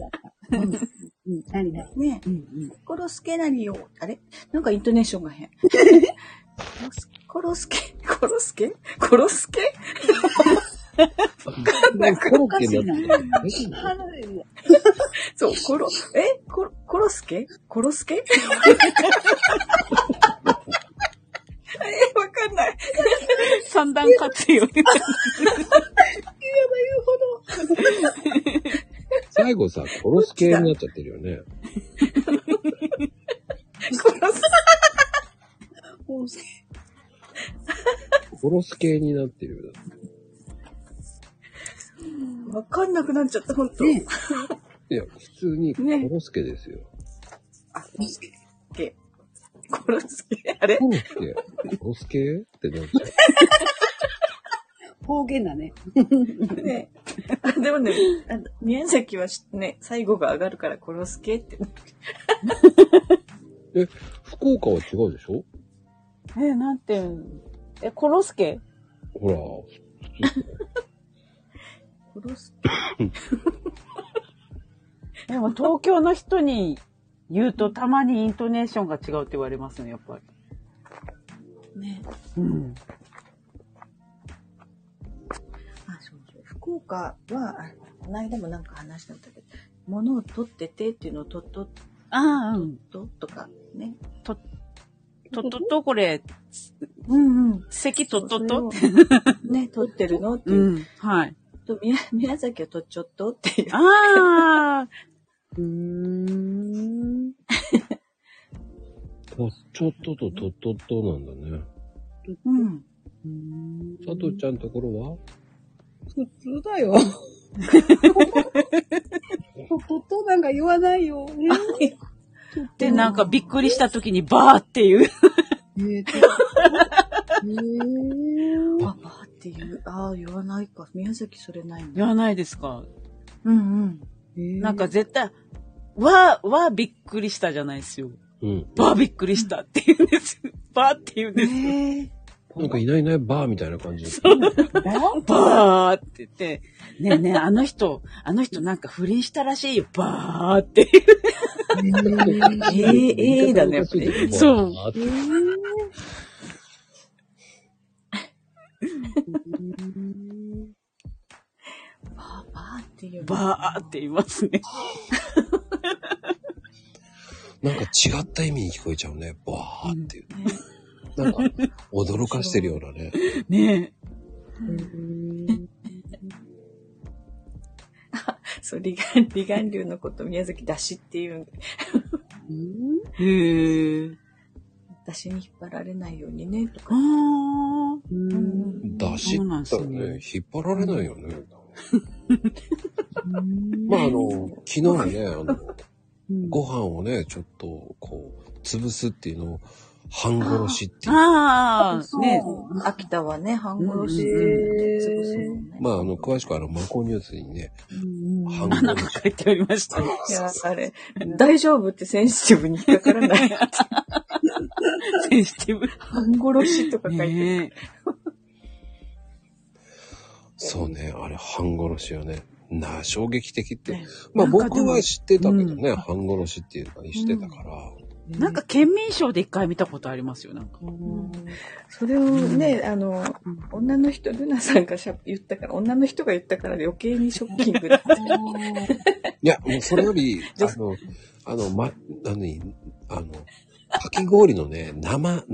Speaker 4: 何だ？
Speaker 5: ねえ。コロスケなりよ。あれ？なんかイントネーションが変。コロスケ
Speaker 3: なんかコロッケになってる。
Speaker 5: そう、コロスケわかんない。
Speaker 2: 三段活用。言えば
Speaker 5: 言うほど。
Speaker 3: 最後さ、コロスケになっちゃってるよね。コロスケになってるよ。
Speaker 5: わかんなくなっちゃった、ほんと。
Speaker 3: いや、普通にコロスケですよ。
Speaker 5: あ、コロスケ。コロスケあれ
Speaker 3: コロスケってなっちゃう。
Speaker 4: 方言だね。
Speaker 5: ねでもね、宮崎はね、最後が上がるからコロスケって。
Speaker 3: 福岡は違うでしょ？
Speaker 2: なんてコロスケ？
Speaker 3: ほら、
Speaker 5: コロスケ。
Speaker 2: でも東京の人に言うとたまにイントネーションが違うって言われますね、やっぱり。
Speaker 5: ね。そう。福岡は、この間もなんか話したんだけど、物を取っててっていうのをとかね。
Speaker 2: これ。席と
Speaker 5: ね、取ってるのっていう。
Speaker 2: はい。
Speaker 5: 宮崎はとっちょっとっていう。
Speaker 3: ちょっとととっとっとなんだね。佐藤ちゃんところは？
Speaker 4: 普通だよ。とっとなんか言わないよ。
Speaker 2: で、なんかびっくりした時にバーっていう。
Speaker 5: バーっていう。言わないか。宮崎それないの？
Speaker 2: 言わないですか？なんか絶対、びっくりしたじゃないですよ。バーびっくりしたって言うんですよ。バーって言うんですよ。
Speaker 3: なんかいないいないバーみたいな感じ。
Speaker 2: バーって言って、ねえねえ、あの人なんか不倫したらしいよ、バーって。
Speaker 5: だね、やっぱり。
Speaker 2: そう。
Speaker 5: バーって言う。
Speaker 2: バーって言いますね。
Speaker 3: なんか違った意味に聞こえちゃうね。バーっていう。なんか驚かしてるようなね。
Speaker 2: ねえ。
Speaker 5: そう、離岸流のこと宮崎だしっていう。
Speaker 2: へえ。
Speaker 5: だしに引っ張られないようにね、とか。
Speaker 3: だしって言ったらね、引っ張られないよね。まあ昨日ね、ご飯をね、ちょっとこう、潰すっていうのを、半殺しっていう。
Speaker 2: ああ、ね。
Speaker 5: 秋田はね、半殺し。
Speaker 3: まあ、詳しくマコニュースにね、
Speaker 2: 半殺し。書いてありましたね。
Speaker 5: いや、あれ、大丈夫ってセンシティブに引っかからない。
Speaker 2: センシティブ。
Speaker 5: 半殺しとか書いてる。
Speaker 3: そうね、あれ、半殺しはね、衝撃的って。まあ僕は知ってたけどね、半殺しっていうのはしてたから。
Speaker 2: なんか県民賞で一回見たことありますよ、なんか。
Speaker 5: それをね、女の人、ルナさんが言ったから、女の人が言ったから余計にショッキングだった。
Speaker 3: いや、もうそれより、かき氷のね、生、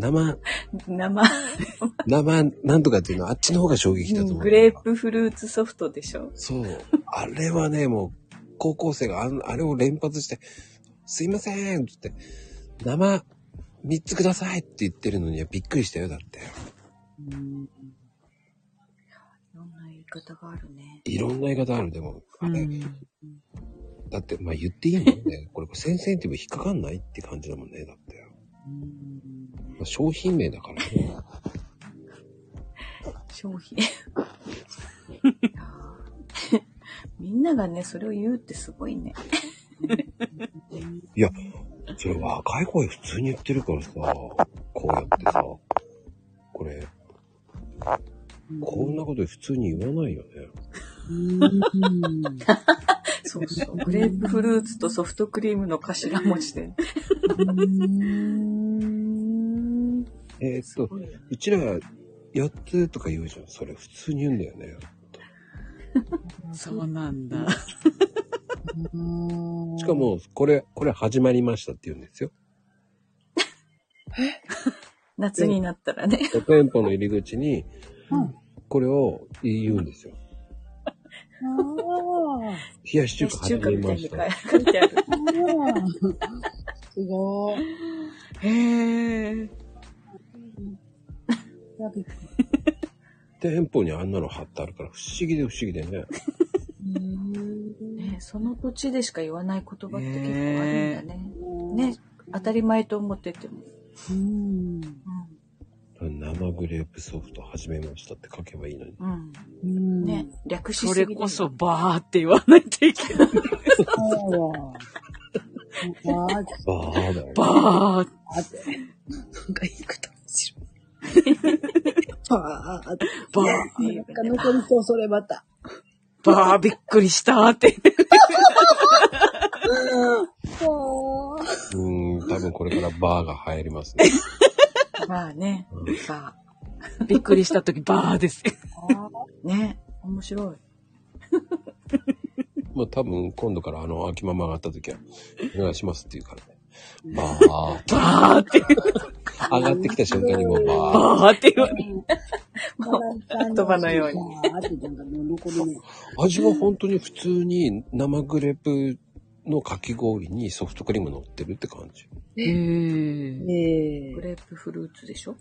Speaker 3: なんとかっていうのはあっちの方が衝撃だと思う。
Speaker 5: グレープフルーツソフトでしょ。
Speaker 3: そう。あれはね、もう、高校生があれを連発して、すいませんって言って、生3つくださいって言ってるのにはびっくりしたよ、だって。
Speaker 5: いろんな言い方があるね。
Speaker 3: いろんな言い方ある、でも、あれ。だって、まあ言っていいもんね。これセンセンティブ引っかかんないって感じだもんね、だって。まあ、商品名だからね。
Speaker 5: 商品。みんながね、それを言うってすごいね。
Speaker 3: いや、それ若い子は普通に言ってるからさ、こうやってさ、これ、こんなこと普通に言わないよね。
Speaker 5: そうそう。グレープフルーツとソフトクリームの頭文字で。
Speaker 3: うちら4つとか言うじゃん。それ普通に言うんだよね。
Speaker 2: そうなんだ。
Speaker 3: しかも、これ始まりましたって言うんですよ。
Speaker 5: 夏になったらね。
Speaker 3: 店舗の入り口に、これを言うんですよ。冷やし中華始めました。
Speaker 5: 書いてある。
Speaker 4: すごい。
Speaker 2: へー。
Speaker 3: 店舗にあんなの貼ってあるから不思議でね。
Speaker 5: その土地でしか言わない言葉って結構あるんだね。ね、当たり前と思ってても。
Speaker 3: 生グレープソフト始めましたって書けばいいの
Speaker 5: に。ね、略しすぎ。
Speaker 2: それこそバーって言わないといけない。
Speaker 3: バーだよ。
Speaker 2: バーって。
Speaker 4: なんかいいことしろ。バーって。バー。なんか残りそう、それまた。
Speaker 2: バーびっくりしたって。
Speaker 3: 多分これからバーが流行りますね。
Speaker 5: まあね、バ
Speaker 2: ー。びっくりしたときバーですよ。
Speaker 5: ね、面白い。
Speaker 3: まあ多分今度から秋ママがあったときは、お願いしますって言うからね。バ
Speaker 2: ーって。
Speaker 3: 上がってきた瞬間にもう
Speaker 2: バーって言われる。
Speaker 5: 言葉のように。
Speaker 3: 味は本当に普通に生グレープのかき氷にソフトクリーム乗ってるって感じ。
Speaker 5: グレープフルーツでしょ？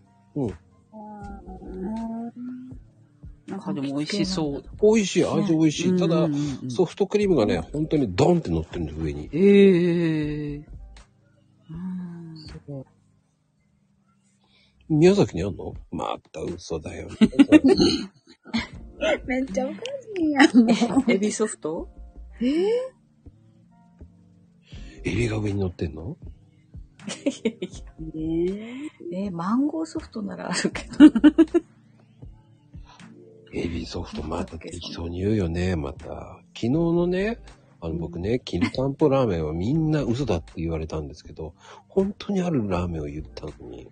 Speaker 2: なんかでも美味しそう。
Speaker 3: 美味しい、味美味しい。ただ、ソフトクリームがね、本当にドンって乗ってるんです、上に。
Speaker 5: すごい。
Speaker 3: 宮崎にあんの？また嘘だよね。
Speaker 4: めっちゃおかしいやん。
Speaker 5: エビソフト？
Speaker 3: エビが上に乗ってんの？
Speaker 5: マンゴーソフトならあるけど。
Speaker 3: エビソフトまた適当に言うよね、また。昨日のね、僕ね、きりたんぽラーメンはみんな嘘だって言われたんですけど、本当にあるラーメンを言ったのに。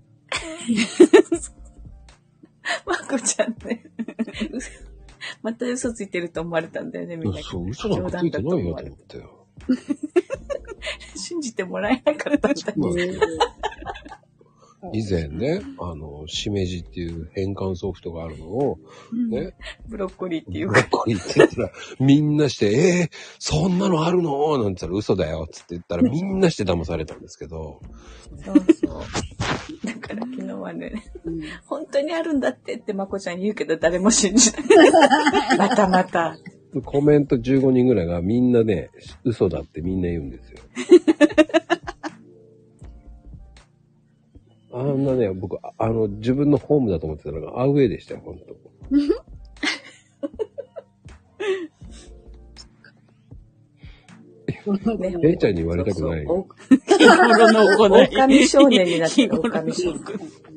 Speaker 5: まこちゃんね。また嘘ついてると思われたんだよね、みんな。
Speaker 3: そう、嘘なんかついてないよと思ったよ。
Speaker 5: 信じてもらえなかったんだね。
Speaker 3: 以前ね、しめじっていう変換ソフトがあるのを、ね、
Speaker 5: ブロッコリーっていう
Speaker 3: ブロッコリーって言ったら、みんなして、そんなのあるのなんて言ったら嘘だよって言ったら、みんなして騙されたんですけど。
Speaker 5: そうそう。だから昨日はね、本当にあるんだってまこちゃん言うけど誰も信じない。また。
Speaker 3: コメント15人ぐらいがみんなね、嘘だってみんな言うんですよ。あんなね、僕、自分のホームだと思ってたのがアウェイでしたよ、ほんと。ね、レイちゃんに言われたくない。
Speaker 2: 日頃の行い。
Speaker 5: 狼少年になってる、狼少年。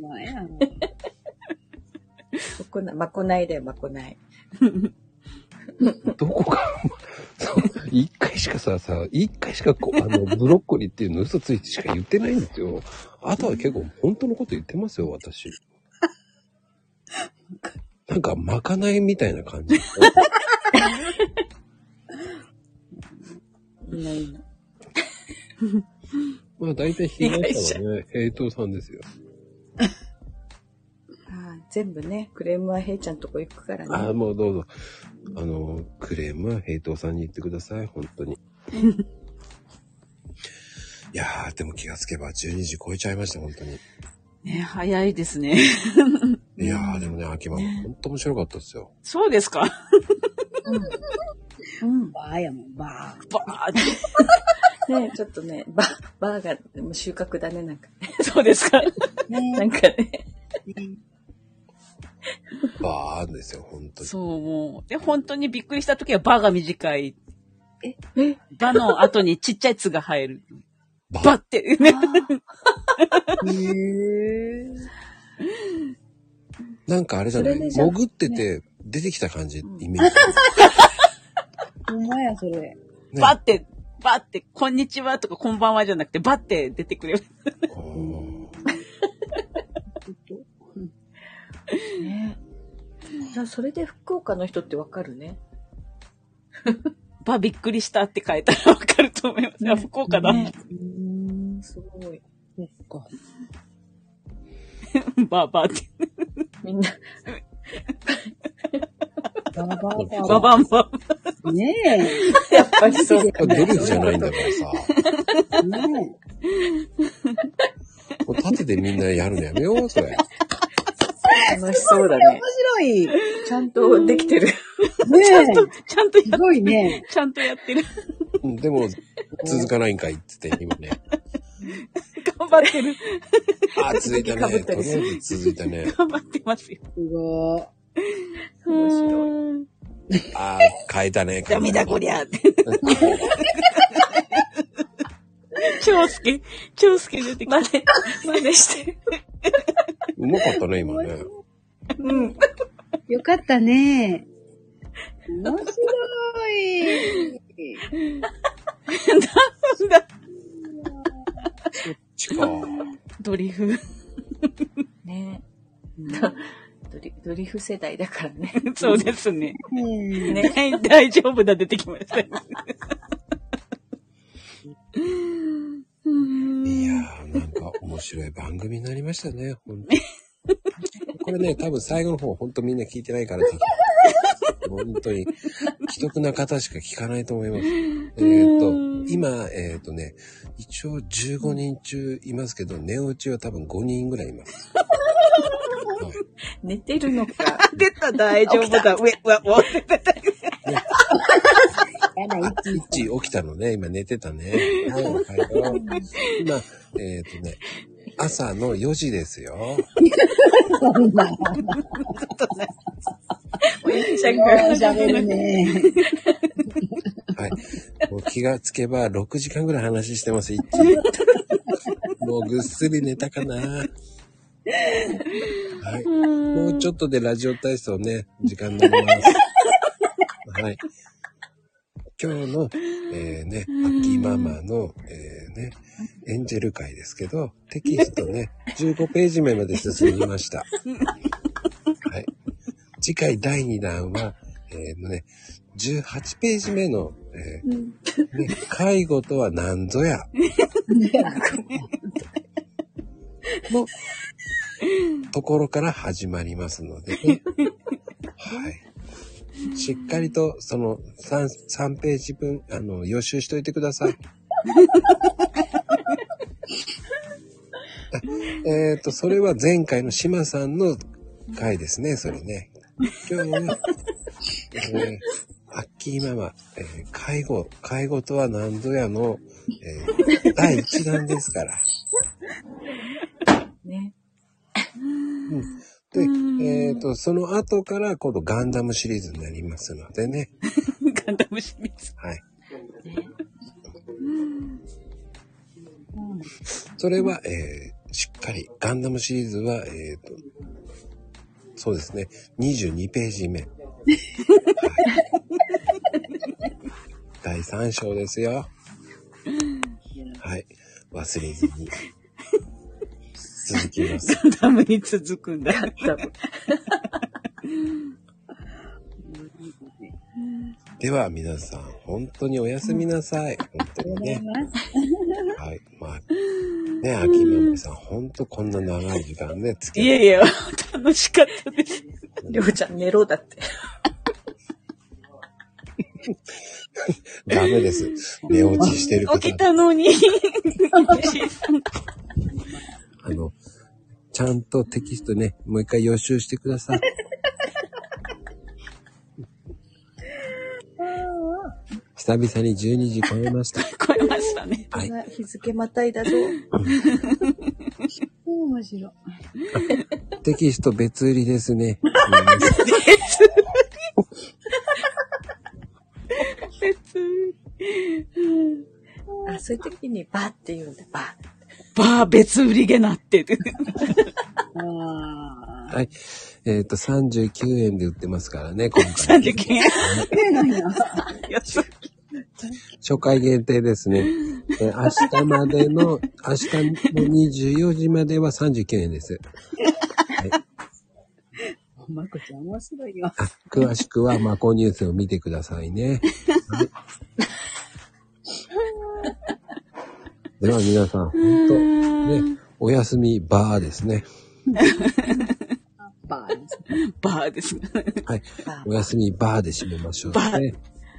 Speaker 5: まこないだよ、まこない。
Speaker 3: どこか、一回しかブロッコリーっていうの嘘ついてしか言ってないんですよ。あとは結構本当のこと言ってますよ、私。なんかまかないみたいな感じ。
Speaker 5: いいな。
Speaker 3: まあ大体被害者はね、平等さんですよ。
Speaker 5: 全部ね、クレームは平ちゃんとこ行くからね。
Speaker 3: もうどうぞ。クレームは平等さんに言ってください、本当に。いやー、でも気がつけば12時超えちゃいました、本当に。
Speaker 2: ね、早いですね。
Speaker 3: いやー、でもね、秋間も本当面白かったですよ。
Speaker 2: そうですか？
Speaker 4: バーやもん、バー。
Speaker 2: バーって。
Speaker 5: ね、ちょっとね、バーがもう収穫だね、なんかね。
Speaker 2: そうですか？
Speaker 5: なんかね。
Speaker 3: バーンですよ、本当に。
Speaker 2: そう、もう。で、本当にびっくりしたときはバーが短い。
Speaker 5: バ
Speaker 2: の後にちっちゃいつが入る。バって。
Speaker 3: なんかあれじゃない？潜ってて出てきた感じ、イメージ。
Speaker 4: ほんまや、それ。
Speaker 2: バって、こんにちはとかこんばんはじゃなくて、バって出てくれる。
Speaker 5: ね。それで福岡の人ってわかるね。
Speaker 2: びっくりしたって書いたらわかると思います。ね、福岡だ。
Speaker 5: すごい。
Speaker 4: そっか。
Speaker 2: バって。
Speaker 5: みんな。
Speaker 2: ババンバ
Speaker 4: ン。ねえ。
Speaker 5: やっぱりそうか。
Speaker 3: ドリフじゃないんだからさ。ねえ。縦でみんなやるのやめよう、それ。
Speaker 5: 楽しそうだね。
Speaker 4: 面白い。
Speaker 5: ちゃんとできてる。ね
Speaker 4: え。
Speaker 2: ちゃんと
Speaker 4: すごいね。
Speaker 2: ちゃんとやってる。
Speaker 3: でも、続かないんかいっつって、今ね。
Speaker 2: 頑張ってる。
Speaker 3: 続いたね。とりあえず続いたね。
Speaker 2: 頑張ってますよ。
Speaker 4: すごい。
Speaker 5: 面白い。
Speaker 3: 変えたね。
Speaker 2: ダメだこりゃ。長介出てきた。真似してる。
Speaker 3: うまかったね、今ね。
Speaker 4: よかったね。面白い。
Speaker 2: なんだ。
Speaker 3: そっちか。
Speaker 2: ドリフ。
Speaker 5: ね。ドリフ世代だからね。
Speaker 2: そうですね。
Speaker 5: ね。
Speaker 2: 大丈夫だ、出てきました。
Speaker 3: いやー、なんか面白い番組になりましたね、本当に。これね、多分最後の方、本当みんな聞いてないから、本当に、既得な方しか聞かないと思います。今、一応15人中いますけど、寝落ちは多分5人ぐらいいます。
Speaker 5: はい、寝てるのか。
Speaker 2: 出た、大丈夫だ。
Speaker 3: 一起起きたのね、今寝てたね。今、朝の4時ですよ。
Speaker 4: そんな。喋るね。
Speaker 3: はい。もう気がつけば6時間ぐらい話してます、一気。ももうぐっすり寝たかな。はい。もうちょっとでラジオ体操ね、時間になります。はい。今日の、アッキーママの、エンジェル会ですけど、テキストね、15ページ目まで進みました。はい。次回第2弾は、18ページ目の、介護とは何ぞや。のところから始まりますので、ね、はい。しっかりとその 3ページ分予習しといてください。それは前回の島さんの回ですね、それね。今日はね、アッキーママ、介護とは何ぞやの、第1弾ですから。ね。で、その後から今度ガンダムシリーズになりますのでね。
Speaker 2: ガンダムシリーズ。
Speaker 3: はい。それは、しっかり、ガンダムシリーズは、そうですね、22ページ目。はい、第3章ですよ。はい。忘れずに。続きます。
Speaker 2: ガンダムに続くんだ。
Speaker 3: では皆さん、本当におやすみなさい。本当にね。はい。まあ、ね、秋豆さん、本当こんな長い時間ね、つけて。
Speaker 2: いやいや、楽しかったです。
Speaker 5: りょうちゃん寝ろだって。
Speaker 3: ダメです。寝落ちしてる方。
Speaker 2: 起きたのに。
Speaker 3: ちゃんとテキストね、もう一回予習してください。久々に12時超えました。
Speaker 2: 超えましたね。
Speaker 3: はい。
Speaker 5: 日付またいだぞ。面白い。
Speaker 3: テキスト別売りですね。
Speaker 2: 別売り。
Speaker 5: あ、そういう時にバーって言うんだ。バ
Speaker 2: ー別売りげなってる。
Speaker 3: はい。39円で売ってますからね、今回。
Speaker 2: 39円。
Speaker 3: 初回限定ですね。明日の24時までは39円です。はい。
Speaker 4: まこちゃん面白いよ。
Speaker 3: 詳しくはマコニュースを見てくださいね。はい、では皆さん、本当ね、お休みバーですね。
Speaker 4: バーです。
Speaker 2: バーですね。
Speaker 3: はい。お休みバーで締めましょうね。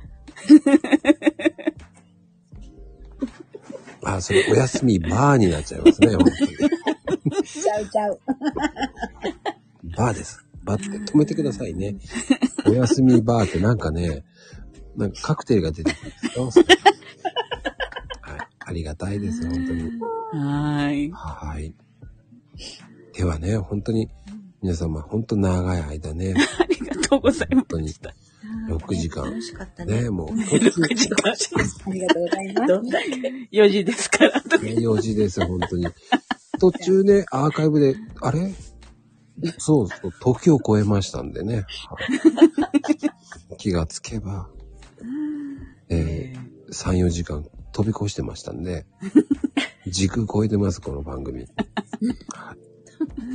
Speaker 3: あ、それお休みバーになっちゃいますね、本当に。
Speaker 4: ちゃう。
Speaker 3: バーです。バーって止めてくださいね。お休みバーってなんかね、なんかカクテルが出てくるんですよ。はい。ありがたいです、本当に。はい。ではね、本当に皆様、本当長い間ね。
Speaker 2: ありがとうございます。本当に
Speaker 3: 6時間。
Speaker 5: 楽しかったね。
Speaker 3: ね、もう。
Speaker 2: 6時間。
Speaker 4: ありがとうございます。
Speaker 2: 4時ですから。
Speaker 3: 4時です、本当に。途中ね、アーカイブで、あれそう、時を超えましたんでね。気がつけば、3、4時間飛び越してましたんで、時空超えてます、この番組。はい、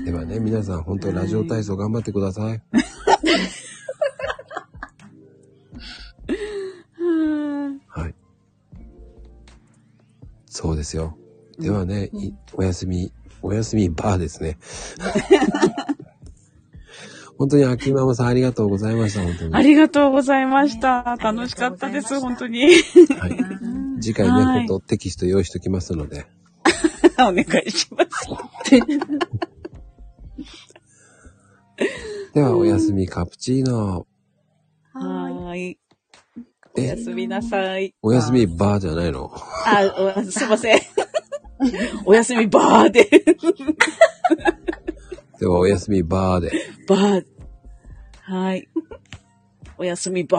Speaker 3: ではね、皆さん、本当ラジオ体操頑張ってください。はい。そうですよ。ではね、おやすみバーですね。本当に秋ママさんありがとうございました。本当に。
Speaker 2: ありがとうございました。楽しかったです、本当に。
Speaker 3: はい。次回ね、今度テキスト用意しておきますので。
Speaker 2: お願いします。
Speaker 3: では、おやすみカプチーノ。
Speaker 2: はい。おやすみなさい。
Speaker 3: おやすみバーじゃないの？
Speaker 2: すいません。おやすみバーで。
Speaker 3: では、おやすみバーで。
Speaker 2: バー。はい。おやすみバー。